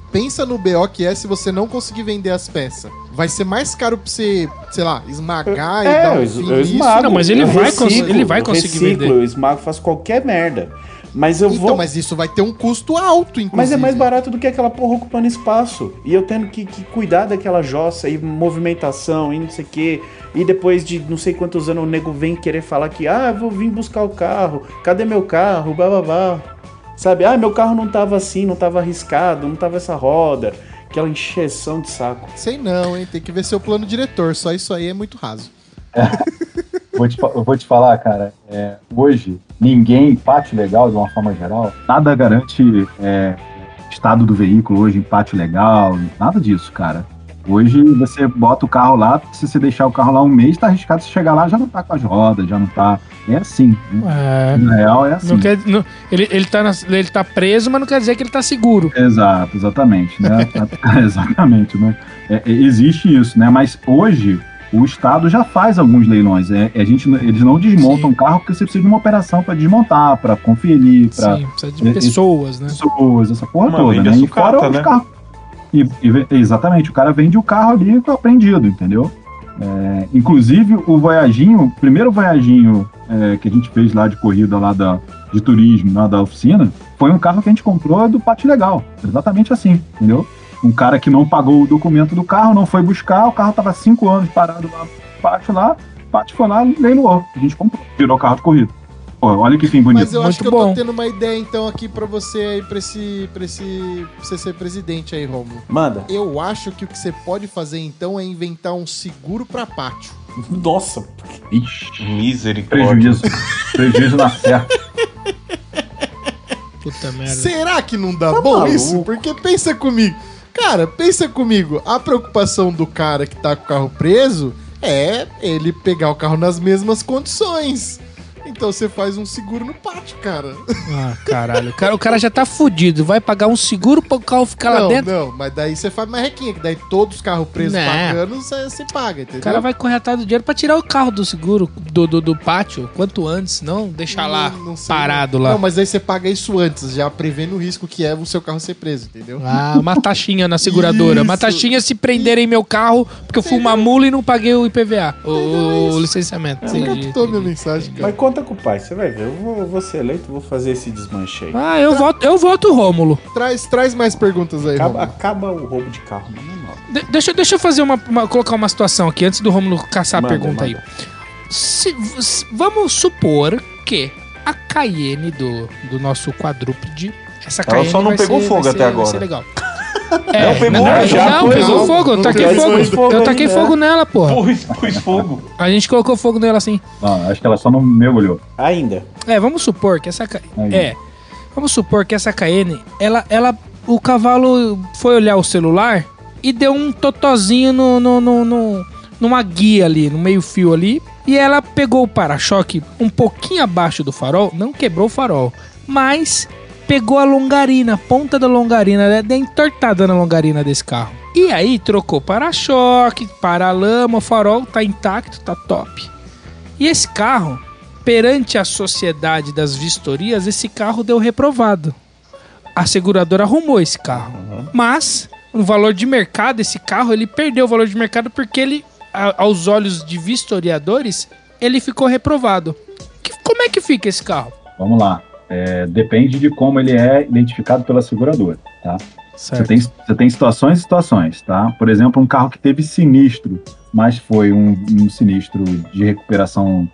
pensa no B O que é se você não conseguir vender as peças. Vai ser mais caro pra você, sei lá, esmagar é, e dar um eu, fim eu nisso. esmago, Não, mas ele eu vai reciclo, cons- ele vai conseguir reciclo, vender. Eu esmago, faço qualquer merda. Mas eu Então, vou... mas isso vai ter um custo alto, inclusive. Mas é mais barato do que aquela porra ocupando espaço. E eu tendo que, que cuidar daquela jossa e movimentação e não sei o quê. E depois de não sei quantos anos o nego vem querer falar que, ah, vou vir buscar o carro, cadê meu carro, blá blá blá. Sabe, ah, meu carro não tava assim, não tava arriscado, não tava essa roda. Aquela encheção de saco. Sei não, hein? Tem que ver seu plano diretor. Só isso aí é muito raso. Vou te, eu vou te falar, cara, é, hoje ninguém, pátio legal de uma forma geral, nada garante é, estado do veículo hoje em pátio legal, nada disso, cara. Hoje você bota o carro lá, se você deixar o carro lá um mês, tá arriscado, se chegar lá já não tá com as rodas, já não tá... É assim, né? É. Na real é assim. Não quer, não, ele, ele, tá na, ele tá preso, mas não quer dizer que ele tá seguro. Exato, exatamente, né? Exatamente, né? É, é, existe isso, né? Mas hoje o Estado já faz alguns leilões. É, a gente, eles não desmontam o carro porque você precisa de uma operação para desmontar, para conferir, para Sim, precisa de pessoas, né? Pessoas, essa porra Uma toda, vende né? a E sucata, fora os né? carros. E, e, exatamente, o cara vende o carro ali apreendido, entendeu? É, inclusive o Voyaginho, o primeiro Voyaginho é, que a gente fez lá de corrida lá da, de turismo, lá da oficina, foi um carro que a gente comprou do Pátio Legal. Exatamente assim, entendeu? Um cara que não pagou o documento do carro, não foi buscar, o carro tava cinco anos parado lá no pátio lá, o pátio foi lá, leiloou. A gente comprou, virou carro de corrida. Pô, olha que fim bonito. Mas eu Muito acho que bom. eu tô tendo uma ideia, então, aqui pra você aí, pra esse, pra esse, pra você ser presidente aí, Rômulo. Manda. Eu acho que o que você pode fazer, então, é inventar um seguro pra pátio. Nossa. Ixi, Misericórdia. prejuízo. Prejuízo na certa. Puta merda. Será que não dá Tá bom maluco. isso? Porque pensa comigo. Cara, pensa comigo. A preocupação do cara que tá com o carro preso é ele pegar o carro nas mesmas condições. Então você faz um seguro no pátio, cara. Ah, caralho. O cara, o cara já tá fudido. Vai pagar um seguro pro carro ficar lá não, dentro? não, mas daí você faz mais requinha, que daí todos os carros presos Não. pagando, você, você paga, entendeu? O cara vai correr atrás do dinheiro pra tirar o carro do seguro, do, do, do pátio, quanto antes, não deixar lá, Não- não sei, parado não. lá. Não, mas aí você paga isso antes, já prevendo o risco que é o seu carro ser preso, entendeu? Ah, uma taxinha na seguradora. Uma Isso. taxinha se prenderem meu carro, porque eu fui uma mula e não paguei o I P V A, o, o licenciamento. Você Entendi, captou minha entendi. mensagem, cara. Mas conta com o pai, você vai ver. Eu vou, eu vou ser eleito, vou fazer esse desmanche aí. Ah, eu voto, eu voto Rômulo. Traz, traz mais perguntas aí, Acaba, Rômulo. acaba o roubo de carro, mas não é nada. De- deixa, deixa eu fazer uma, uma- colocar uma situação aqui, antes do Rômulo caçar Manda, a pergunta manda. aí. Se- s- vamos supor que a Cayenne do, do nosso quadrúpede, essa Ela Cayenne só não vai pegou ser- fogo vai até ser- vai agora. ser legal. Não pegou, não, já não, foi, pegou não. fogo, eu Não taquei pegou fogo, fogo eu ainda, taquei né? fogo nela, porra. Pôs, pôs fogo. A gente colocou fogo nela assim. Não, acho que ela só não mergulhou. Ainda. É, vamos supor que essa Ca- Aí. é, vamos supor que essa Cayenne, ela, ela, o cavalo foi olhar o celular e deu um totozinho no, no, no, no- numa guia ali, no meio fio ali, e ela pegou o para-choque um pouquinho abaixo do farol, não quebrou o farol, mas pegou a longarina, a ponta da longarina, ela deu entortada na longarina desse carro. E aí trocou para-choque, para-lama, o farol tá intacto, tá top. E esse carro, perante a sociedade das vistorias, esse carro deu reprovado. A seguradora arrumou esse carro. Mas, no valor de mercado, esse carro, ele perdeu o valor de mercado porque ele, a- aos olhos de vistoriadores, ele ficou reprovado. Que- como é que fica esse carro? Vamos lá. É, depende de como ele é identificado pela seguradora, tá? Você tem, você tem situações e situações, tá? Por exemplo, um carro que teve sinistro, mas foi um, um sinistro de recuperação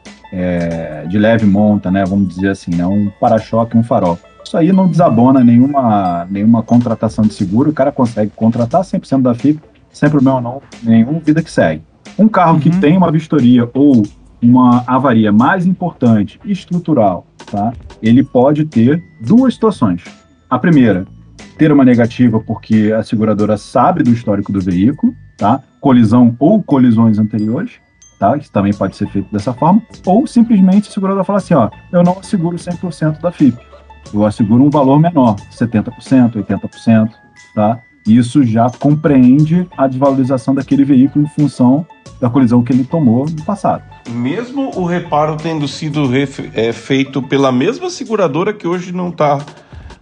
é, de leve monta, né? Vamos dizer assim, né? Um para-choque, um farol. Isso aí não desabona nenhuma, nenhuma contratação de seguro, o cara consegue contratar cem por cento da F I P, sem problema não, nenhum, vida que segue. Um carro que tem uma vistoria ou uma avaria mais importante, estrutural, tá? Ele pode ter duas situações. A primeira, ter uma negativa porque a seguradora sabe do histórico do veículo, tá? Colisão ou colisões anteriores, tá? Isso também pode ser feito dessa forma. Ou simplesmente a seguradora fala assim, ó, eu não asseguro cem por cento da F I P. Eu asseguro um valor menor, setenta por cento, oitenta por cento, tá? Isso já compreende a desvalorização daquele veículo em função da colisão que ele tomou no passado. Mesmo o reparo tendo sido ref- é, feito pela mesma seguradora que hoje não está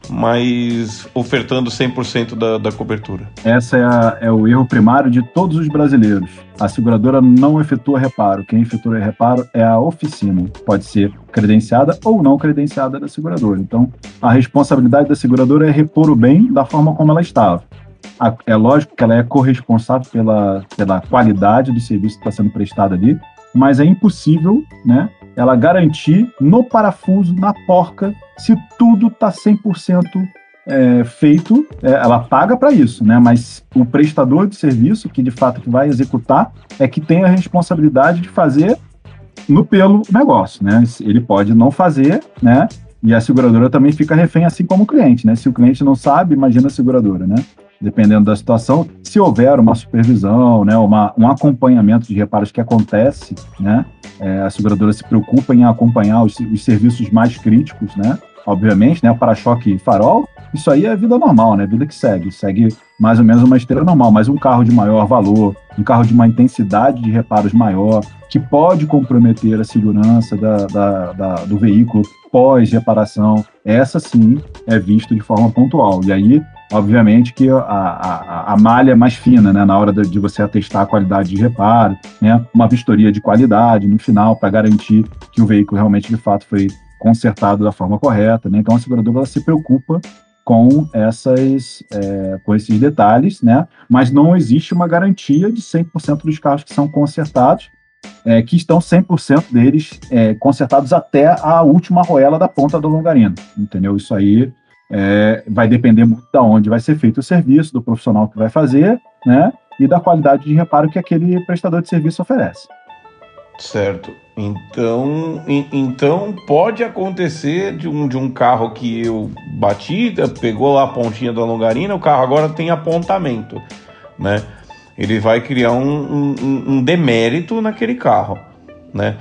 mas ofertando cem por cento da, da cobertura. Essa é, a, é o erro primário de todos os brasileiros. A seguradora não efetua reparo. Quem efetua reparo é a oficina. Pode ser credenciada ou não credenciada da seguradora. Então, a responsabilidade da seguradora é repor o bem da forma como ela estava. É lógico que ela é corresponsável pela, pela qualidade do serviço que está sendo prestado ali, mas é impossível, né, ela garantir no parafuso, na porca, se tudo está cem por cento é, feito, é, ela paga para isso, né, mas o prestador de serviço, que de fato que vai executar, é que tem a responsabilidade de fazer no pelo negócio, né, ele pode não fazer, né, e a seguradora também fica refém, assim como o cliente, né, se o cliente não sabe, imagina a seguradora, né. Dependendo da situação, se houver uma supervisão, né, uma, um acompanhamento de reparos que acontece, né, é, a seguradora se preocupa em acompanhar os, os serviços mais críticos, né, obviamente, né, para-choque e farol, isso aí é vida normal, né, vida que segue, segue mais ou menos uma esteira normal, mas um carro de maior valor, um carro de uma intensidade de reparos maior, que pode comprometer a segurança da, da, da, do veículo pós-reparação, essa sim é visto de forma pontual, e aí obviamente que a, a, a malha é mais fina, né, na hora de, de você atestar a qualidade de reparo, né, uma vistoria de qualidade no final para garantir que o veículo realmente de fato foi consertado da forma correta, né, então a seguradora ela se preocupa com, essas, é, com esses detalhes, né, mas não existe uma garantia de cem por cento dos carros que são consertados, é, que estão cem por cento deles é, consertados até a última arruela da ponta da longarina, entendeu? Isso aí É, vai depender muito de onde vai ser feito o serviço, do profissional que vai fazer, né, e da qualidade de reparo que aquele prestador de serviço oferece. Certo. Então, e, então pode acontecer de um, de um carro que eu bati, pegou lá a pontinha da longarina, o carro agora tem apontamento, né? Ele vai criar um, um, um demérito naquele carro, né?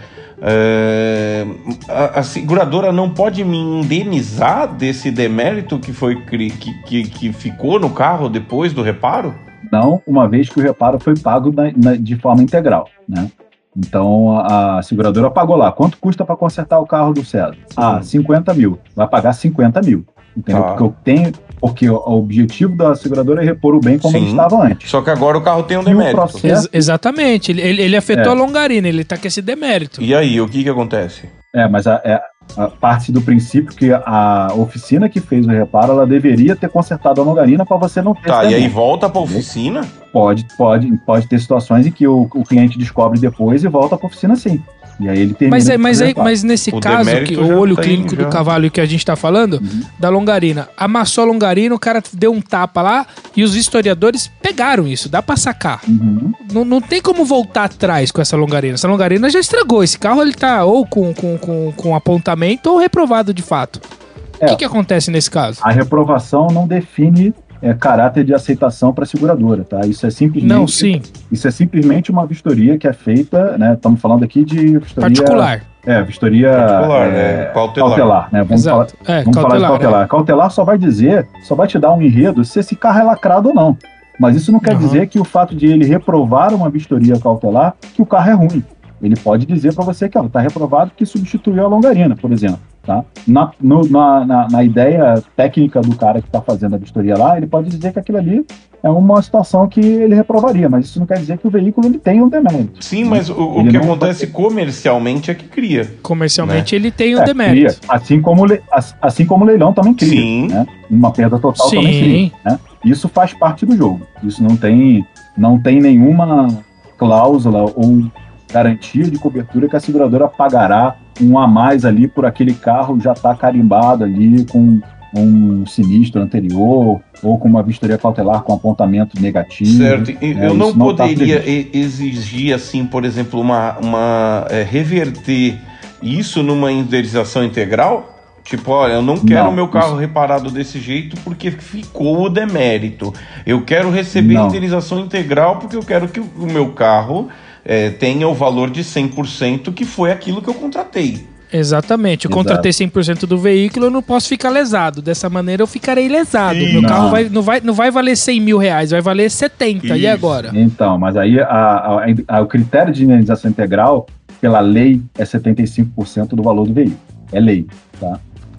É, a, a seguradora não pode me indenizar desse demérito que, foi, que, que, que ficou no carro depois do reparo? Não, uma vez que o reparo foi pago na, na, de forma integral, né? Então a, a seguradora pagou lá. Quanto custa para consertar o carro do César? Ah, cinquenta mil. Vai pagar cinquenta mil. Entendeu? Tá. Porque eu tenho... Porque o objetivo da seguradora é repor o bem como Sim, ele estava antes. Só que agora o carro tem um demérito. Processo... Ex exatamente. Ele, ele, ele afetou é. a longarina, ele está com esse demérito. E aí, o que que acontece? É, mas a, é, a parte do princípio que a oficina que fez o reparo, ela deveria ter consertado a longarina para você não ter Tá, e aí volta para a oficina? Pode, pode, pode ter situações em que o, o cliente descobre depois e volta para a oficina sim. E aí ele termina. Mas, é, mas, aí, mas nesse o caso, que, o olho clínico do cavalo que a gente tá falando, uhum. da longarina, amassou a longarina, o cara deu um tapa lá e os historiadores pegaram isso, dá pra sacar. Uhum. Não, não tem como voltar atrás com essa longarina. Essa longarina já estragou. Esse carro ele tá ou com, com, com, com apontamento ou reprovado de fato. O é, que, que acontece nesse caso? A reprovação não define é, caráter de aceitação para a seguradora, tá? Isso é simplesmente... Não, sim. Isso é simplesmente uma vistoria que é feita, né? Estamos falando aqui de vistoria... Particular. É, vistoria... Particular, é, né? Cautelar. Cautelar, né? Vamos, falar, é, vamos cautelar, falar de cautelar. É. Cautelar só vai dizer, só vai te dar um enredo se esse carro é lacrado ou não. Mas isso não quer uhum. dizer que o fato de ele reprovar uma vistoria cautelar, que o carro é ruim. Ele pode dizer para você que está reprovado que substituiu a longarina, por exemplo. Tá? Na, no, na, na, na ideia técnica do cara que está fazendo a vistoria lá, ele pode dizer que aquilo ali é uma situação que ele reprovaria, mas isso não quer dizer que o veículo ele tem um demérito. Sim, mas o, o que acontece pode... comercialmente é que cria. Comercialmente né? ele tem um é, demérito. Cria. Assim como, assim como o leilão também cria. Sim. Né? Uma perda total Sim. também cria. Né? Isso faz parte do jogo. Isso não tem, não tem nenhuma cláusula ou garantia de cobertura que a seguradora pagará um a mais ali por aquele carro já estar tá carimbado ali com um sinistro anterior ou com uma vistoria cautelar com apontamento negativo. Certo. Né? Eu não, não poderia tá exigir, assim, por exemplo, uma, uma é, reverter isso numa indenização integral? Tipo, olha, eu não quero o meu carro isso. reparado desse jeito porque ficou o demérito. Eu quero receber não. indenização integral porque eu quero que o meu carro é, tenha o valor de cem por cento que foi aquilo que eu contratei. Exatamente, eu Exato. contratei cem por cento do veículo, eu não posso ficar lesado. Dessa maneira eu ficarei lesado. Sim, meu não. carro vai, não, vai, não vai valer cem mil reais, vai valer setenta. Isso. E agora? Então, mas aí a, a, a, o critério de indenização integral, pela lei, é setenta e cinco por cento do valor do veículo. É lei, tá?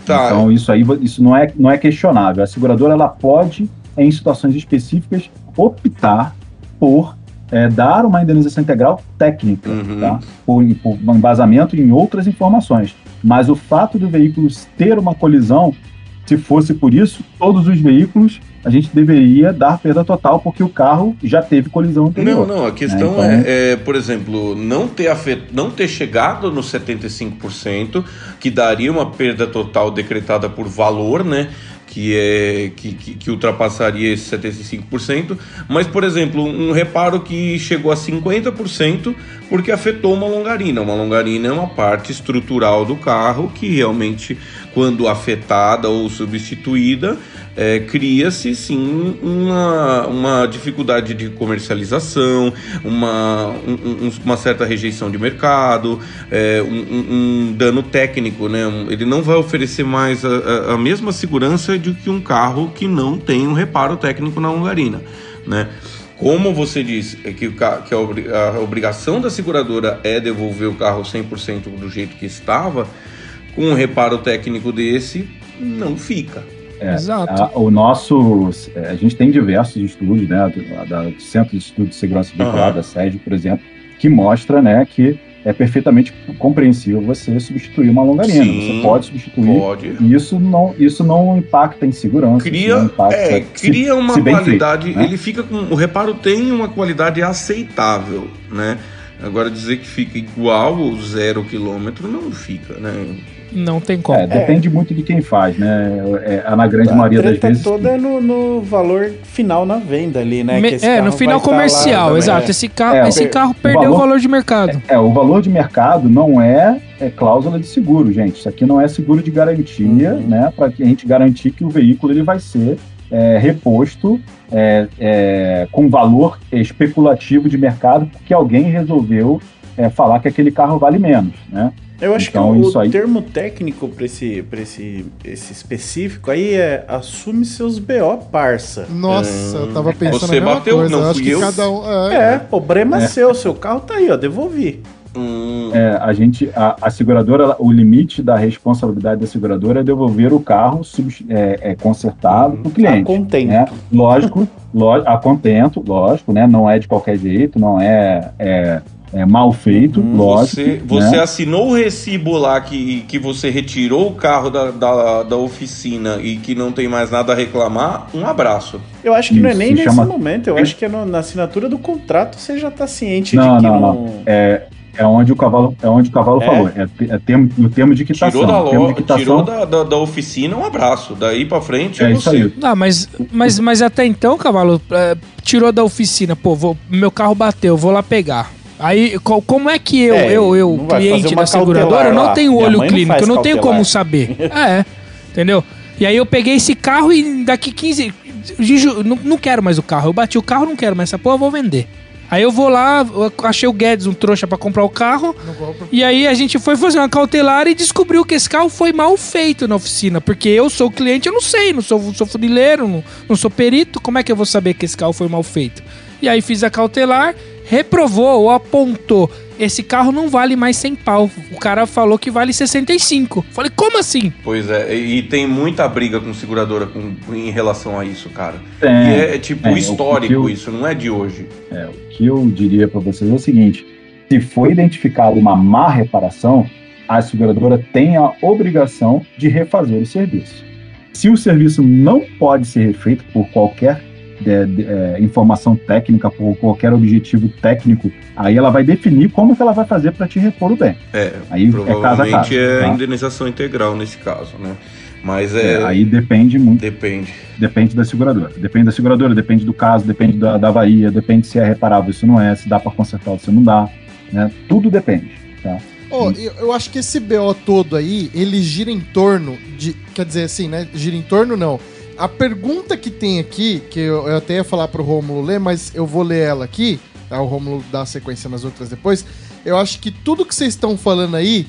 Tá. Então isso aí isso não, é, não é questionável. A seguradora ela pode, em situações específicas, optar por é, dar uma indenização integral técnica, Uhum. tá? por, por embasamento em outras informações. Mas o fato do veículo ter uma colisão, se fosse por isso, todos os veículos a gente deveria dar perda total, porque o carro já teve colisão anterior. Não, não, a questão né? Então, é, é, por exemplo, não ter, afet... não ter chegado nos setenta e cinco por cento, que daria uma perda total decretada por valor, né? Que, é, que, que, que ultrapassaria esse setenta e cinco por cento, mas, por exemplo, um reparo que chegou a cinquenta por cento porque afetou uma longarina. Uma longarina é uma parte estrutural do carro que realmente, quando afetada ou substituída, é, cria-se sim uma, uma dificuldade de comercialização, uma, um, uma certa rejeição de mercado, é, um, um dano técnico, né? Ele não vai oferecer mais a, a mesma segurança de que um carro que não tem um reparo técnico na longarina, né? Como você disse, é que, o, que a, a obrigação da seguradora é devolver o carro cem por cento do jeito que estava, com um reparo técnico desse, não fica. É, Exato. A, o nosso, a gente tem diversos estudos, né, do, da, do Centro de Estudo de Segurança Veicular, uhum. da S E D, por exemplo, que mostra, né, que é perfeitamente compreensível você substituir uma longarina. Sim, você pode substituir. Pode. E isso não, isso não impacta em segurança. Cria, impacta, é, cria uma se qualidade. Feito, né? Ele fica com. O reparo tem uma qualidade aceitável, né? Agora dizer que fica igual ou zero quilômetro não fica, né? Não tem como. É, depende é. muito de quem faz, né? É, na grande a maioria das vezes. A toda no, no valor final na venda ali, né? Me, é, no final comercial, exato. É. Esse carro, é, esse carro perdeu o valor, o valor de mercado. É, é, o valor de mercado não é, é cláusula de seguro, gente. Isso aqui não é seguro de garantia, uhum. né? Para que a gente garantir que o veículo ele vai ser é, reposto é, é, com valor especulativo de mercado, porque alguém resolveu é, falar que aquele carro vale menos, né? Eu acho então, que o, o aí... termo técnico para esse, esse, esse específico aí é assume seus B O, parça. Nossa, hum, eu tava pensando Você bateu, coisa. não eu fui acho que eu? cada um... É, é, problema é. seu, seu carro tá aí, ó, devolvi. Hum. É, a gente, a, a seguradora, o limite da responsabilidade da seguradora é devolver o carro sub, é, é, consertado hum. para o cliente. A contento. Né? Lógico, lógico, a contento, lógico, né? Não é de qualquer jeito, não é... é É mal feito, hum, lógico. Você, você né? assinou o recibo lá que, que você retirou o carro da, da, da oficina e que não tem mais nada a reclamar, um abraço. Eu acho que Isso, não é nem nesse chama... momento, eu acho que é no, na assinatura do contrato você já está ciente não, de que não... não... não. É, é onde o cavalo, é onde o cavalo é? falou, é, é termo, no termo de quitação. Tirou, da, termo de quitação, tirou da, da, da oficina, um abraço. Daí pra frente é, é você. Isso não, mas, mas, mas até então, cavalo, é, tirou da oficina, pô, vou, meu carro bateu, vou lá pegar. Aí, como é que eu, é, eu, eu cliente da seguradora, eu não tenho olho clínico, eu não cautelar. tenho como saber. É, entendeu? E aí eu peguei esse carro e daqui quinze... Não, não quero mais o carro, eu bati o carro, não quero mais essa porra, eu vou vender. Aí eu vou lá, eu achei o Guedes, um trouxa, pra comprar o carro, e aí a gente foi fazer uma cautelar e descobriu que esse carro foi mal feito na oficina, porque eu sou cliente, eu não sei, não sou, sou funileiro, não, não sou perito, como é que eu vou saber que esse carro foi mal feito? E aí fiz a cautelar, reprovou ou apontou, esse carro não vale mais cem pau. O cara falou que vale sessenta e cinco. Falei, como assim? Pois é, e tem muita briga com seguradora com, em relação a isso, cara. É, e é, é tipo é, histórico eu, isso, não é de hoje. É, o que eu diria para vocês é o seguinte, se foi identificada uma má reparação, a seguradora tem a obrigação de refazer o serviço. Se o serviço não pode ser refeito por qualquer De, de, é, informação técnica, por qualquer objetivo técnico, aí ela vai definir como que ela vai fazer para te repor o bem. É, aí provavelmente é, casa a casa, é tá? indenização integral nesse caso, né? Mas é... é... Aí depende muito. Depende. Depende da seguradora. Depende da seguradora, depende do caso, depende da, da avaria, depende se é reparável, se não é, se dá para consertar ou se não dá, né? Tudo depende, tá? Oh, eu, eu acho que esse B O todo aí, ele gira em torno de... Quer dizer assim, né? Gira em torno, não. A pergunta que tem aqui, que eu, eu até ia falar pro Rômulo ler, mas eu vou ler ela aqui, tá? O Rômulo dá sequência nas outras depois. Eu acho que tudo que vocês estão falando aí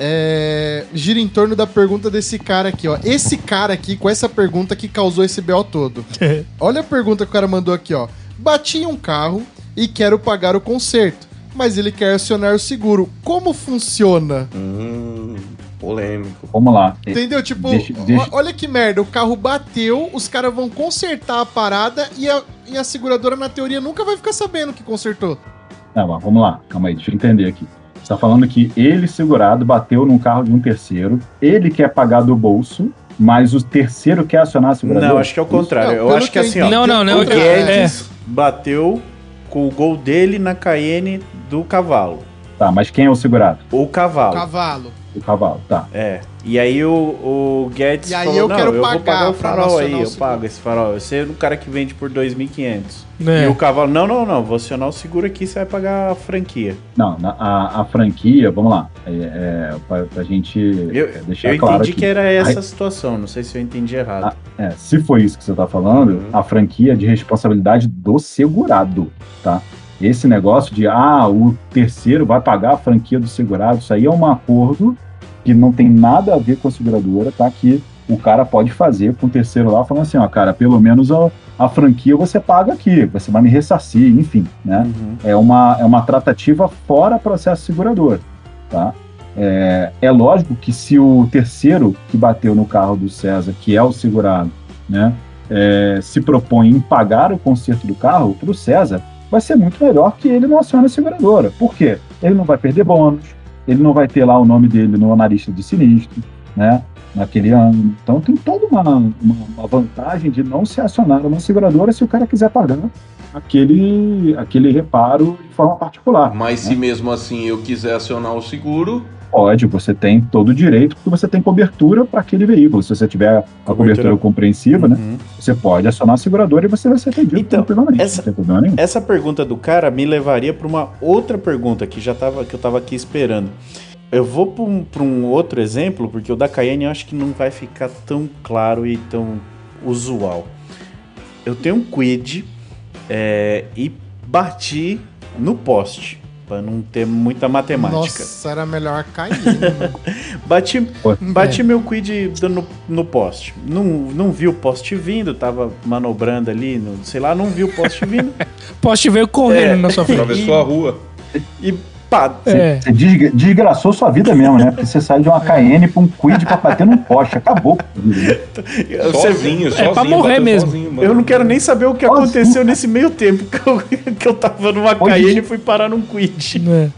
é, gira em torno da pergunta desse cara aqui, ó. Esse cara aqui, com essa pergunta que causou esse B O todo. Olha a pergunta que o cara mandou aqui, ó. Bati em um carro e quero pagar o conserto, mas ele quer acionar o seguro. Como funciona? Hum, polêmico. Vamos lá. Entendeu? Tipo, Deixa- deixa- olha que merda, o carro bateu, os caras vão consertar a parada e a, e a seguradora, na teoria, nunca vai ficar sabendo que consertou. Não, mas vamos lá, calma aí, deixa eu entender aqui. Você tá falando que ele, segurado, bateu num carro de um terceiro, ele quer pagar do bolso, mas o terceiro quer acionar a seguradora? Não, acho que é o contrário. Não, eu pelo acho que que eu assim, ó. Não, não, não. O é- Guedes bateu com o gol dele na Cayenne do cavalo. Tá, mas quem é o segurado? O cavalo. Cavalo. O cavalo, tá. É. E aí o, o Guedes E aí falou, eu não, quero eu vou pagar pagar o pra farol aí, acionar o eu seguro." pago esse farol. Eu sei o cara que vende por dois mil e quinhentos. É. E o cavalo, não, não, não, vou acionar o seguro aqui, você vai pagar a franquia. Não, na- a, a franquia, vamos lá, é, é, pra, pra gente Eu, é, deixar eu claro entendi aqui. que era essa Aí- situação, não sei se eu entendi errado. É, se foi isso que você tá falando, Uhum. a franquia é de responsabilidade do segurado, tá? Esse negócio de, ah, o terceiro vai pagar a franquia do segurado, isso aí é um acordo que não tem nada a ver com a seguradora, tá? Que o cara pode fazer com o terceiro lá, falando assim, ó, cara, pelo menos a, a franquia você paga aqui, você vai me ressarcir, enfim, né? Uhum. É uma, é uma tratativa fora processo segurador, tá? É, é lógico que se o terceiro que bateu no carro do César, que é o segurado, né, é, se propõe em pagar o conserto do carro, para o César, vai ser muito melhor que ele não acione a seguradora. Por quê? Ele não vai perder bônus, ele não vai ter lá o nome dele no analista de sinistro, né, naquele ano. Então tem toda uma, uma, uma vantagem de não se acionar uma seguradora se o cara quiser pagar aquele, aquele reparo de forma particular. Mas se mesmo assim eu quiser acionar o seguro, Pode, você tem todo o direito, porque você tem cobertura para aquele veículo. Se você tiver a cobertura, Cobertura. compreensiva, né, Uhum. você pode acionar a seguradora e você vai ser atendido Então, tranquilamente, essa- não tem problema nenhum. Essa pergunta do cara me levaria para uma outra pergunta que já tava, que eu tava aqui esperando. Eu vou para um, pra um outro exemplo, porque o da Cayenne eu acho que não vai ficar tão claro e tão usual. Eu tenho um Kwid é, e bati no poste, para não ter muita matemática. Nossa, era melhor cair. né? Bati, Pô. bati meu Kwid no, no poste. Não, não vi o poste vindo, tava manobrando ali, no, sei lá, não vi o poste vindo. Poste veio correndo É. na sua frente. atravessou a rua. E pá, É. Você desgra- desgraçou sua vida mesmo, né? Porque você sai de uma Cayenne pra um Kwid pra bater num poste. Acabou. você Sozinho, É sozinho. pra morrer bateu mesmo. sozinho, mano. Eu não quero nem saber o que Nossa, aconteceu nunca. nesse meio tempo que eu, que eu tava numa Hoje- Cayenne e fui parar num Kwid. É.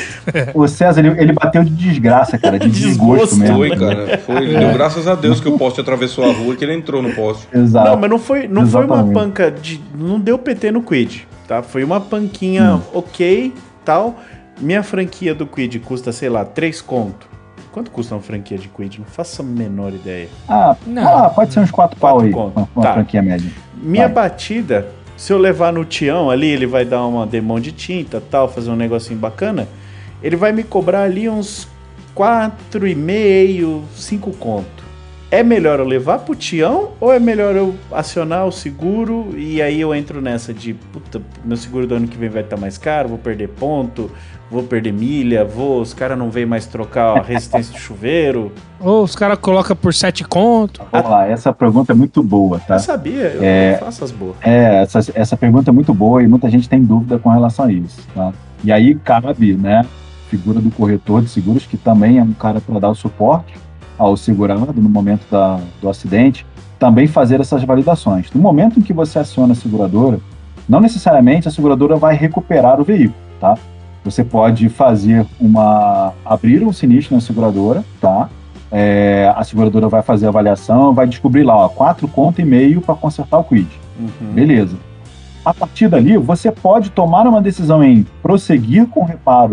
O César, ele, ele bateu de desgraça, cara, de desgosto, Desgosto. mesmo. Foi, cara. Foi. É. Deu graças a Deus que o poste atravessou a rua e que ele entrou no poste. Exato. Não, mas não foi, não foi uma Exatamente. panca de. Não deu P T no Kwid, tá? Foi uma panquinha Hum. ok, tal. Minha franquia do Kwid custa, sei lá, três conto. Quanto custa uma franquia de Kwid? Não faço a menor ideia. Ah, Não. ah, pode ser uns quatro pau Quatro aí, conto. uma, uma Tá. franquia média. Minha Vai. batida, se eu levar no Tião ali, ele vai dar uma demão de tinta, tal, fazer um negocinho bacana. Ele vai me cobrar ali uns quatro e meio, cinco conto. É melhor eu levar pro Tião ou é melhor eu acionar o seguro e aí eu entro nessa de, puta, meu seguro do ano que vem vai estar mais caro, vou perder ponto, vou perder milha, vou, os caras não vêm mais trocar a resistência do chuveiro. Ou os caras colocam por sete conto. Vamos lá, essa pergunta é muito boa, tá? Eu sabia, eu É. faço as boas. É, essa, essa pergunta é muito boa e muita gente tem dúvida com relação a isso, tá? E aí cabe, né, figura do corretor de seguros, que também é um cara para dar o suporte ao segurado no momento da, do acidente, também fazer essas validações. No momento em que você aciona a seguradora, não necessariamente a seguradora vai recuperar o veículo, tá? Você pode fazer uma... abrir um sinistro na seguradora, tá? É, a seguradora vai fazer a avaliação, vai descobrir lá, ó, quatro conto e meio para consertar o Kwid. Uhum. Beleza. A partir dali, você pode tomar uma decisão em prosseguir com o reparo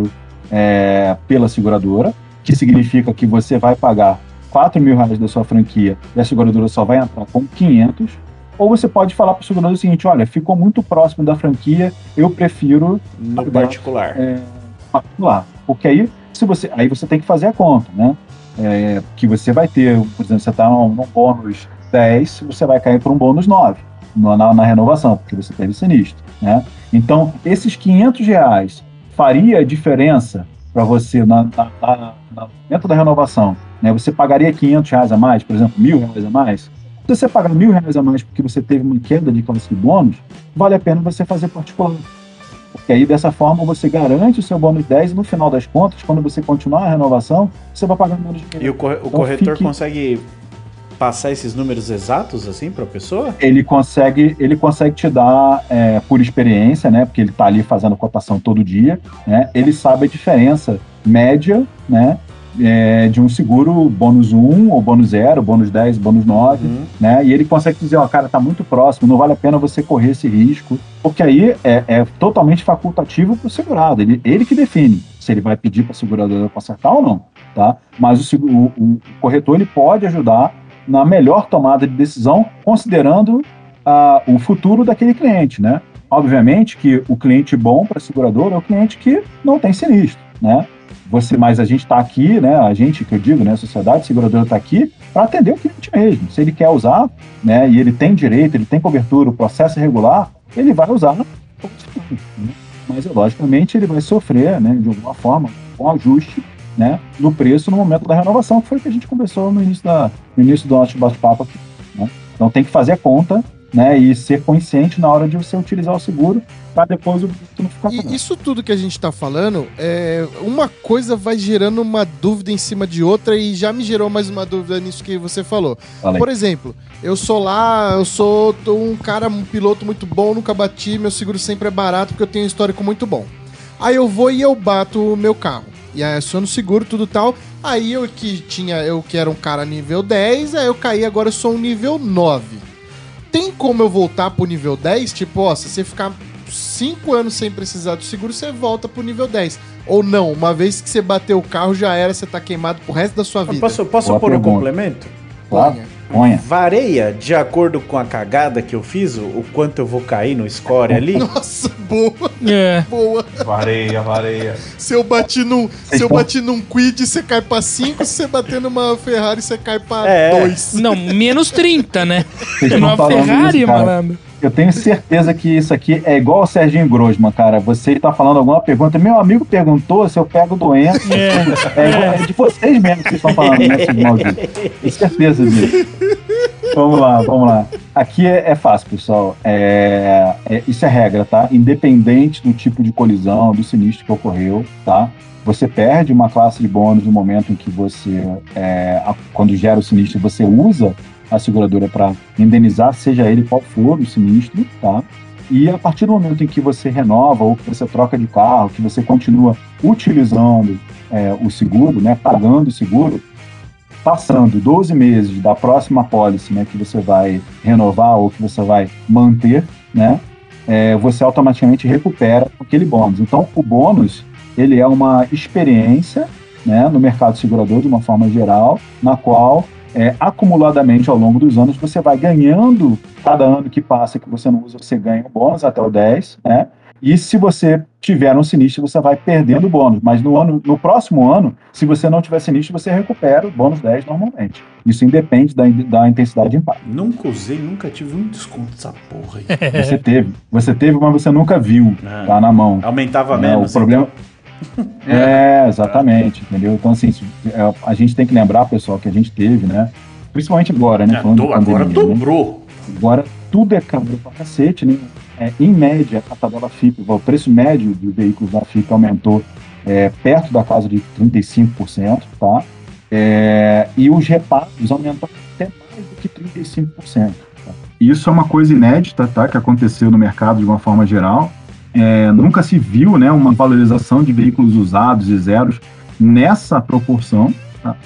é, pela seguradora, que significa que você vai pagar quatro mil reais da sua franquia e a seguradora só vai entrar com quinhentos, ou você pode falar para o segurador o seguinte, olha, ficou muito próximo da franquia, eu prefiro No pagar, particular. é, particular. Porque aí, se você, aí você tem que fazer a conta, né? É, que você vai ter, por exemplo, você está num, num bônus dez, você vai cair para um bônus nove na, na, na renovação, porque você teve sinistro, né? Então, esses quinhentos reais faria diferença para você na, na, na, na momento da renovação, né? Você pagaria quinhentos reais a mais, por exemplo, mil reais a mais. Se você pagar mil reais a mais porque você teve uma queda de classe de bônus, vale a pena você fazer particular. Porque aí, dessa forma, você garante o seu bônus dez e, no final das contas, quando você continuar a renovação, você vai pagando menos dinheiro. E o, corre- o então, corretor fique... consegue passar esses números exatos, assim, para a pessoa? Ele consegue, ele consegue te dar, é, por experiência, né? Porque ele está ali fazendo cotação todo dia, né? Ele sabe a diferença média, né? É, de um seguro bônus um, ou bônus zero, bônus dez, bônus nove, uhum. né? E ele consegue dizer, ó, cara, tá muito próximo, não vale a pena você correr esse risco, porque aí é, é totalmente facultativo pro segurado, ele, ele que define se ele vai pedir para a seguradora consertar ou não, tá? Mas o, o, o corretor, ele pode ajudar na melhor tomada de decisão, considerando uh, o futuro daquele cliente, né? Obviamente que o cliente bom para a seguradora é o cliente que não tem sinistro, né? Você, mas a gente está aqui, né? A gente, que eu digo, né? A sociedade a seguradora está aqui para atender o cliente mesmo. Se ele quer usar, né? E ele tem direito, ele tem cobertura, o processo é regular, ele vai usar. Né? Mas, logicamente, ele vai sofrer, né? De alguma forma, um ajuste, né? No preço no momento da renovação, que foi o que a gente conversou no início, da, no início do nosso bate-papo aqui. Né? Então, tem que fazer a conta, né, e ser consciente na hora de você utilizar o seguro para depois o produto não ficar e isso tudo que a gente tá falando, é, uma coisa vai gerando uma dúvida em cima de outra e já me gerou mais uma dúvida nisso que você falou. Falei. Por exemplo, eu sou lá, eu sou um cara, um piloto muito bom, nunca bati, meu seguro sempre é barato porque eu tenho um histórico muito bom. Aí eu vou e eu bato o meu carro. E aí aciono seguro, tudo tal. Aí eu que tinha, eu que era um cara nível dez, aí eu caí, agora eu sou um nível nove. Tem como eu voltar pro nível dez? Tipo, ó, se você ficar cinco anos sem precisar do seguro, você volta pro nível dez. Ou não, uma vez que você bateu o carro, já era, você tá queimado pro resto da sua vida. Posso, posso pôr um complemento? Claro. Ponha. Vareia de acordo com a cagada que eu fiz, o quanto eu vou cair no score ali? Nossa, boa. É. Boa. Vareia, vareia. Se eu bati num, se eu bati num Quid, você cai pra cinco. Se você bater numa Ferrari, você cai pra dois. É. Não, menos trinta, né? Numa Ferrari, isso, malandro. Eu tenho certeza que isso aqui é igual o Serginho Grossman, cara. Você tá falando alguma pergunta, meu amigo perguntou se eu pego doença. É, é, igual, é de vocês mesmo que vocês estão falando, né, Silvio Maldito? Tenho certeza disso. Vamos lá, vamos lá. Aqui é, é fácil, pessoal. É, é, isso é regra, tá? Independente do tipo de colisão, do sinistro que ocorreu, tá? Você perde uma classe de bônus no momento em que você, é, a, quando gera o sinistro, você usa a seguradora para indenizar, seja ele qual for o sinistro, tá? E a partir do momento em que você renova ou que você troca de carro, que você continua utilizando é, o seguro, né, pagando o seguro, passando doze meses da próxima pólice, né, que você vai renovar ou que você vai manter, né, é, você automaticamente recupera aquele bônus. Então, o bônus, ele é uma experiência, né, no mercado segurador de uma forma geral, na qual É, acumuladamente ao longo dos anos, você vai ganhando, cada ano que passa que você não usa, você ganha um bônus até o dez, né? E se você tiver um sinistro, você vai perdendo o bônus. Mas no, ano, no próximo ano, se você não tiver sinistro, você recupera o bônus dez normalmente. Isso independe da, da intensidade de impacto. Nunca usei, nunca tive um desconto dessa porra aí. Você teve, você teve, mas você nunca viu, ah, tá na mão. Aumentava né? menos. O problema... Então. É, exatamente, entendeu? Então, assim, a gente tem que lembrar, pessoal, que a gente teve, né? Principalmente agora, né? Falando agora pandemia, dobrou. Né? Agora tudo é caro pra cacete, né? É, em média, a tabela F I P, o preço médio dos veículos da F I P aumentou é, perto da casa de trinta e cinco por cento, tá? É, e os reparos aumentaram até mais do que trinta e cinco por cento. Tá? Isso é uma coisa inédita, tá? Que aconteceu no mercado de uma forma geral. É, nunca se viu, né, uma valorização de veículos usados e zeros nessa proporção, tá?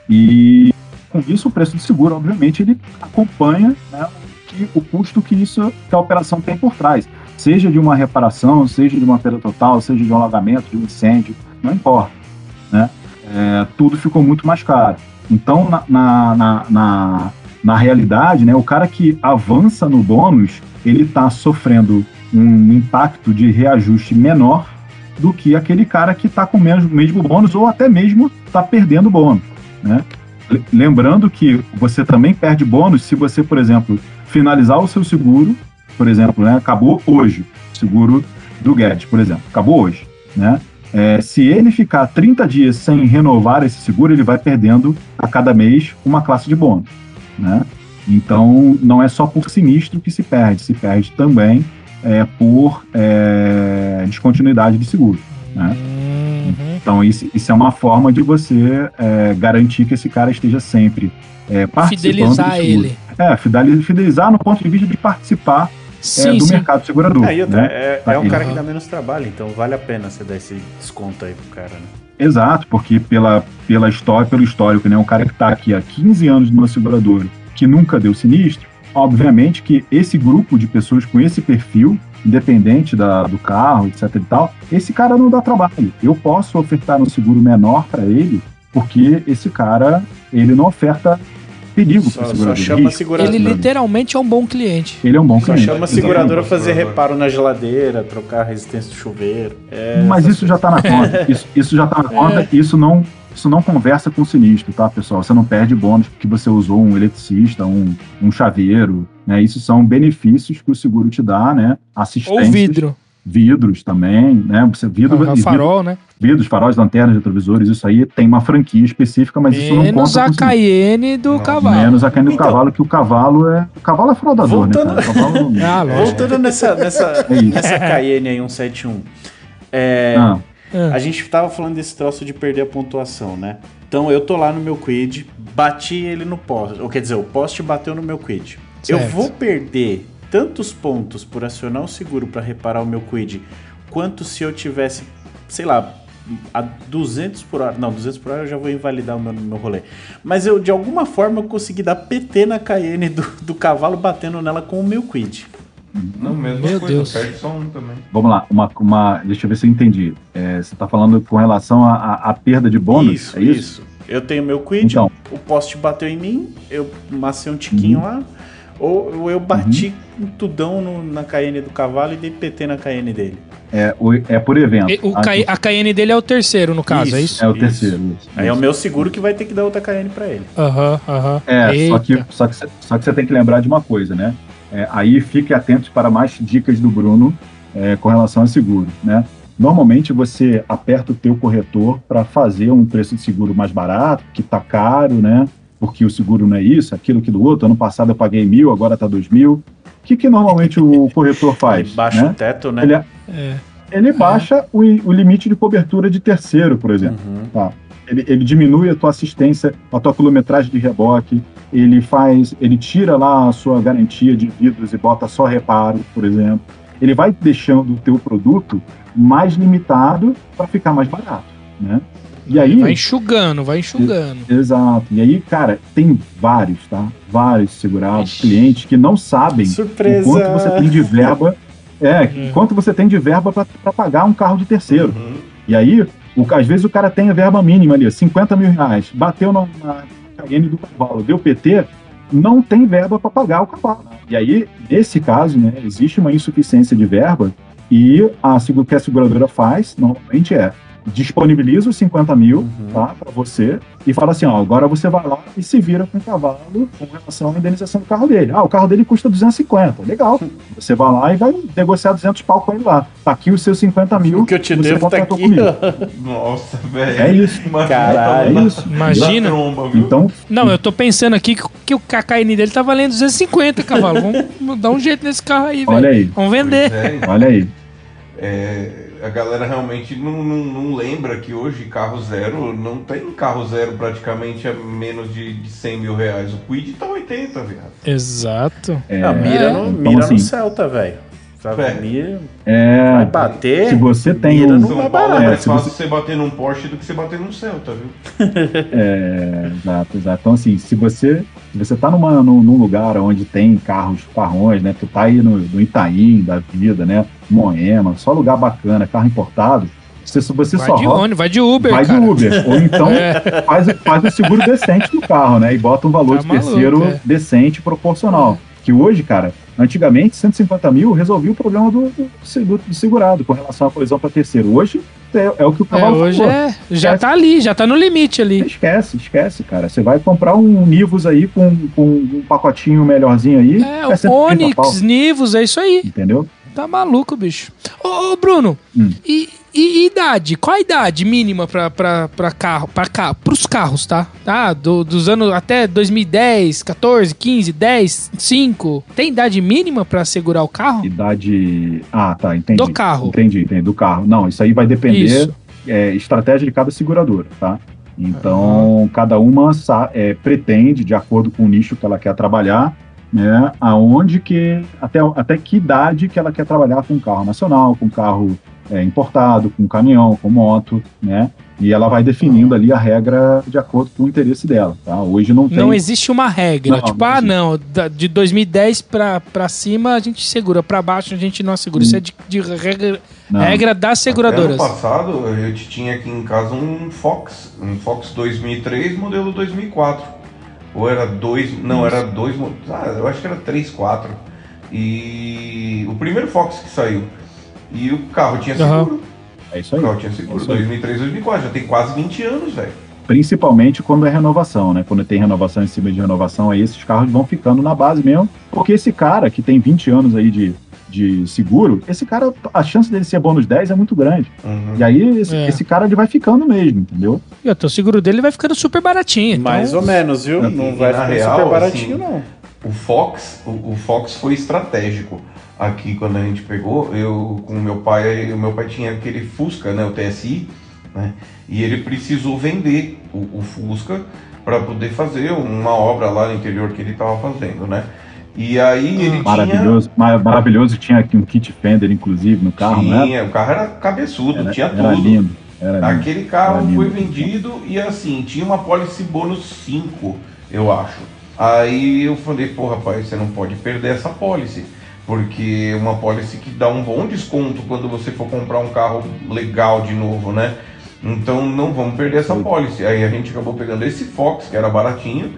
E com isso o preço do seguro, obviamente, ele acompanha, né, que, o custo que, isso, que a operação tem por trás, seja de uma reparação, seja de uma perda total, seja de um alagamento, de um incêndio, não importa, né? É, tudo ficou muito mais caro. Então, na, na, na, na, na realidade, né, o cara que avança no bônus, ele está sofrendo um impacto de reajuste menor do que aquele cara que está com o mesmo, mesmo bônus ou até mesmo está perdendo bônus, né? Lembrando que você também perde bônus se você, por exemplo, finalizar o seu seguro, por exemplo, né? Acabou hoje, seguro do Guedes, por exemplo, acabou hoje, né? É, se ele ficar trinta dias sem renovar esse seguro, ele vai perdendo a cada mês uma classe de bônus, né? Então, não é só por sinistro que se perde, se perde também é, por é, descontinuidade de seguro, né? Uhum. Então isso, isso é uma forma de você é, garantir que esse cara esteja sempre é, participando Fidelizar do seguro. ele. É, fidelizar, fidelizar no ponto de vista de participar Sim, é, do sim. mercado segurador. Aí, outra, né? é, Tá é um aqui. cara que dá menos trabalho, então vale a pena você dar esse desconto aí pro cara, né? Exato, porque pela, pela história, pelo histórico, né? Um cara que está aqui há quinze anos numa seguradora que nunca deu sinistro, obviamente que esse grupo de pessoas com esse perfil, independente da, do carro, etc e tal, esse cara não dá trabalho. Eu posso ofertar um seguro menor para ele, porque esse cara, ele não oferta perigo para Só, o só segurador. chama a risco. seguradora. Ele literalmente é um bom cliente. Ele é um bom Só cliente. chama a seguradora Exatamente. fazer reparo na geladeira, trocar a resistência do chuveiro. É, Mas essas isso já está na conta. Isso, isso já está na conta. Isso não, isso não conversa com o sinistro, tá, pessoal? Você não perde bônus porque você usou um eletricista, um, um chaveiro, né? Isso são benefícios que o seguro te dá, né? Assistência. Ou vidro. Vidros também, né? Você, vidro, Uhum, farol, né? Vidros, faróis, lanternas, retrovisores, isso aí tem uma franquia específica, mas isso não Menos conta a com o seguro. Cayenne do cavalo. Menos a Cayenne do Então, cavalo, que o cavalo é... O cavalo é fraudador, voltando- né, cara? O cavalo... Ah, lógico. Voltando nessa, nessa, É isso. nessa Cayenne aí, cento e setenta e um. É, Ah, Ah. A gente tava falando desse troço de perder a pontuação, né? Então eu tô lá no meu quid, bati ele no poste. Ou quer dizer, o poste bateu no meu quid. Eu Certo. vou perder tantos pontos por acionar o seguro para reparar o meu quid, quanto se eu tivesse, sei lá, a duzentos por hora. Não, duzentos por hora eu já vou invalidar o meu, meu rolê. Mas eu, de alguma forma, eu consegui dar P T na Cayenne do, do cavalo batendo nela com o meu quid. Não, mesma Meu coisa, Deus. perde só um também. vamos lá, uma, uma, deixa eu ver se eu entendi. É, você está falando com relação à à- à perda de bônus? Isso, é isso? isso. Eu tenho meu quid, Então. o poste bateu em mim, eu macei um tiquinho lá, ou, ou eu bati um tudão no- na Cayenne do cavalo e dei P T na Cayenne dele. É, o- é por evento. E- O tá? Cay- a Cayenne dele é o terceiro, no caso, é isso? É o Isso. terceiro. Isso, Aí é o isso. meu seguro que vai ter que dar outra Cayenne pra ele. Aham, aham. É, só que, Eita. só, que, cê- só que você tem que lembrar de uma coisa, né? É, aí fique atento para mais dicas do Bruno é, com relação a seguro, né? Normalmente você aperta o teu corretor para fazer um preço de seguro mais barato, que tá caro, né? Porque o seguro não é isso, aquilo, aquilo outro. Ano passado eu paguei mil, agora tá dois mil. O que, que normalmente o corretor faz? Baixa né? o teto, né? Ele, É. ele baixa o, o limite de cobertura de terceiro, por exemplo. Uhum. Tá. Ele, ele diminui a tua assistência, a tua quilometragem de reboque, ele faz, ele tira lá a sua garantia de vidros e bota só reparo, por exemplo. Ele vai deixando o teu produto mais limitado para ficar mais barato, né? E aí, Vai enxugando, vai enxugando. exato. E aí, cara, tem vários, tá? Vários segurados, Ixi. clientes que não sabem Surpresa! o quanto você tem de verba, é, quanto você tem de verba para pagar um carro de terceiro. Uhum. E aí, o, às vezes o cara tem a verba mínima ali, cinquenta mil reais, bateu na, na Cayenne do cavalo, deu P T, não tem verba para pagar o cavalo. E aí, nesse caso, né, existe uma insuficiência de verba e a, o que a seguradora faz, normalmente é, disponibiliza os cinquenta mil, tá, para você e fala assim, ó, agora você vai lá e se vira com o cavalo com relação à indenização do carro dele. Ah, o carro dele custa duzentos e cinquenta, legal. Você vai lá e vai negociar duzentos pau com ele lá. Tá aqui os seus cinquenta mil. O que eu te você devo tá contratou aqui. comigo. Nossa, velho. É isso. Imagina, Caralho. tá É isso. Imagina. na tromba, viu? Então, Não, eu tô pensando aqui que, que o Cayenne dele tá valendo duzentos e cinquenta cavalos. Vamos dar um jeito nesse carro aí, velho. olha aí, Vamos vender. Pois é, olha aí. é, a galera realmente não, não, não lembra que hoje carro zero, não tem carro zero praticamente a menos de, de cem mil reais. O Quid tá oitenta, viado. Exato. É, Não, mira no, então, mira assim, no Celta, velho. Sabe? É. Mira, é, vai bater. se você tem mira um- no São mais Paulo é barato. mais se fácil você- você bater num Porsche do que você bater num Celta, viu? É, exato, exato. Então, assim, se você, se você tá numa, num, num lugar onde tem carros farrões, né? Tu tá aí no, no Itaim da vida, né? Moema, só lugar bacana, carro importado. Você, se você Vai só de roda, ônibus, vai de Uber, vai cara. de Uber. Ou então faz, faz o seguro decente do carro, né? E bota um valor Tá de maluco, terceiro é. decente proporcional. Que hoje, cara, antigamente, cento e cinquenta mil resolvia o problema do, do, do- do segurado com relação à colisão para terceiro. Hoje é, é o que o É, cavalo hoje falou. é. Já tá ali, já tá no limite ali. Esquece, esquece, cara. Você vai comprar um Nivus aí com, com um pacotinho melhorzinho aí. É, vai ser trinta pau, Onix, Nivus, é isso aí. entendeu? tá maluco, bicho. Ô, ô Bruno, hum. e, e, e idade? Qual a idade mínima pra, pra, pra carro, pra carro, pros carros, tá? Ah, do, dos anos até dois mil e dez, catorze, quinze, dez, cinco. Tem idade mínima pra segurar o carro? Idade... Ah, tá, entendi. Do carro. Entendi, entendi, do carro. Não, isso aí vai depender é, estratégia de cada seguradora, tá? Então, uhum. cada uma é, pretende, de acordo com o nicho que ela quer trabalhar, né, aonde que, até, até que idade que ela quer trabalhar com carro nacional, com carro é, importado, com caminhão, com moto, né? E ela vai definindo ali a regra de acordo com o interesse dela, tá? Hoje não tem... Não existe uma regra, não, tipo, não ah, não, de dois mil e dez pra, pra cima a gente segura, pra baixo a gente não assegura. Hum. Isso é de, de regra, regra das seguradoras. Até ano passado, eu tinha aqui em casa um Fox, um Fox dois mil e três, modelo dois mil e quatro. Ou era dois, não, era dois, ah, eu acho que era três, quatro. E o primeiro Fox que saiu. E o carro tinha seguro. Uhum. É isso aí. O carro tinha seguro, é dois mil e três, dois mil e quatro, já tem quase vinte anos, velho. Principalmente quando é renovação, né? Quando tem renovação em cima de renovação, aí esses carros vão ficando na base mesmo. Porque esse cara que tem vinte anos aí de, de seguro, esse cara, a chance dele ser bom nos dez é muito grande. Uhum. E aí esse, é. esse cara ele vai ficando mesmo, entendeu? E o seguro dele vai ficando super baratinho. Então... Mais ou menos, viu? E, não vai ficar real, super baratinho, assim, não. O Fox, o, o Fox foi estratégico. Aqui, quando a gente pegou, eu com o meu pai, o meu pai tinha aquele Fusca, né, o T S I, né, e ele precisou vender o, o Fusca para poder fazer uma obra lá no interior que ele estava fazendo, né. E aí ele maravilhoso, tinha... Maravilhoso, tinha aqui um kit fender, inclusive, no carro, tinha, né? O carro era cabeçudo, era, tinha era tudo. Lindo, era Aquele lindo, carro lindo, foi vendido e assim, tinha uma policy bônus cinco, eu acho. Aí eu falei, pô, rapaz, você não pode perder essa policy. Porque uma policy que dá um bom desconto quando você for comprar um carro legal de novo, né? Então não vamos perder essa policy. Aí a gente acabou pegando esse Fox, que era baratinho,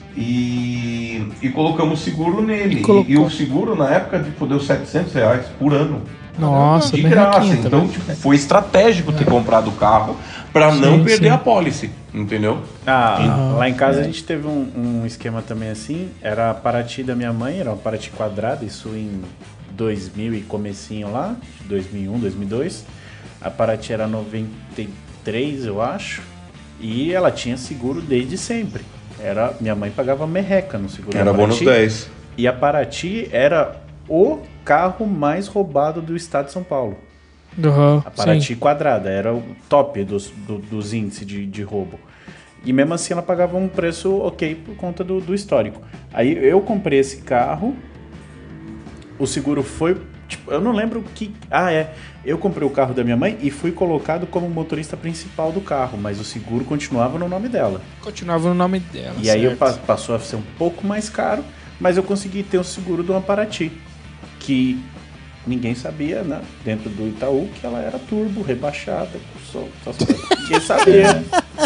e, e colocamos seguro nele. E, e o seguro na época tipo, deu setecentos reais por ano. Nossa, de graça. Então tipo, foi estratégico ter comprado o carro para não sim, perder sim. a policy, entendeu? Ah, uhum. Lá em casa é. a gente teve um, um esquema também assim, era a Paraty da minha mãe, era uma Paraty quadrada, isso em dois mil e comecinho lá, dois mil e um, dois mil e dois. A Paraty era noventa e três, eu acho, e ela tinha seguro desde sempre. Era, minha mãe pagava merreca no seguro. Era bônus dez. E a Paraty era o carro mais roubado do estado de São Paulo. Uhum, a Paraty sim. quadrada, era o top dos, do, dos índices de, de roubo. E mesmo assim ela pagava um preço ok por conta do, do histórico. Aí eu comprei esse carro, o seguro foi... Tipo, eu não lembro o que... Ah, é. Eu comprei o carro da minha mãe e fui colocado como motorista principal do carro, mas o seguro continuava no nome dela. Continuava no nome dela, E certo. aí eu, passou a ser um pouco mais caro, mas eu consegui ter o seguro de uma Paraty, que... Ninguém sabia, né? Dentro do Itaú, que ela era turbo, rebaixada. Só, só, só, ninguém sabia.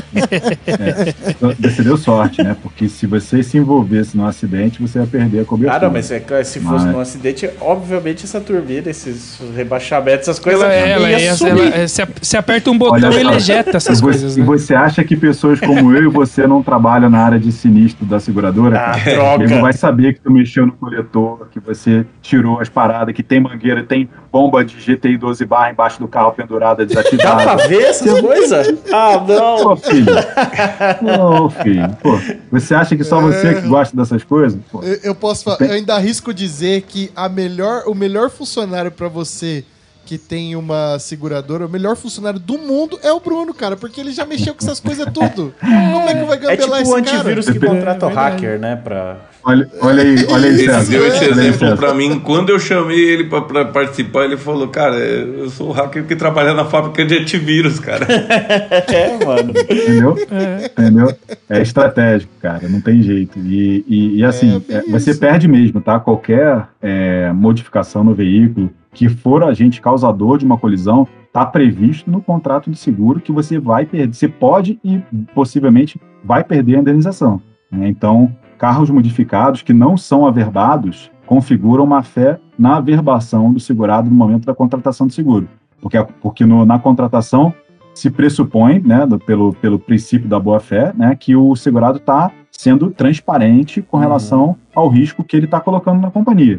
É. Você deu sorte, né? Porque se você se envolvesse num acidente, você ia perder a cobertura. Ah, não, mas é, se fosse mas... num acidente, obviamente essa turbina, esses rebaixamentos, essas coisas... Ela, ela, ia ela, ela se, se aperta um botão e ele ejeta essas e coisas, você, né? E você acha que pessoas como eu e você não trabalham na área de sinistro da seguradora? Ah, cara? droga! Ele não vai saber que tu mexeu no coletor, que você tirou as paradas, que tem mangueira, tem bomba de G T I doze barra embaixo do carro pendurada, desativada. Dá pra ver essas coisas? Ah, não! Pô, filho. Pô, filho. Pô, você acha que só você que gosta dessas coisas? Pô. Eu, eu posso falar, eu ainda arrisco dizer que a melhor, o melhor funcionário pra você que tem uma seguradora, o melhor funcionário do mundo é o Bruno, cara, porque ele já mexeu com essas coisas tudo. Como é que vai gambelar é tipo esse o antivírus cara? que contrata o é hacker, né, pra... Olha, olha aí, olha aí, César. Ele deu esse olha exemplo aí, pra mim. Quando eu chamei ele pra, pra participar, ele falou, cara, eu sou o hacker que trabalha na fábrica de antivírus, cara. É, mano. Entendeu? É. Entendeu? É estratégico, cara, não tem jeito. E, e, e assim, é, você isso. perde mesmo, tá? Qualquer é, modificação no veículo que for agente causador de uma colisão, tá previsto no contrato de seguro que você vai perder. Você pode e possivelmente vai perder a indenização. Né? Então, carros modificados que não são averbados configuram má fé na averbação do segurado no momento da contratação do seguro. Porque, porque no, na contratação se pressupõe, né, do, pelo, pelo princípio da boa-fé, né, que o segurado está sendo transparente com relação ao risco que ele está colocando na companhia.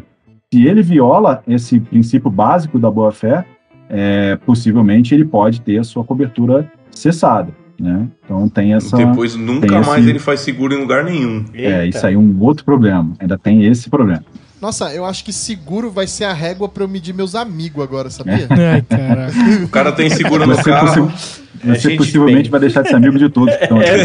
Se ele viola esse princípio básico da boa-fé, é, possivelmente ele pode ter a sua cobertura cessada, né? Então tem essa... Depois nunca mais esse... ele faz seguro em lugar nenhum. É, isso aí é um outro problema. Ainda tem esse problema. Nossa, eu acho que seguro vai ser a régua pra eu medir meus amigos agora, sabia? Ai, caraca. O cara tem seguro no você carro. Você possivelmente bem. vai deixar de ser amigo de todos. Então, é.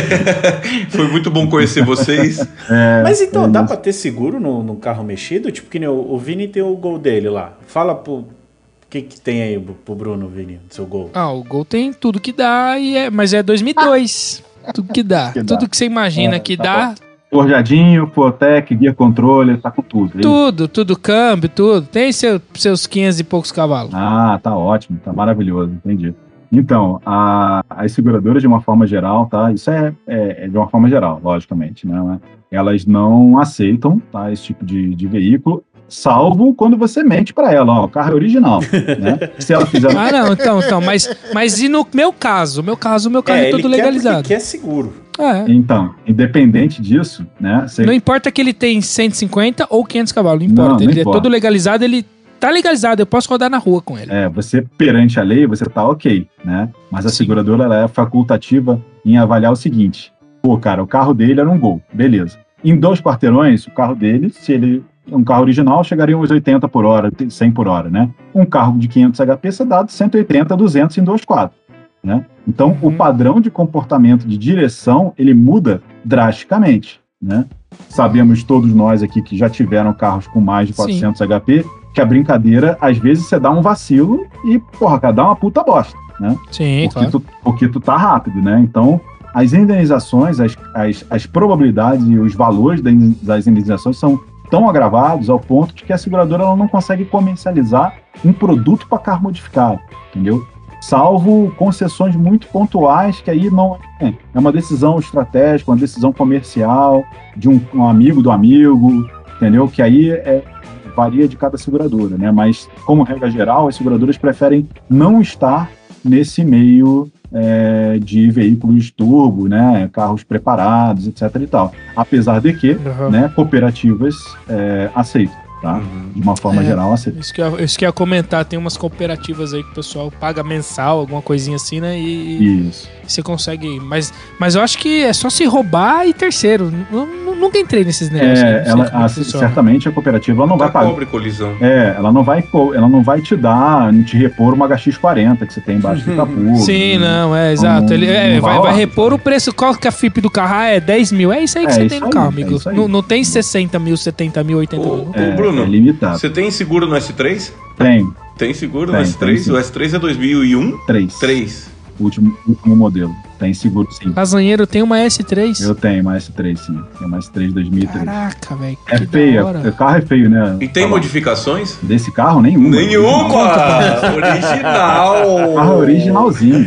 Foi muito bom conhecer vocês. É, Mas então, é dá pra ter seguro no, no carro mexido? Tipo que nem o, o Vini tem o Gol dele lá. Fala pro... O que, que tem aí pro Bruno, Vini, do seu Gol? Ah, o Gol tem tudo que dá, e é, mas é dois mil e dois. Ah. Tudo que dá. que tudo dá. que você imagina é, que tá dá... Bom. Forjadinho, Fuotec, guia controle, tá com tudo. É tudo, tudo, câmbio, tudo. Tem seu, seus quinhentos e poucos cavalos. Ah, tá ótimo, tá maravilhoso, entendi. Então, a, as seguradoras, de uma forma geral, tá? Isso é, é, é de uma forma geral, logicamente, né? Elas não aceitam, tá? Esse tipo de, de veículo, salvo quando você mente pra ela, ó, o carro é original, né? Se ela fizer... Ah, não, então, então, mas, mas e no meu caso? O meu caso, o meu carro é, é todo legalizado. Ele quer seguro. É. Então, independente disso, né? Você... Não importa que ele tem cento e cinquenta ou quinhentos cavalos, não importa. Não, não ele importa. É todo legalizado, ele tá legalizado, eu posso rodar na rua com ele. É, você perante a lei, você tá ok, né? Mas a Sim. seguradora, ela é facultativa em avaliar o seguinte: pô, cara, o carro dele era um Gol, beleza. Em dois quarteirões, o carro dele, se ele um carro original, chegaria uns oitenta por hora, cem por hora, né? Um carro de quinhentos H P, você dá de cento e oitenta a duzentos em dois quadros. Né? Então, uhum. o padrão de comportamento de direção, ele muda drasticamente, né? Sabemos todos nós aqui que já tiveram carros com mais de quatrocentos Sim. H P, que a brincadeira, às vezes, você dá um vacilo e, porra, cara, dá uma puta bosta, né? Sim, porque, claro. tu, porque tu tá rápido, né? Então, as indenizações, as, as, as probabilidades e os valores das indenizações são tão agravados ao ponto de que a seguradora ela não consegue comercializar um produto para carro modificado, entendeu? Salvo concessões muito pontuais, que aí não é, é uma decisão estratégica, uma decisão comercial, de um, um amigo do amigo, entendeu? Que aí é, varia de cada seguradora, né? Mas, como regra geral, as seguradoras preferem não estar nesse meio é, de veículos turbo, né? Carros preparados, etc e tal. Apesar de que, uhum. né, cooperativas é, aceitam. Tá? Uhum. De uma forma é, geral, assim. Isso que, eu, isso que eu ia comentar, tem umas cooperativas aí que o pessoal paga mensal, alguma coisinha assim, né? E, isso. E você consegue. Mas, mas eu acho que é só se roubar e terceiro. Eu, eu nunca entrei nesses negócios. É, ela, a, certamente a cooperativa ela não vai pagar. Cobre colisão. É, ela não vai, ela não vai te dar, te repor uma H X quarenta que você tem embaixo do capô. Sim, não, é exato. Não, Ele é, vai, vai, vai repor o preço. Qual que é a F I P do carro? Ah, é dez mil. É isso aí que é, você tem no aí, carro, amigo. É não, não tem sessenta mil, setenta mil, oitenta mil. Ô, é, Bruno, é limitado. Você tem seguro no S três? Tem. Tem seguro tem, no S três? O S três é dois mil e um? três. três. Último, último modelo. Tem seguro, sim. Lasanheiro tem uma S três? Eu tenho uma S três, sim. Tem uma S três dois mil e três. Caraca, velho. É feio. O carro é feio, né? E tem tá modificações? Desse carro, nenhuma. Nenhuma! Original! Carro originalzinho.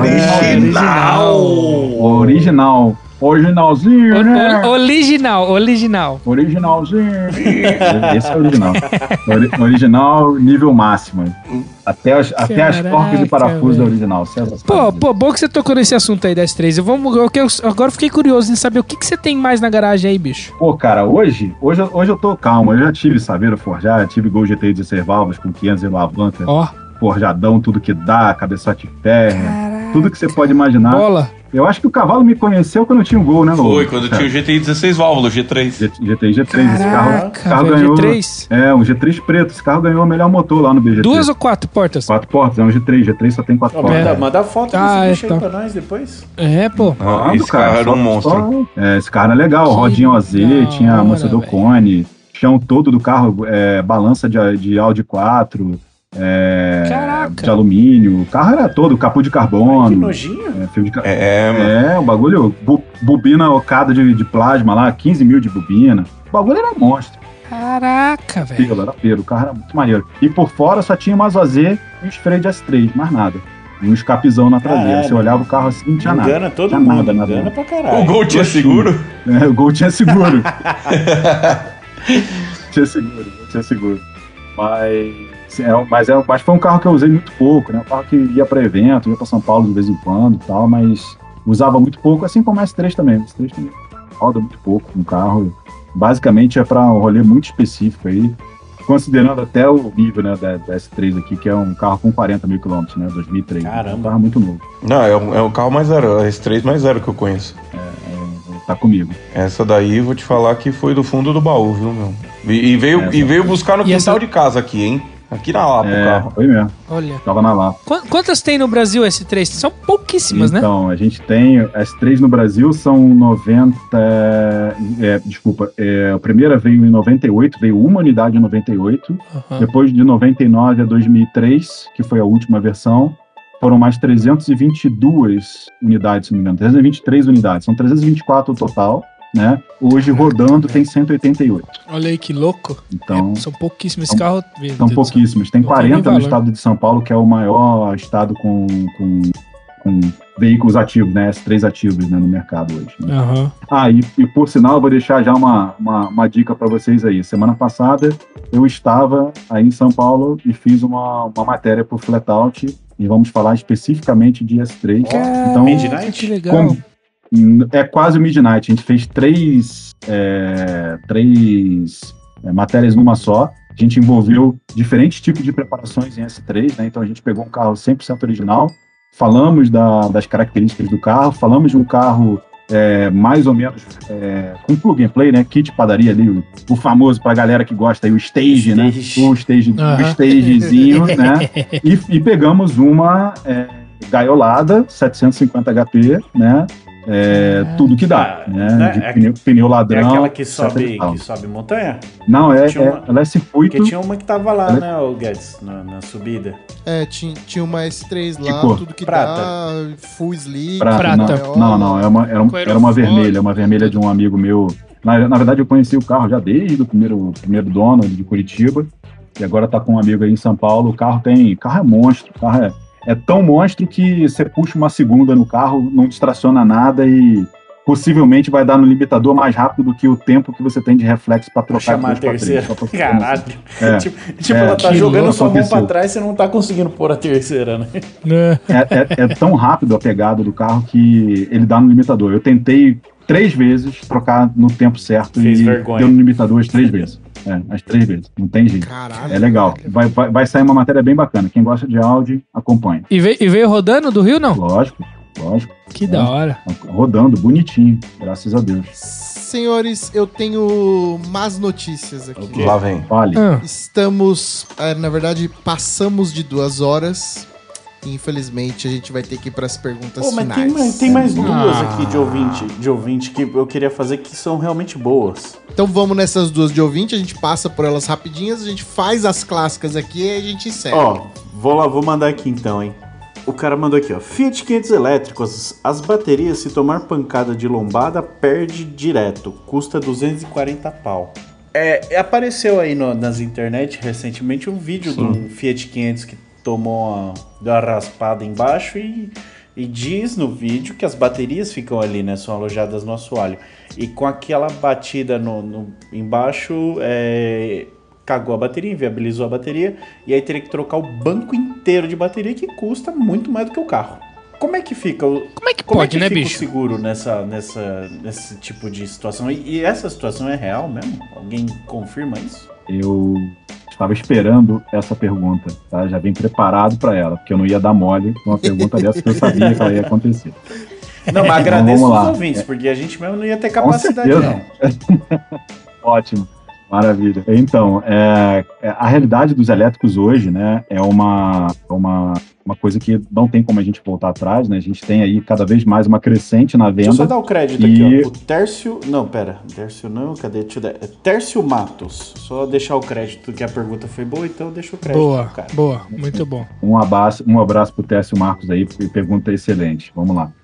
Original! Original. Originalzinho, o, né? O, original, original. Originalzinho. Esse é o original. Ori, original nível máximo. Até as, Caraca, até as porcas e parafusos é original. Pô, pô, bom que você tocou nesse assunto aí da S três. Eu, vou, eu, eu, agora eu fiquei curioso em saber o que, que você tem mais na garagem aí, bicho. Pô, cara, hoje, hoje, hoje eu tô calmo. Eu já tive Saveiro forjado, tive Gol G T I dezesseis válvulas com quinhentos alavanca. Ó. Forjadão, tudo que dá, cabeçote ferro. Tudo que você pode imaginar. Bola. Eu acho que o cavalo me conheceu quando eu tinha o Gol, né, Lô? Foi, quando tinha o G T I dezesseis válvulas, G três. G T I G três. Caraca, esse carro, carro velho, ganhou. G três? É, um G três preto. Esse carro ganhou o melhor motor lá no B G T. Duas ou quatro portas? Quatro portas, é um G três. G três só tem quatro oh, portas. Manda, manda foto ah, desse bicho é, aí tá. pra nós depois. É, pô. Ah, esse cara, carro era um monstro. Só, é, esse carro era legal. Que rodinha O Z, tinha amortecedor cone, chão todo do carro, é, balança de, de Audi quatro. É, Caraca. de alumínio, o carro era todo, capô de carbono. Ai, que nojinho. É, fio de car... é, mano. é, o bagulho, bu, bobina ocada de, de plasma lá, quinze mil de bobina. O bagulho era monstro. Caraca, velho. Pelo, era pelo, o carro era muito maneiro. E por fora só tinha umas O Z e uns freios de S três, mais nada. E um escapizão na traseira. Ah, Você olhava o carro assim, não tinha engana nada. Engana todo tinha mundo, nada, nada, engana nada. pra caralho. O Gol tinha seguro? É, o Gol tinha seguro. tinha seguro, tinha seguro. Mas... É, mas, é, mas foi um carro que eu usei muito pouco, né? Um carro que ia para evento, ia para São Paulo de vez em quando e tal, mas usava muito pouco, assim como o S três também. O S três também roda muito pouco, um carro. Basicamente é para um rolê muito específico aí. considerando até o nível, né, da, da S três aqui, que é um carro com quarenta mil quilômetros, né, dois mil e três. Caramba. É um carro muito novo. Não, é o, é o carro mais zero, a S três mais zero que eu conheço. É, é, tá comigo. Essa daí, vou te falar que foi do fundo do baú, viu, meu? E, e veio, Essa. e veio buscar no E quintal essa- de casa aqui, hein? Aqui na Lapa o É, carro. foi mesmo. Olha. Tava na Lapa. Qu- Quantas tem no Brasil S três? São pouquíssimas, né? Então, a gente tem as três no Brasil, são noventa. É, desculpa, é, a primeira veio em noventa e oito, veio uma unidade em noventa e oito. Aham. Depois de noventa e nove a dois mil e três, que foi a última versão, foram mais trezentas e vinte e duas unidades, se não me engano. trezentas e vinte e três unidades, são trezentas e vinte e quatro o total, né? Hoje rodando tem cento e oitenta e oito. Olha aí que louco. Então, É, são pouquíssimos. Esse são- carro. meu são Deus do céu. pouquíssimos. Tem Não tem nem quarenta no valor. estado de São Paulo, que é o maior estado com, com, com veículos ativos, né? S três ativos, né, no mercado hoje. Né? Aham. Ah, e, e por sinal, eu vou deixar já uma, uma, uma dica para vocês aí. Semana passada, eu estava aí em São Paulo e fiz uma, uma matéria por Flatout e vamos falar especificamente de S três. Então, Midnight? Que legal. com- é quase o Midnight. A gente fez três, é, três é, matérias numa só. A gente envolveu diferentes tipos de preparações em S três, né? Então a gente pegou um carro cem por cento original, falamos da- das características do carro, falamos de um carro é, mais ou menos é, com plug and play, né? Kit padaria ali, o, o famoso pra galera que gosta aí, o stage, né? Stage. O stage, Aham. o stagezinho, né? E, e pegamos uma é, gaiolada, setecentos e cinquenta H P, né? É, tudo que dá, Ah, né? né? De É- pneu, pneu É ladrão. aquela que etcétera sobe, e tal. que sobe montanha? Não, é, Tinha é- uma- ela é circuito. Porque tinha uma que tava lá, Ela- né, o Guedes, na, na subida. É, tinha, tinha uma S três lá, cor? tudo que Prata. dá, full sleek, Prata, Prata. Não, não, não, é uma, era, um- Com era uma aerofólio. vermelha, uma vermelha de um amigo meu. Na, na verdade, eu conheci o carro já desde o primeiro, primeiro dono de Curitiba, e agora tá com um amigo aí em São Paulo. O carro tem. O carro é monstro, o carro é, é tão monstro que você puxa uma segunda no carro, não distraciona nada e possivelmente vai dar no limitador mais rápido do que o tempo que você tem de reflexo para Pra trocar chamar a de dois pra três, terceira. só pra você ter noção. Caralho. É. tipo, tipo É, ela tá que jogando louco sua mão pra aconteceu. trás e você não tá conseguindo pôr a terceira, né? Né? É, é- é tão rápido a pegada do carro que ele dá no limitador. Eu tentei três vezes trocar no tempo certo Fez e vergonha. deu no limitador as três vezes. É, as três vezes. Não tem jeito. Caralho. É legal. Vai, vai, vai sair uma matéria bem bacana. Quem gosta de Audi, acompanha. E, veio, e veio rodando do Rio, não? Lógico, lógico. Que da hora. Rodando, bonitinho. Graças a Deus. Senhores, eu tenho más notícias aqui. Lá vem. Fale. Ah, Estamos, é, na verdade, passamos de duas horas. E, infelizmente, a gente vai ter que ir para as perguntas Pô, mas finais. tem, mais- tem mais duas Ah. aqui de ouvinte, de ouvinte que eu queria fazer que são realmente boas. Então vamos nessas duas de ouvinte, a gente passa por elas rapidinhas, a gente faz as clássicas aqui e a gente encerra. Ó, vou lá, vou mandar aqui então, hein. O cara mandou aqui, ó. Fiat quinhentos elétricos, as baterias, se tomar pancada de lombada, perde direto. Custa duzentos e quarenta pau. É, apareceu aí no- nas internet recentemente um vídeo de um Fiat quinhentos que tomou uma, deu uma raspada embaixo e, e diz no vídeo que as baterias ficam ali, né? São alojadas no assoalho. E com aquela batida no, no- embaixo, é, cagou a bateria, inviabilizou a bateria, e aí teria que trocar o banco inteiro de bateria, que custa muito mais do que o carro. Como é que fica o, como é que como pode, é que né, fica bicho? o seguro nessa, nessa, nesse tipo de situação? E, e essa situação é real mesmo? Alguém confirma isso? Eu estava esperando essa pergunta, tá? Já vim preparado para ela, porque eu não ia dar mole com uma pergunta dessa que eu sabia que ela ia acontecer. Não, mas agradeço vamos os lá. ouvintes, porque a gente mesmo não ia ter Com capacidade, certeza. não. Ótimo, maravilha. Então, é, é, a realidade dos elétricos hoje, né, é uma, uma, uma coisa que não tem como a gente voltar atrás, né? A gente tem aí cada vez mais uma crescente na Deixa eu só venda. dar o crédito E- aqui, ó. O Tércio. Não, pera. Tércio não, cadê? Deixa eu dar... é Tércio Matos. Só deixar o crédito, que a pergunta foi boa, então deixa o crédito Boa, pro cara. boa, muito bom. Um abraço, um abraço para o Técio Marcos aí, porque pergunta excelente. Vamos lá.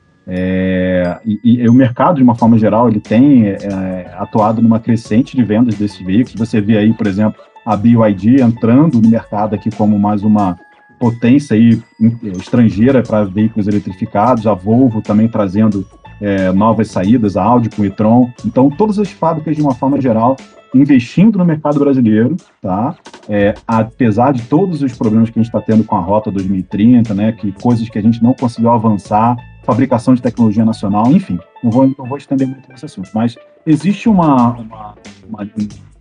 É, e, e o mercado, de uma forma geral, ele tem é, atuado numa crescente de vendas desses veículos. Você vê aí, por exemplo, a B Y D entrando no mercado aqui como mais uma potência aí, estrangeira para veículos eletrificados, a Volvo também trazendo é, novas saídas, a Audi com o e-tron. Então, todas as fábricas, de uma forma geral, investindo no mercado brasileiro, tá? É, apesar de todos os problemas que a gente está tendo com a Rota dois mil e trinta, né, que coisas que a gente não conseguiu avançar, fabricação de tecnologia nacional, enfim, não vou, não vou estender muito nesse assunto, mas existe uma, uma, uma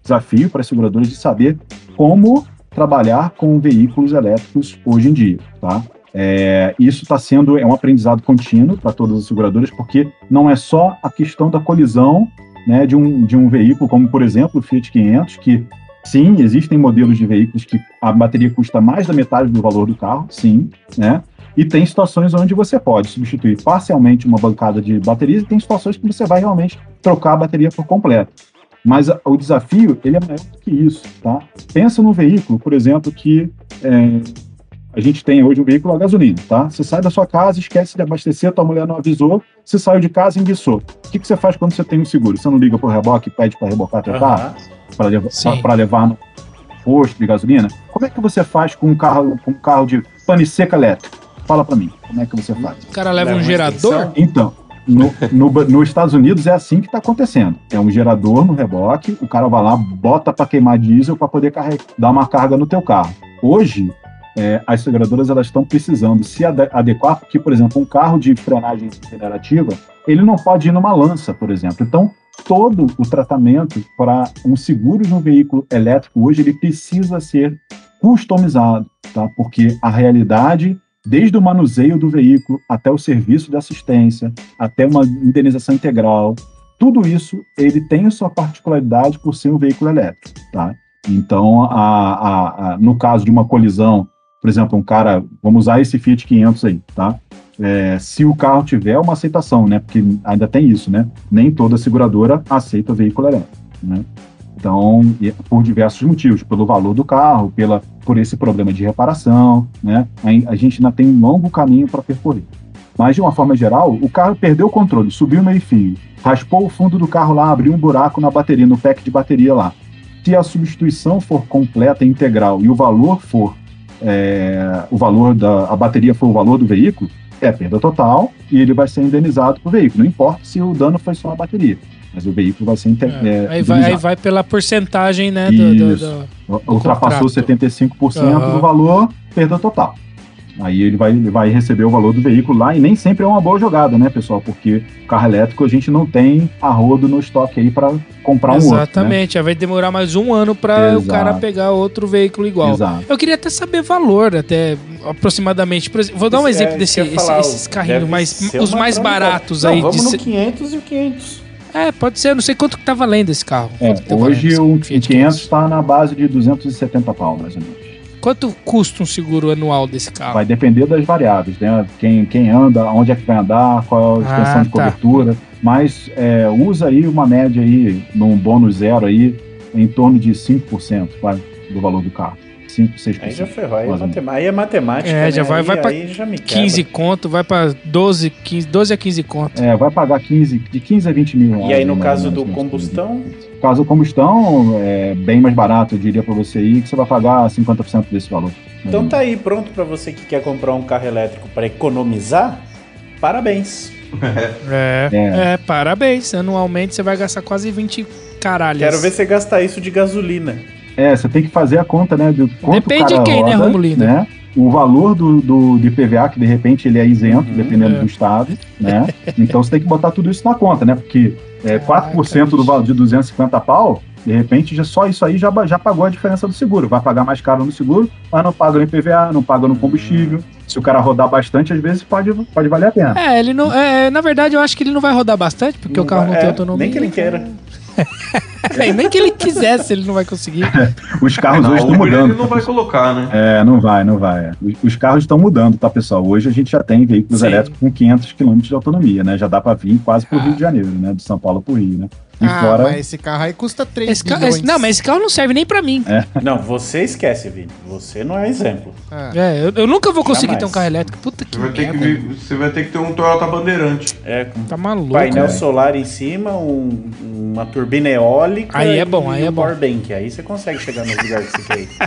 desafio para as seguradoras de saber como trabalhar com veículos elétricos hoje em dia, tá? É, isso está sendo é um aprendizado contínuo para todas as seguradoras, porque não é só a questão da colisão, né, de, um, de um veículo, como, por exemplo, o Fiat quinhentos, que, sim, existem modelos de veículos que a bateria custa mais da metade do valor do carro, sim, né? E tem situações onde você pode substituir parcialmente uma bancada de baterias e tem situações que você vai realmente trocar a bateria por completo. Mas a, o desafio, ele é maior do que isso, tá? Pensa num veículo, por exemplo, que é, a gente tem hoje um veículo a gasolina, tá? Você sai da sua casa, esquece de abastecer, tua mulher não avisou, você saiu de casa e enguiçou. O que, que você faz quando você tem um seguro? Você não liga pro reboque e pede para rebocar teu uhum. carro? Para levar, pra levar no posto de gasolina? Como é que você faz com um carro, com um carro de pane seca elétrico? Fala para mim, como é que você faz? O cara leva, leva um gerador? Então, no, no, nos Estados Unidos é assim que está acontecendo. É um gerador no reboque, o cara vai lá, bota para queimar diesel para poder carregar, dar uma carga no teu carro. Hoje, é, as seguradoras elas estão precisando se adequar, porque, por exemplo, um carro de frenagem regenerativa, ele não pode ir numa lança, por exemplo. Então, todo o tratamento para um seguro de um veículo elétrico hoje, ele precisa ser customizado, tá? Porque a realidade, desde o manuseio do veículo até o serviço de assistência, até uma indenização integral, tudo isso ele tem a sua particularidade por ser um veículo elétrico, tá? Então, a, a, a, no caso de uma colisão, por exemplo, um cara, vamos usar esse Fiat quinhentos aí, tá? É, se o carro tiver uma aceitação, né? Porque ainda tem isso, né? Nem toda seguradora aceita veículo elétrico, né? Então, por diversos motivos, pelo valor do carro, pela, por esse problema de reparação, né? A, a gente ainda tem um longo caminho para percorrer. Mas, de uma forma geral, o carro perdeu o controle, subiu meio fio, raspou o fundo do carro lá, abriu um buraco na bateria, no pack de bateria lá. Se a substituição for completa e integral e o valor for é, o valor da a bateria for o valor do veículo, é perda total e ele vai ser indenizado por veículo. Não importa se o dano foi só a bateria, mas o veículo vai ser inter, é, é, aí, vai, aí vai pela porcentagem, né? Do, do, do, do Ultrapassou setenta e cinco por cento uhum. do valor, perda total. Aí ele vai, ele vai receber o valor do veículo lá, e nem sempre é uma boa jogada, né, pessoal? Porque carro elétrico a gente não tem a rodo no estoque aí para comprar um Exatamente. outro. Exatamente, né? Vai demorar mais um ano para o cara pegar outro veículo igual. Exato. Eu queria até saber valor, até aproximadamente. Por exemplo, vou dar um exemplo é, desse, esse, falar, esses carrinhos, mais, os mais baratos não, aí. Vamos de... no quinhentos e o quinhentos. É, pode ser, eu não sei quanto que tá valendo esse carro. É, tá hoje o quinhentos está na base de duzentos e setenta pau, mais ou menos. Quanto custa um seguro anual desse carro? Vai depender das variáveis, né? Quem, quem anda, onde é que vai andar, qual é a extensão ah, de cobertura. Tá. Mas é, usa aí uma média aí, num bônus zero aí, em torno de cinco por cento vai, do valor do carro. cinco, seis por cento. Aí já ferrou, aí é, matem- aí é matemática, É, né? já vai, aí, vai pra quinze conto, vai pra doze, quinze, doze a quinze conto. É, vai pagar quinze, de quinze a vinte mil reais. E aí no né, caso do combustão? No caso do combustão, é bem mais barato, eu diria pra você aí, que você vai pagar cinquenta por cento desse valor. Então tá aí, pronto pra você que quer comprar um carro elétrico para economizar, parabéns. É, é. é, parabéns. Anualmente você vai gastar quase vinte caralhos. Quero ver você gastar isso de gasolina. É, você tem que fazer a conta, né? Do quanto Depende o cara de quem, roda, né, Romulino? Né? O valor do, do, de I P V A, que de repente ele é isento, uhum, dependendo é. do estado, né? Então você tem que botar tudo isso na conta, né? Porque é, quatro por cento do valor de duzentos e cinquenta pau, de repente já, só isso aí já, já pagou a diferença do seguro. Vai pagar mais caro no seguro, mas não paga no I P V A, não paga no combustível. Se o cara rodar bastante, às vezes pode, pode valer a pena. É, ele não. É, na verdade, eu acho que ele não vai rodar bastante, porque não o carro vai, não tem é, autonomia. Nem que ele queira. É, nem que ele quisesse, ele não vai conseguir. Os carros não, hoje estão mudando. Ele não vai colocar, né? É, não vai, não vai. Os, os carros estão mudando, tá, pessoal? Hoje a gente já tem veículos Sim. elétricos com quinhentos quilômetros de autonomia, né? Já dá pra vir quase pro ah. Rio de Janeiro, né? De São Paulo pro Rio, né? E ah, fora... mas esse carro aí custa três bilhões. Esse, não, mas esse carro não serve nem pra mim. É. Não, você esquece, Vini. Você não é exemplo. Ah. É, eu, eu nunca vou conseguir Jamais. ter um carro elétrico. Puta que você vai, ter merda. que, você vai ter que ter um Toyota Bandeirante. É, com tá maluco. Painel é. solar em cima, um, uma turbina eólica. Aí é bom, aí e é um bom. Powerbank. Aí você consegue chegar no lugar que você quer ir.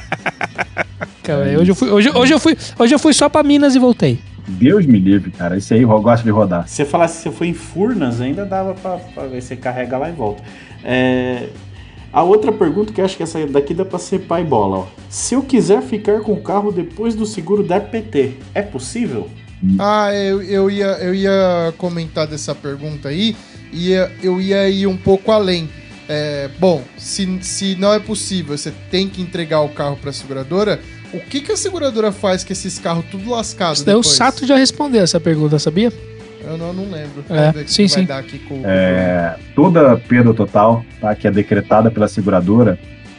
Cara, hoje, eu fui, hoje, hoje, eu fui, hoje eu fui só pra Minas e voltei. Deus me livre, cara. Esse aí eu gosto de rodar. Se você falasse que você foi em Furnas, ainda dava pra, pra ver se você carrega lá e volta. É... A outra pergunta, que eu acho que essa daqui dá pra ser pai bola, ó. Se eu quiser ficar com o carro depois do seguro dar P T, é possível? Ah, eu, eu, ia, eu ia comentar dessa pergunta aí, e eu ia ir um pouco além. é, bom, se, se não é possível, você tem que entregar o carro pra seguradora, o que, que a seguradora faz com esses carros tudo lascados depois? O Sato já respondeu essa pergunta, sabia? Eu não, não lembro. É, ver sim, que sim. vai dar aqui com, É, toda perda total, tá, que é decretada pela seguradora,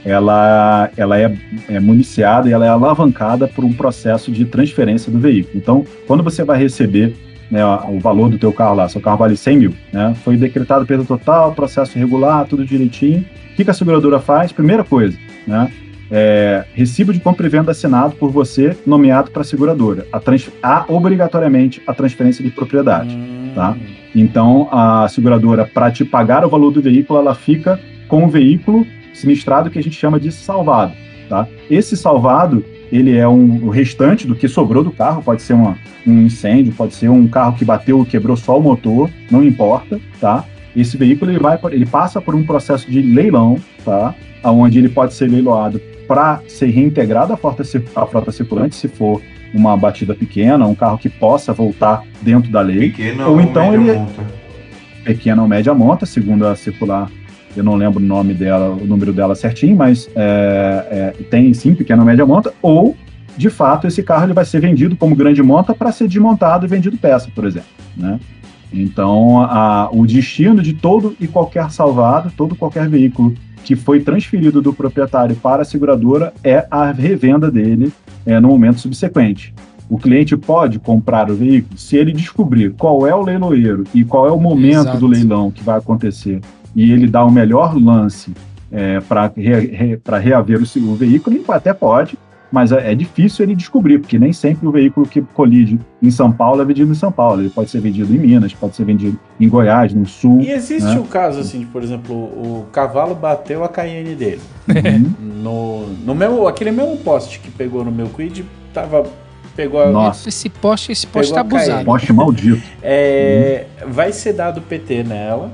ela, ela é, é municiada e ela é alavancada por um processo de transferência do veículo. Então, quando você vai receber, né, o valor do teu carro lá, seu carro vale cem mil, né, foi decretado perda total, processo regular, tudo direitinho. O que, que a seguradora faz? Primeira coisa, né, é, recibo de compra e venda assinado por você, nomeado para a seguradora. A trans, há obrigatoriamente a transferência de propriedade. Hum. Tá? Então, a seguradora, para te pagar o valor do veículo, ela fica com o veículo sinistrado, que a gente chama de salvado. Tá? Esse salvado, ele é um, o restante do que sobrou do carro, pode ser uma, um incêndio, pode ser um carro que bateu, quebrou só o motor, não importa. Tá? Esse veículo ele, vai, ele passa por um processo de leilão, tá? Onde ele pode ser leiloado para ser reintegrado à frota, à frota circulante, se for uma batida pequena, um carro que possa voltar dentro da lei. Pequena ou ou então média ele monta? Pequena ou média monta, segundo a circular, eu não lembro o nome dela, o número dela certinho, mas é, é, tem sim pequena ou média monta, ou de fato esse carro ele vai ser vendido como grande monta para ser desmontado e vendido peça, por exemplo, né? Então a, o destino de todo e qualquer salvado, todo qualquer veículo que foi transferido do proprietário para a seguradora é a revenda dele é, no momento subsequente. O cliente pode comprar o veículo se ele descobrir qual é o leiloeiro e qual é o momento Exato. do leilão que vai acontecer e ele dá o melhor lance é, para re, re, reaver o, o veículo, ele até pode, mas é, é difícil ele descobrir, porque nem sempre o veículo que colide em São Paulo é vendido em São Paulo. Ele pode ser vendido em Minas, pode ser vendido em Goiás, no Sul. E existe né? o caso, assim, de, por exemplo, o cavalo bateu a Cayenne dele. Uhum. no, no meu, aquele mesmo poste que pegou no meu Quid, tava... Pegou a, Nossa, esse poste, esse poste tá abusado. Poste maldito. É, uhum. Vai ser dado P T nela.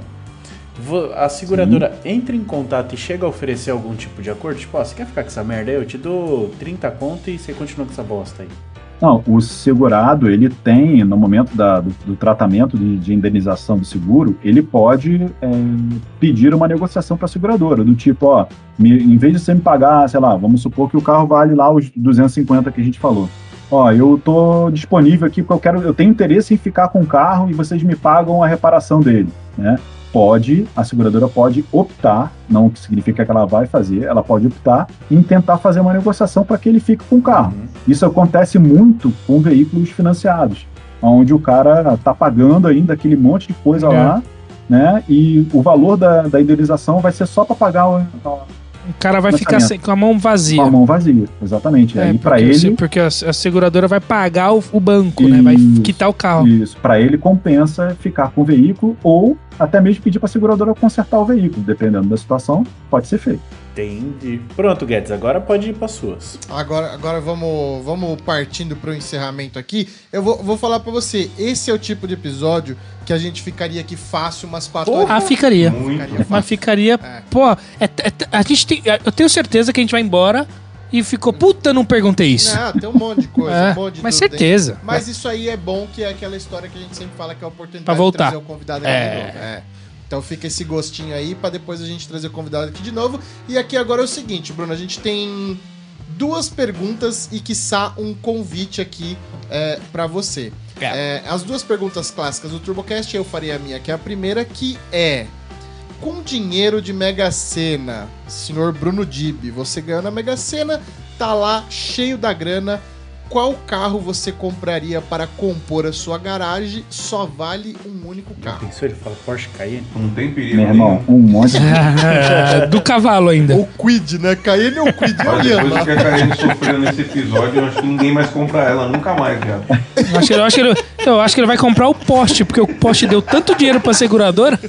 A seguradora Sim. entra em contato e chega a oferecer algum tipo de acordo? Tipo, ó, você quer ficar com essa merda aí? Eu te dou trinta conto e você continua com essa bosta aí. Não, o segurado, ele tem, no momento da, do, do tratamento de, de indenização do seguro, ele pode é, pedir uma negociação para a seguradora, do tipo, ó, me, em vez de você me pagar, sei lá, vamos supor que o carro vale lá os duzentos e cinquenta que a gente falou. Ó, eu tô disponível aqui porque eu quero, eu tenho interesse em ficar com o carro e vocês me pagam a reparação dele, né? Pode, a seguradora pode optar, não significa que ela vai fazer, ela pode optar em tentar fazer uma negociação para que ele fique com o carro. Uhum. Isso acontece muito com veículos financiados, onde o cara tá pagando ainda aquele monte de coisa é. lá, né? E o valor da, da indenização vai ser só para pagar o, o cara vai ficar sem, com a mão vazia. Com a mão vazia, exatamente. É, aí para ele, porque a, a seguradora vai pagar o, o banco, isso, né? Vai quitar o carro. Isso. Para ele compensa ficar com o veículo ou até mesmo pedir para a seguradora consertar o veículo, dependendo da situação, pode ser feito. Entendi. Pronto, Guedes, agora pode ir para suas. Agora, agora vamos, vamos partindo para o encerramento aqui. Eu vou, vou falar para você, esse é o tipo de episódio que a gente ficaria aqui fácil umas quatro horas. Ah, ficaria. ficaria Mas ficaria, é. pô, é, é, a gente tem, eu tenho certeza que a gente vai embora e ficou, puta, não perguntei isso. Não, tem um monte de coisa, é, um monte de mas certeza. Dentro. Mas isso aí é bom, que é aquela história que a gente sempre fala que é a oportunidade pra voltar. de trazer o convidado aqui é. de novo. É. Então fica esse gostinho aí pra depois a gente trazer o convidado aqui de novo. E aqui agora é o seguinte, Bruno, a gente tem duas perguntas e quiçá um convite aqui é, pra você. É. É, as duas perguntas clássicas do TurboCast, eu faria a minha, que é a primeira, que é: com dinheiro de Mega Sena, senhor Bruno Dib, você ganhou na Mega Sena, tá lá cheio da grana, qual carro você compraria para compor a sua garagem? Só vale um único carro. Pensou, ele fala Porsche Cayenne? Não tem perigo. Meu irmão, um monte de... do cavalo ainda. O Quid, né? Cayenne ou Quid? Mas depois que a Cayenne sofreu nesse episódio, eu acho que ninguém mais compra ela, nunca mais, já. Eu acho, que, eu, acho que ele, eu acho que ele vai comprar o Porsche, porque o Porsche deu tanto dinheiro pra seguradora.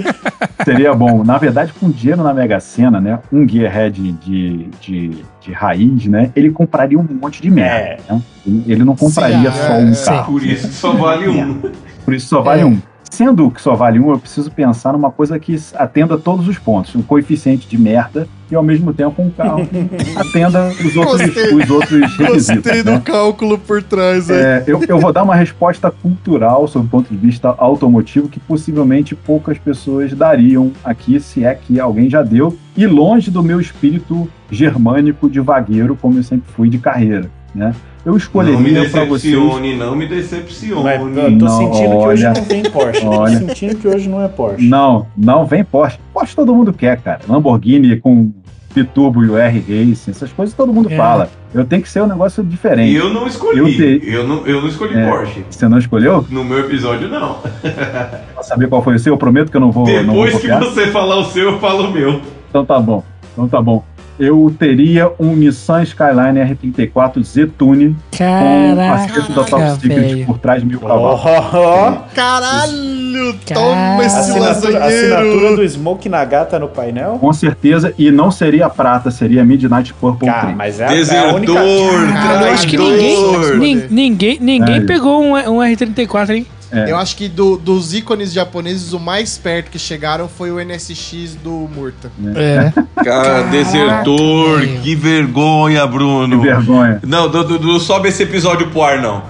Seria bom. Na verdade, com dinheiro na Mega Sena, né? Um Gearhead de, de, de raiz, né? Ele compraria um monte de merda. É. Né? Ele não compraria sim, só é, um sim. carro. Por isso que só vale um. Por isso só vale é. um. Sendo que só vale um, eu preciso pensar numa coisa que atenda todos os pontos. Um coeficiente de merda e ao mesmo tempo um carro atenda os outros, os outros requisitos. Gostei né? do cálculo por trás aí. É, eu, eu vou dar uma resposta cultural sob o ponto de vista automotivo que possivelmente poucas pessoas dariam aqui, se é que alguém já deu, e longe do meu espírito germânico de vagueiro, como eu sempre fui de carreira, né? Eu escolheria para vocês... Não me decepcione, não me decepcione. Mas, eu tô Não, sentindo que olha, hoje não vem Porsche. olha. Tô sentindo que hoje não é Porsche. Não, não vem Porsche. Porsche todo mundo quer, cara. Lamborghini com Biturbo e o R Racing, essas coisas todo mundo É. fala. Eu tenho que ser um negócio diferente. E eu não escolhi. Eu Eu, te- não, eu não escolhi É. Porsche. Você não escolheu? No meu episódio, não. Pra saber qual foi o seu, eu prometo que eu não vou, não vou Depois que copiar. você falar o seu, eu falo o meu. Então tá bom. Então tá bom. Eu teria um Nissan Skyline R trinta e quatro Z-Tune com assento da Top Caraca, Secret velho. por trás de mil cavalos. Oh, Caralho! Cara- Toma esse assinatura, assinatura lasanheiro! do Smoke Nagata no painel? Com certeza, e não seria prata, seria Midnight Purple Cara, três. mas é a, é a Desertor, única... Cara, eu acho que ninguém, traidor. nin- ninguém, ninguém Velho. pegou um, um R trinta e quatro, hein? É. Eu acho que do- dos ícones japoneses, o mais perto que chegaram foi o N S X do Murta. É. Cara, desertor, velho. que vergonha, Que Bruno. vergonha. Não, do, do, do- sobe esse episódio pro ar, não.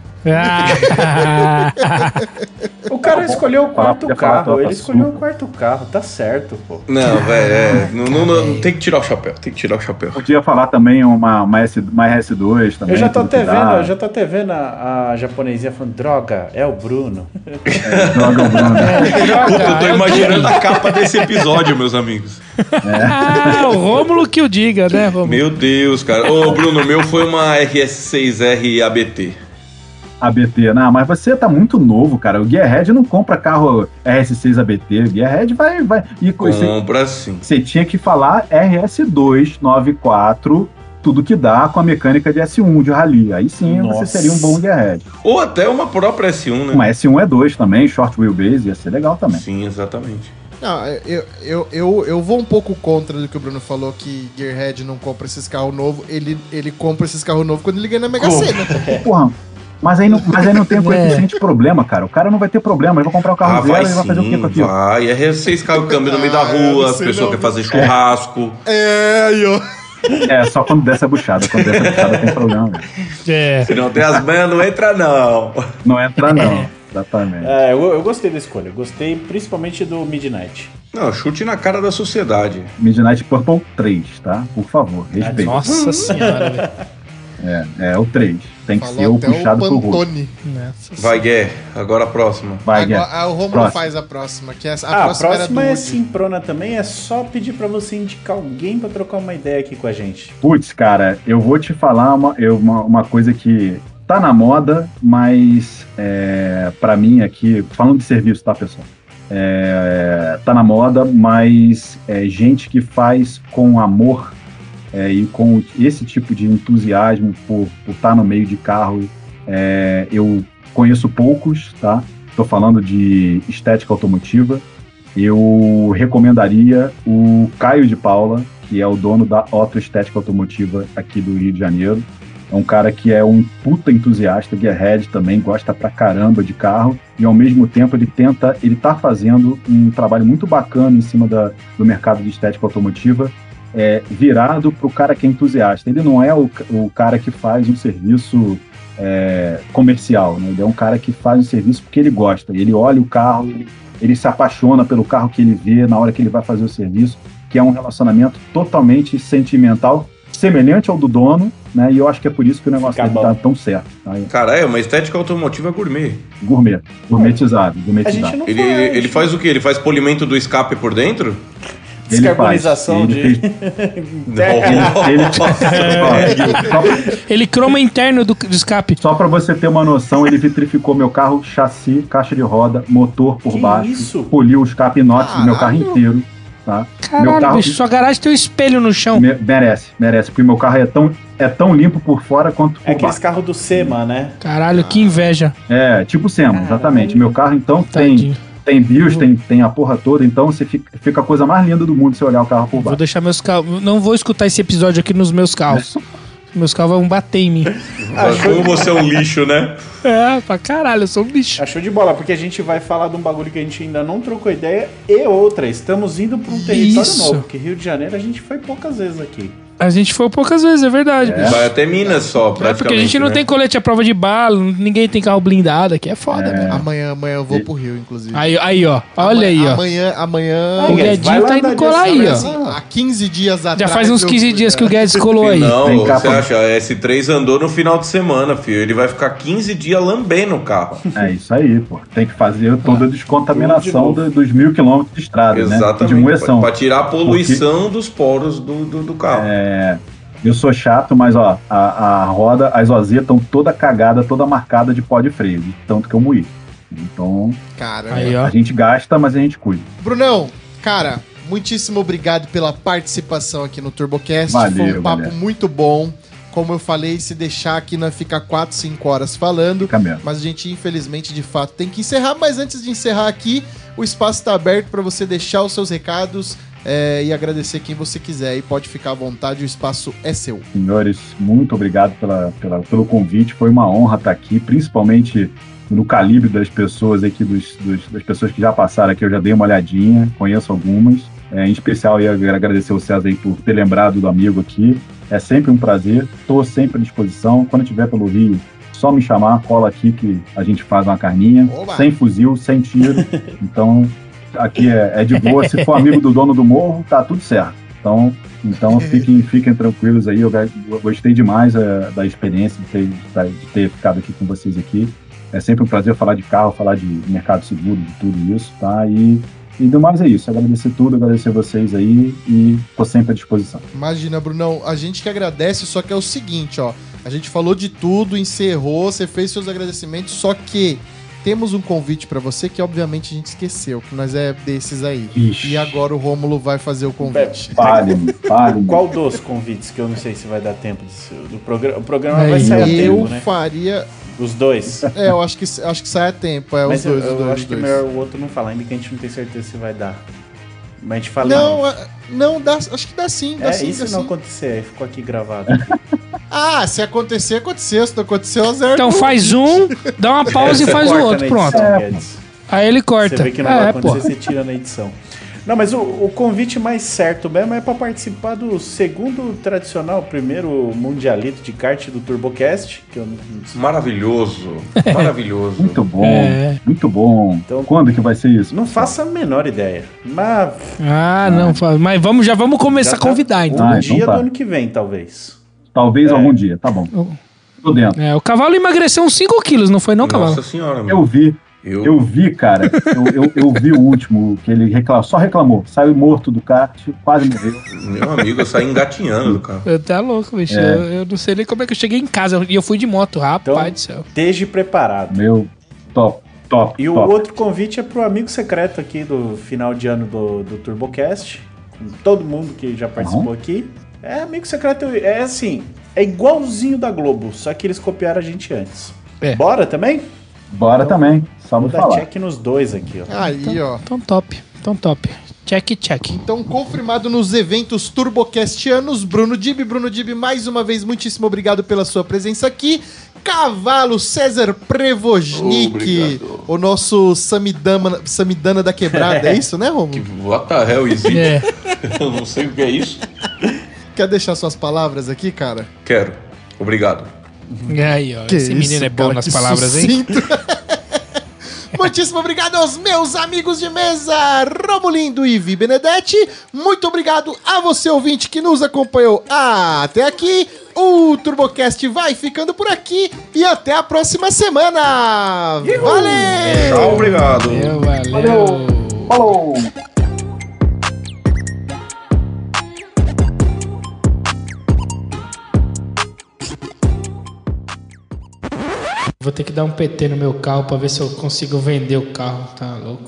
Ah. O cara escolheu o quarto Podia falar carro, troca ele escolheu suco. o quarto carro, tá certo, pô. Não, velho, é. Não, não, não, tem que tirar o chapéu, tem que tirar o chapéu. Podia falar também uma, uma, S, uma R S dois também. Eu já tô tudo que até dá. vendo, eu já tô até vendo a, a japonesinha falando, droga, é o Bruno. É, droga, o Bruno. Puta, eu tô É o imaginando a capa desse episódio, meus amigos. Ah, o Rômulo que o diga, né, Rômulo? Meu Deus, cara. Ô, Bruno, o meu foi uma R S seis R A B T. A B T, não, mas você tá muito novo, cara. O Gearhead não compra carro R S seis A B T. O Gearhead vai. vai e você, Compra sim. você tinha que falar R S dois noventa e quatro, tudo que dá com a mecânica de S um de rally. Aí sim Nossa. você seria um bom Gearhead. Ou até uma própria S um, né? Uma S um é dois também, short wheelbase, ia ser legal também. Sim, exatamente. Não, eu, eu, eu, eu vou um pouco contra do que o Bruno falou, que Gearhead não compra esses carros novos. Ele, ele compra esses carros novos quando ele ganha na Mega Sena. Porra. Mas aí, não, mas aí não tem É. coeficiente problema, cara. O cara não vai ter problema. Ele vai comprar o carro Ah, zero vai e vai fazer o quê sim, com aquilo? vai. R S seis cai o câmbio no meio da Ah, eu rua, não a sei pessoa não. quer fazer churrasco. É, aí, ó. É, só quando desce a buchada. Quando desce a buchada tem problema. Velho. É. Se não tem as manhas, não entra não. Não entra, não. Exatamente. É, eu, eu gostei da escolha, gostei principalmente do Midnight. Não, chute na cara da sociedade. Midnight Purple três, tá? Por favor, respeite. Nossa senhora, velho. É, é o três. Tem que ser Falou o até o puxado pro rosto. Pantone. Nossa Vai, Gué. Agora a próxima. Vai, Agora, Gué. ah, o Romulo Próximo. faz a próxima, que é a, a Ah, a próxima, próxima era é do Woody. simprona também, é só pedir pra você indicar alguém pra trocar uma ideia aqui com a gente. Putz, cara, eu vou te falar uma, eu- uma, uma coisa que tá na moda, mas é, para mim aqui, falando de serviço, tá, pessoal? É, tá na moda, mas é gente que faz com amor é, e com esse tipo de entusiasmo por estar no meio de carro. É, eu conheço poucos, tá? Tô falando de estética automotiva. Eu recomendaria o Caio de Paula, que é o dono da Otto Estética Automotiva aqui do Rio de Janeiro. É um cara que é um puta entusiasta, Gearhead também, gosta pra caramba de carro, e ao mesmo tempo ele tenta, ele tá fazendo um trabalho muito bacana em cima da, do mercado de estética automotiva, é, virado pro cara que é entusiasta. Ele não é o, o cara que faz um serviço é, comercial, né? Ele é um cara que faz um serviço porque ele gosta, ele olha o carro, ele, ele se apaixona pelo carro que ele vê na hora que ele vai fazer o serviço, que é um relacionamento totalmente sentimental, semelhante ao do dono, né? E eu acho que é por isso que o negócio Fica dele bom. tá tão certo. Tá? Cara, é uma estética automotiva gourmet. Gourmet, gourmetizado, A gourmetizado. gente não Ele, faz. ele faz o quê? Ele faz polimento do escape por dentro? Ele Descarbonização faz, ele de... fez- Não. ele- Só, Ele croma interno do, do escape. só pra você ter uma noção, ele vitrificou meu carro, chassi, caixa de roda, motor por Que baixo, isso? poliu o escape inox do meu carro Caralho. inteiro, tá? Caralho, meu carro bicho, sua garagem tem um espelho no chão. me- merece, merece, porque meu carro é tão, é tão limpo por fora quanto É por aqueles baixo. carros do SEMA, né? Caralho, que inveja. É, tipo Sema, exatamente. Meu carro, então, tem, Tadinho. tem BIOS, tem, tem a porra toda, então você fica, fica a coisa mais linda do mundo se olhar o carro por Vou baixo. deixar meus carros. Não vou escutar esse episódio aqui nos meus carros. Meus carros vão bater em mim. Como você é um lixo, né? É, pra caralho, eu sou um bicho. Achou de bola, porque a gente vai falar de um bagulho que a gente ainda não trocou ideia. E outra, estamos indo pra um território Isso. novo, porque Rio de Janeiro a gente foi poucas vezes aqui. A gente foi poucas vezes, é verdade. É. Vai até Minas só, praticamente. É porque a gente não né? tem colete à prova de bala, ninguém tem carro blindado aqui, é foda, É. né? Amanhã, amanhã eu vou pro Rio, inclusive. Aí, aí, ó. Olha aí, ó. Amanhã, amanhã... O Guedes, vai Guedinho lá tá indo na colar aí, direção, ó. Há quinze dias Já atrás... faz uns eu quinze fui, dias que o cara. Guedes colou aí. Não, Vem cá, você pô. acha? A S três andou no final de semana, filho. Ele vai ficar quinze dias lambendo o carro. É isso aí, pô. Tem que fazer toda a descontaminação Tudo de do- dos mil quilômetros de estrada, né? Exatamente. De moeção. Pra tirar a poluição dos poros do, do, do carro. É, eu sou chato, mas ó, a, a roda, as osinhas estão toda cagada, toda marcada de pó de freio, de tanto que eu moí. Então, Cara, Aí, ó. a gente gasta, mas a gente cuida. Brunão, cara, muitíssimo obrigado pela participação aqui no TurboCast. Valeu, Foi um papo galera. muito bom. Como eu falei, se deixar aqui, nós ficar quatro, cinco horas falando. Fica mesmo. Mas a gente, infelizmente, de fato, tem que encerrar. Mas antes de encerrar aqui, o espaço está aberto para você deixar os seus recados é, e agradecer quem você quiser. E pode ficar à vontade, o espaço é seu. Senhores, muito obrigado pela, pela- pelo convite. Foi uma honra estar aqui, principalmente no calibre das pessoas aqui, dos, dos- das pessoas que já passaram aqui. Eu já dei uma olhadinha, conheço algumas. É, em especial, eu ia agradecer o César aí por ter lembrado do amigo aqui. É sempre um prazer, estou sempre à disposição. Quando estiver pelo Rio, só me chamar, cola aqui que a gente faz uma carninha, Oba! sem fuzil, sem tiro. Então, aqui é, é de boa. Se for amigo do dono do morro, tá tudo certo. Então, então fiquem, fiquem tranquilos aí. Eu ga- eu gostei demais é, da experiência de ter, de ter ficado aqui com vocês aqui. É sempre um prazer falar de carro, falar de mercado seguro, de tudo isso, tá? E, e do mais é isso. Agradecer tudo, agradecer vocês aí e tô sempre à disposição. Imagina, Brunão, a gente que agradece, só que é o seguinte, ó. A gente falou de tudo, encerrou, você fez seus agradecimentos, só que temos um convite pra você que obviamente a gente esqueceu, que nós é desses aí. Ixi. E agora o Rômulo vai fazer o convite. Fale-me, fale-me. Qual dos convites que eu não sei se vai dar tempo do, do programa? O programa Aí, vai sair a Eu tempo, né? faria. Os dois. É, eu acho que, acho que sai a tempo. É, Mas os eu, dois, os eu dois. acho os que é dois. melhor o outro não falar, ainda que a gente não tem certeza se vai dar. Mas a gente fala. Não, é- não, dá, acho que dá sim, dá é, sim, isso dá não sim. acontecer, aí ficou aqui gravado. Ah, se acontecer, aconteceu. Se não aconteceu, azar. Então faz um, dá uma pausa e Você faz o corta outro, na edição, pronto. Guedes. Aí ele corta. Você vê que não vai É, pô. acontecer, você tira na edição. Não, mas o, o convite mais certo mesmo é para participar do segundo tradicional, primeiro mundialito de kart do TurboCast, que eu não Maravilhoso. Maravilhoso. Muito bom, É. muito bom. Então- Quando que vai ser isso? não faço a menor ideia. Mas Ah, não, faz. Mas vamos, já vamos começar já a convidar, tá então. um Ah, então dia tá. do ano que vem, talvez. Talvez É. algum dia, tá bom. Tô dentro. É, o cavalo emagreceu uns cinco quilos, não foi não, cavalo? Nossa senhora, Eu meu. vi, Eu, eu vi, cara. Eu, eu, eu vi o último, que ele reclamou, só reclamou. Saiu morto do kart, quase morreu. meu amigo, eu saí engatinhando do carro. Eu tá louco, bicho. É. Eu, eu não sei nem como é que eu cheguei em casa. E eu fui de moto, rapaz Então- do céu. Esteja preparado. Meu, top, top. E o top. outro convite é pro amigo secreto aqui do final de ano do, do TurboCast, com todo mundo que já participou Uhum. aqui. É amigo secreto, é assim, é igualzinho da Globo, só que eles copiaram a gente antes. É. Bora também? Bora Então, também, só Vou me dar falar. check nos dois aqui, ó. Aí, ó. Então top, então top. Check, check. Então, confirmado nos eventos TurboCastianos, Bruno Dib. Bruno Dib, mais uma vez, muitíssimo obrigado pela sua presença aqui. Cavalo César Prevojnik, Obrigado. o nosso Samidana, Samidana da Quebrada, é isso, né, Romulo? What the hell is it? É. Eu não sei o que é isso. Quer deixar suas palavras aqui, cara? Quero. Obrigado. E aí, ó. Esse menino é bom cara, nas que palavras, hein? sucinto. Muitíssimo obrigado aos meus amigos de mesa, Romulindo e Vi Benedetti. Muito obrigado a você, ouvinte, que nos acompanhou até aqui. O TurboCast vai ficando por aqui e até a próxima semana. Valeu! Tchau, obrigado. Valeu, valeu. Falou! Vou ter que dar um P T no meu carro pra ver se eu consigo vender o carro. Tá louco.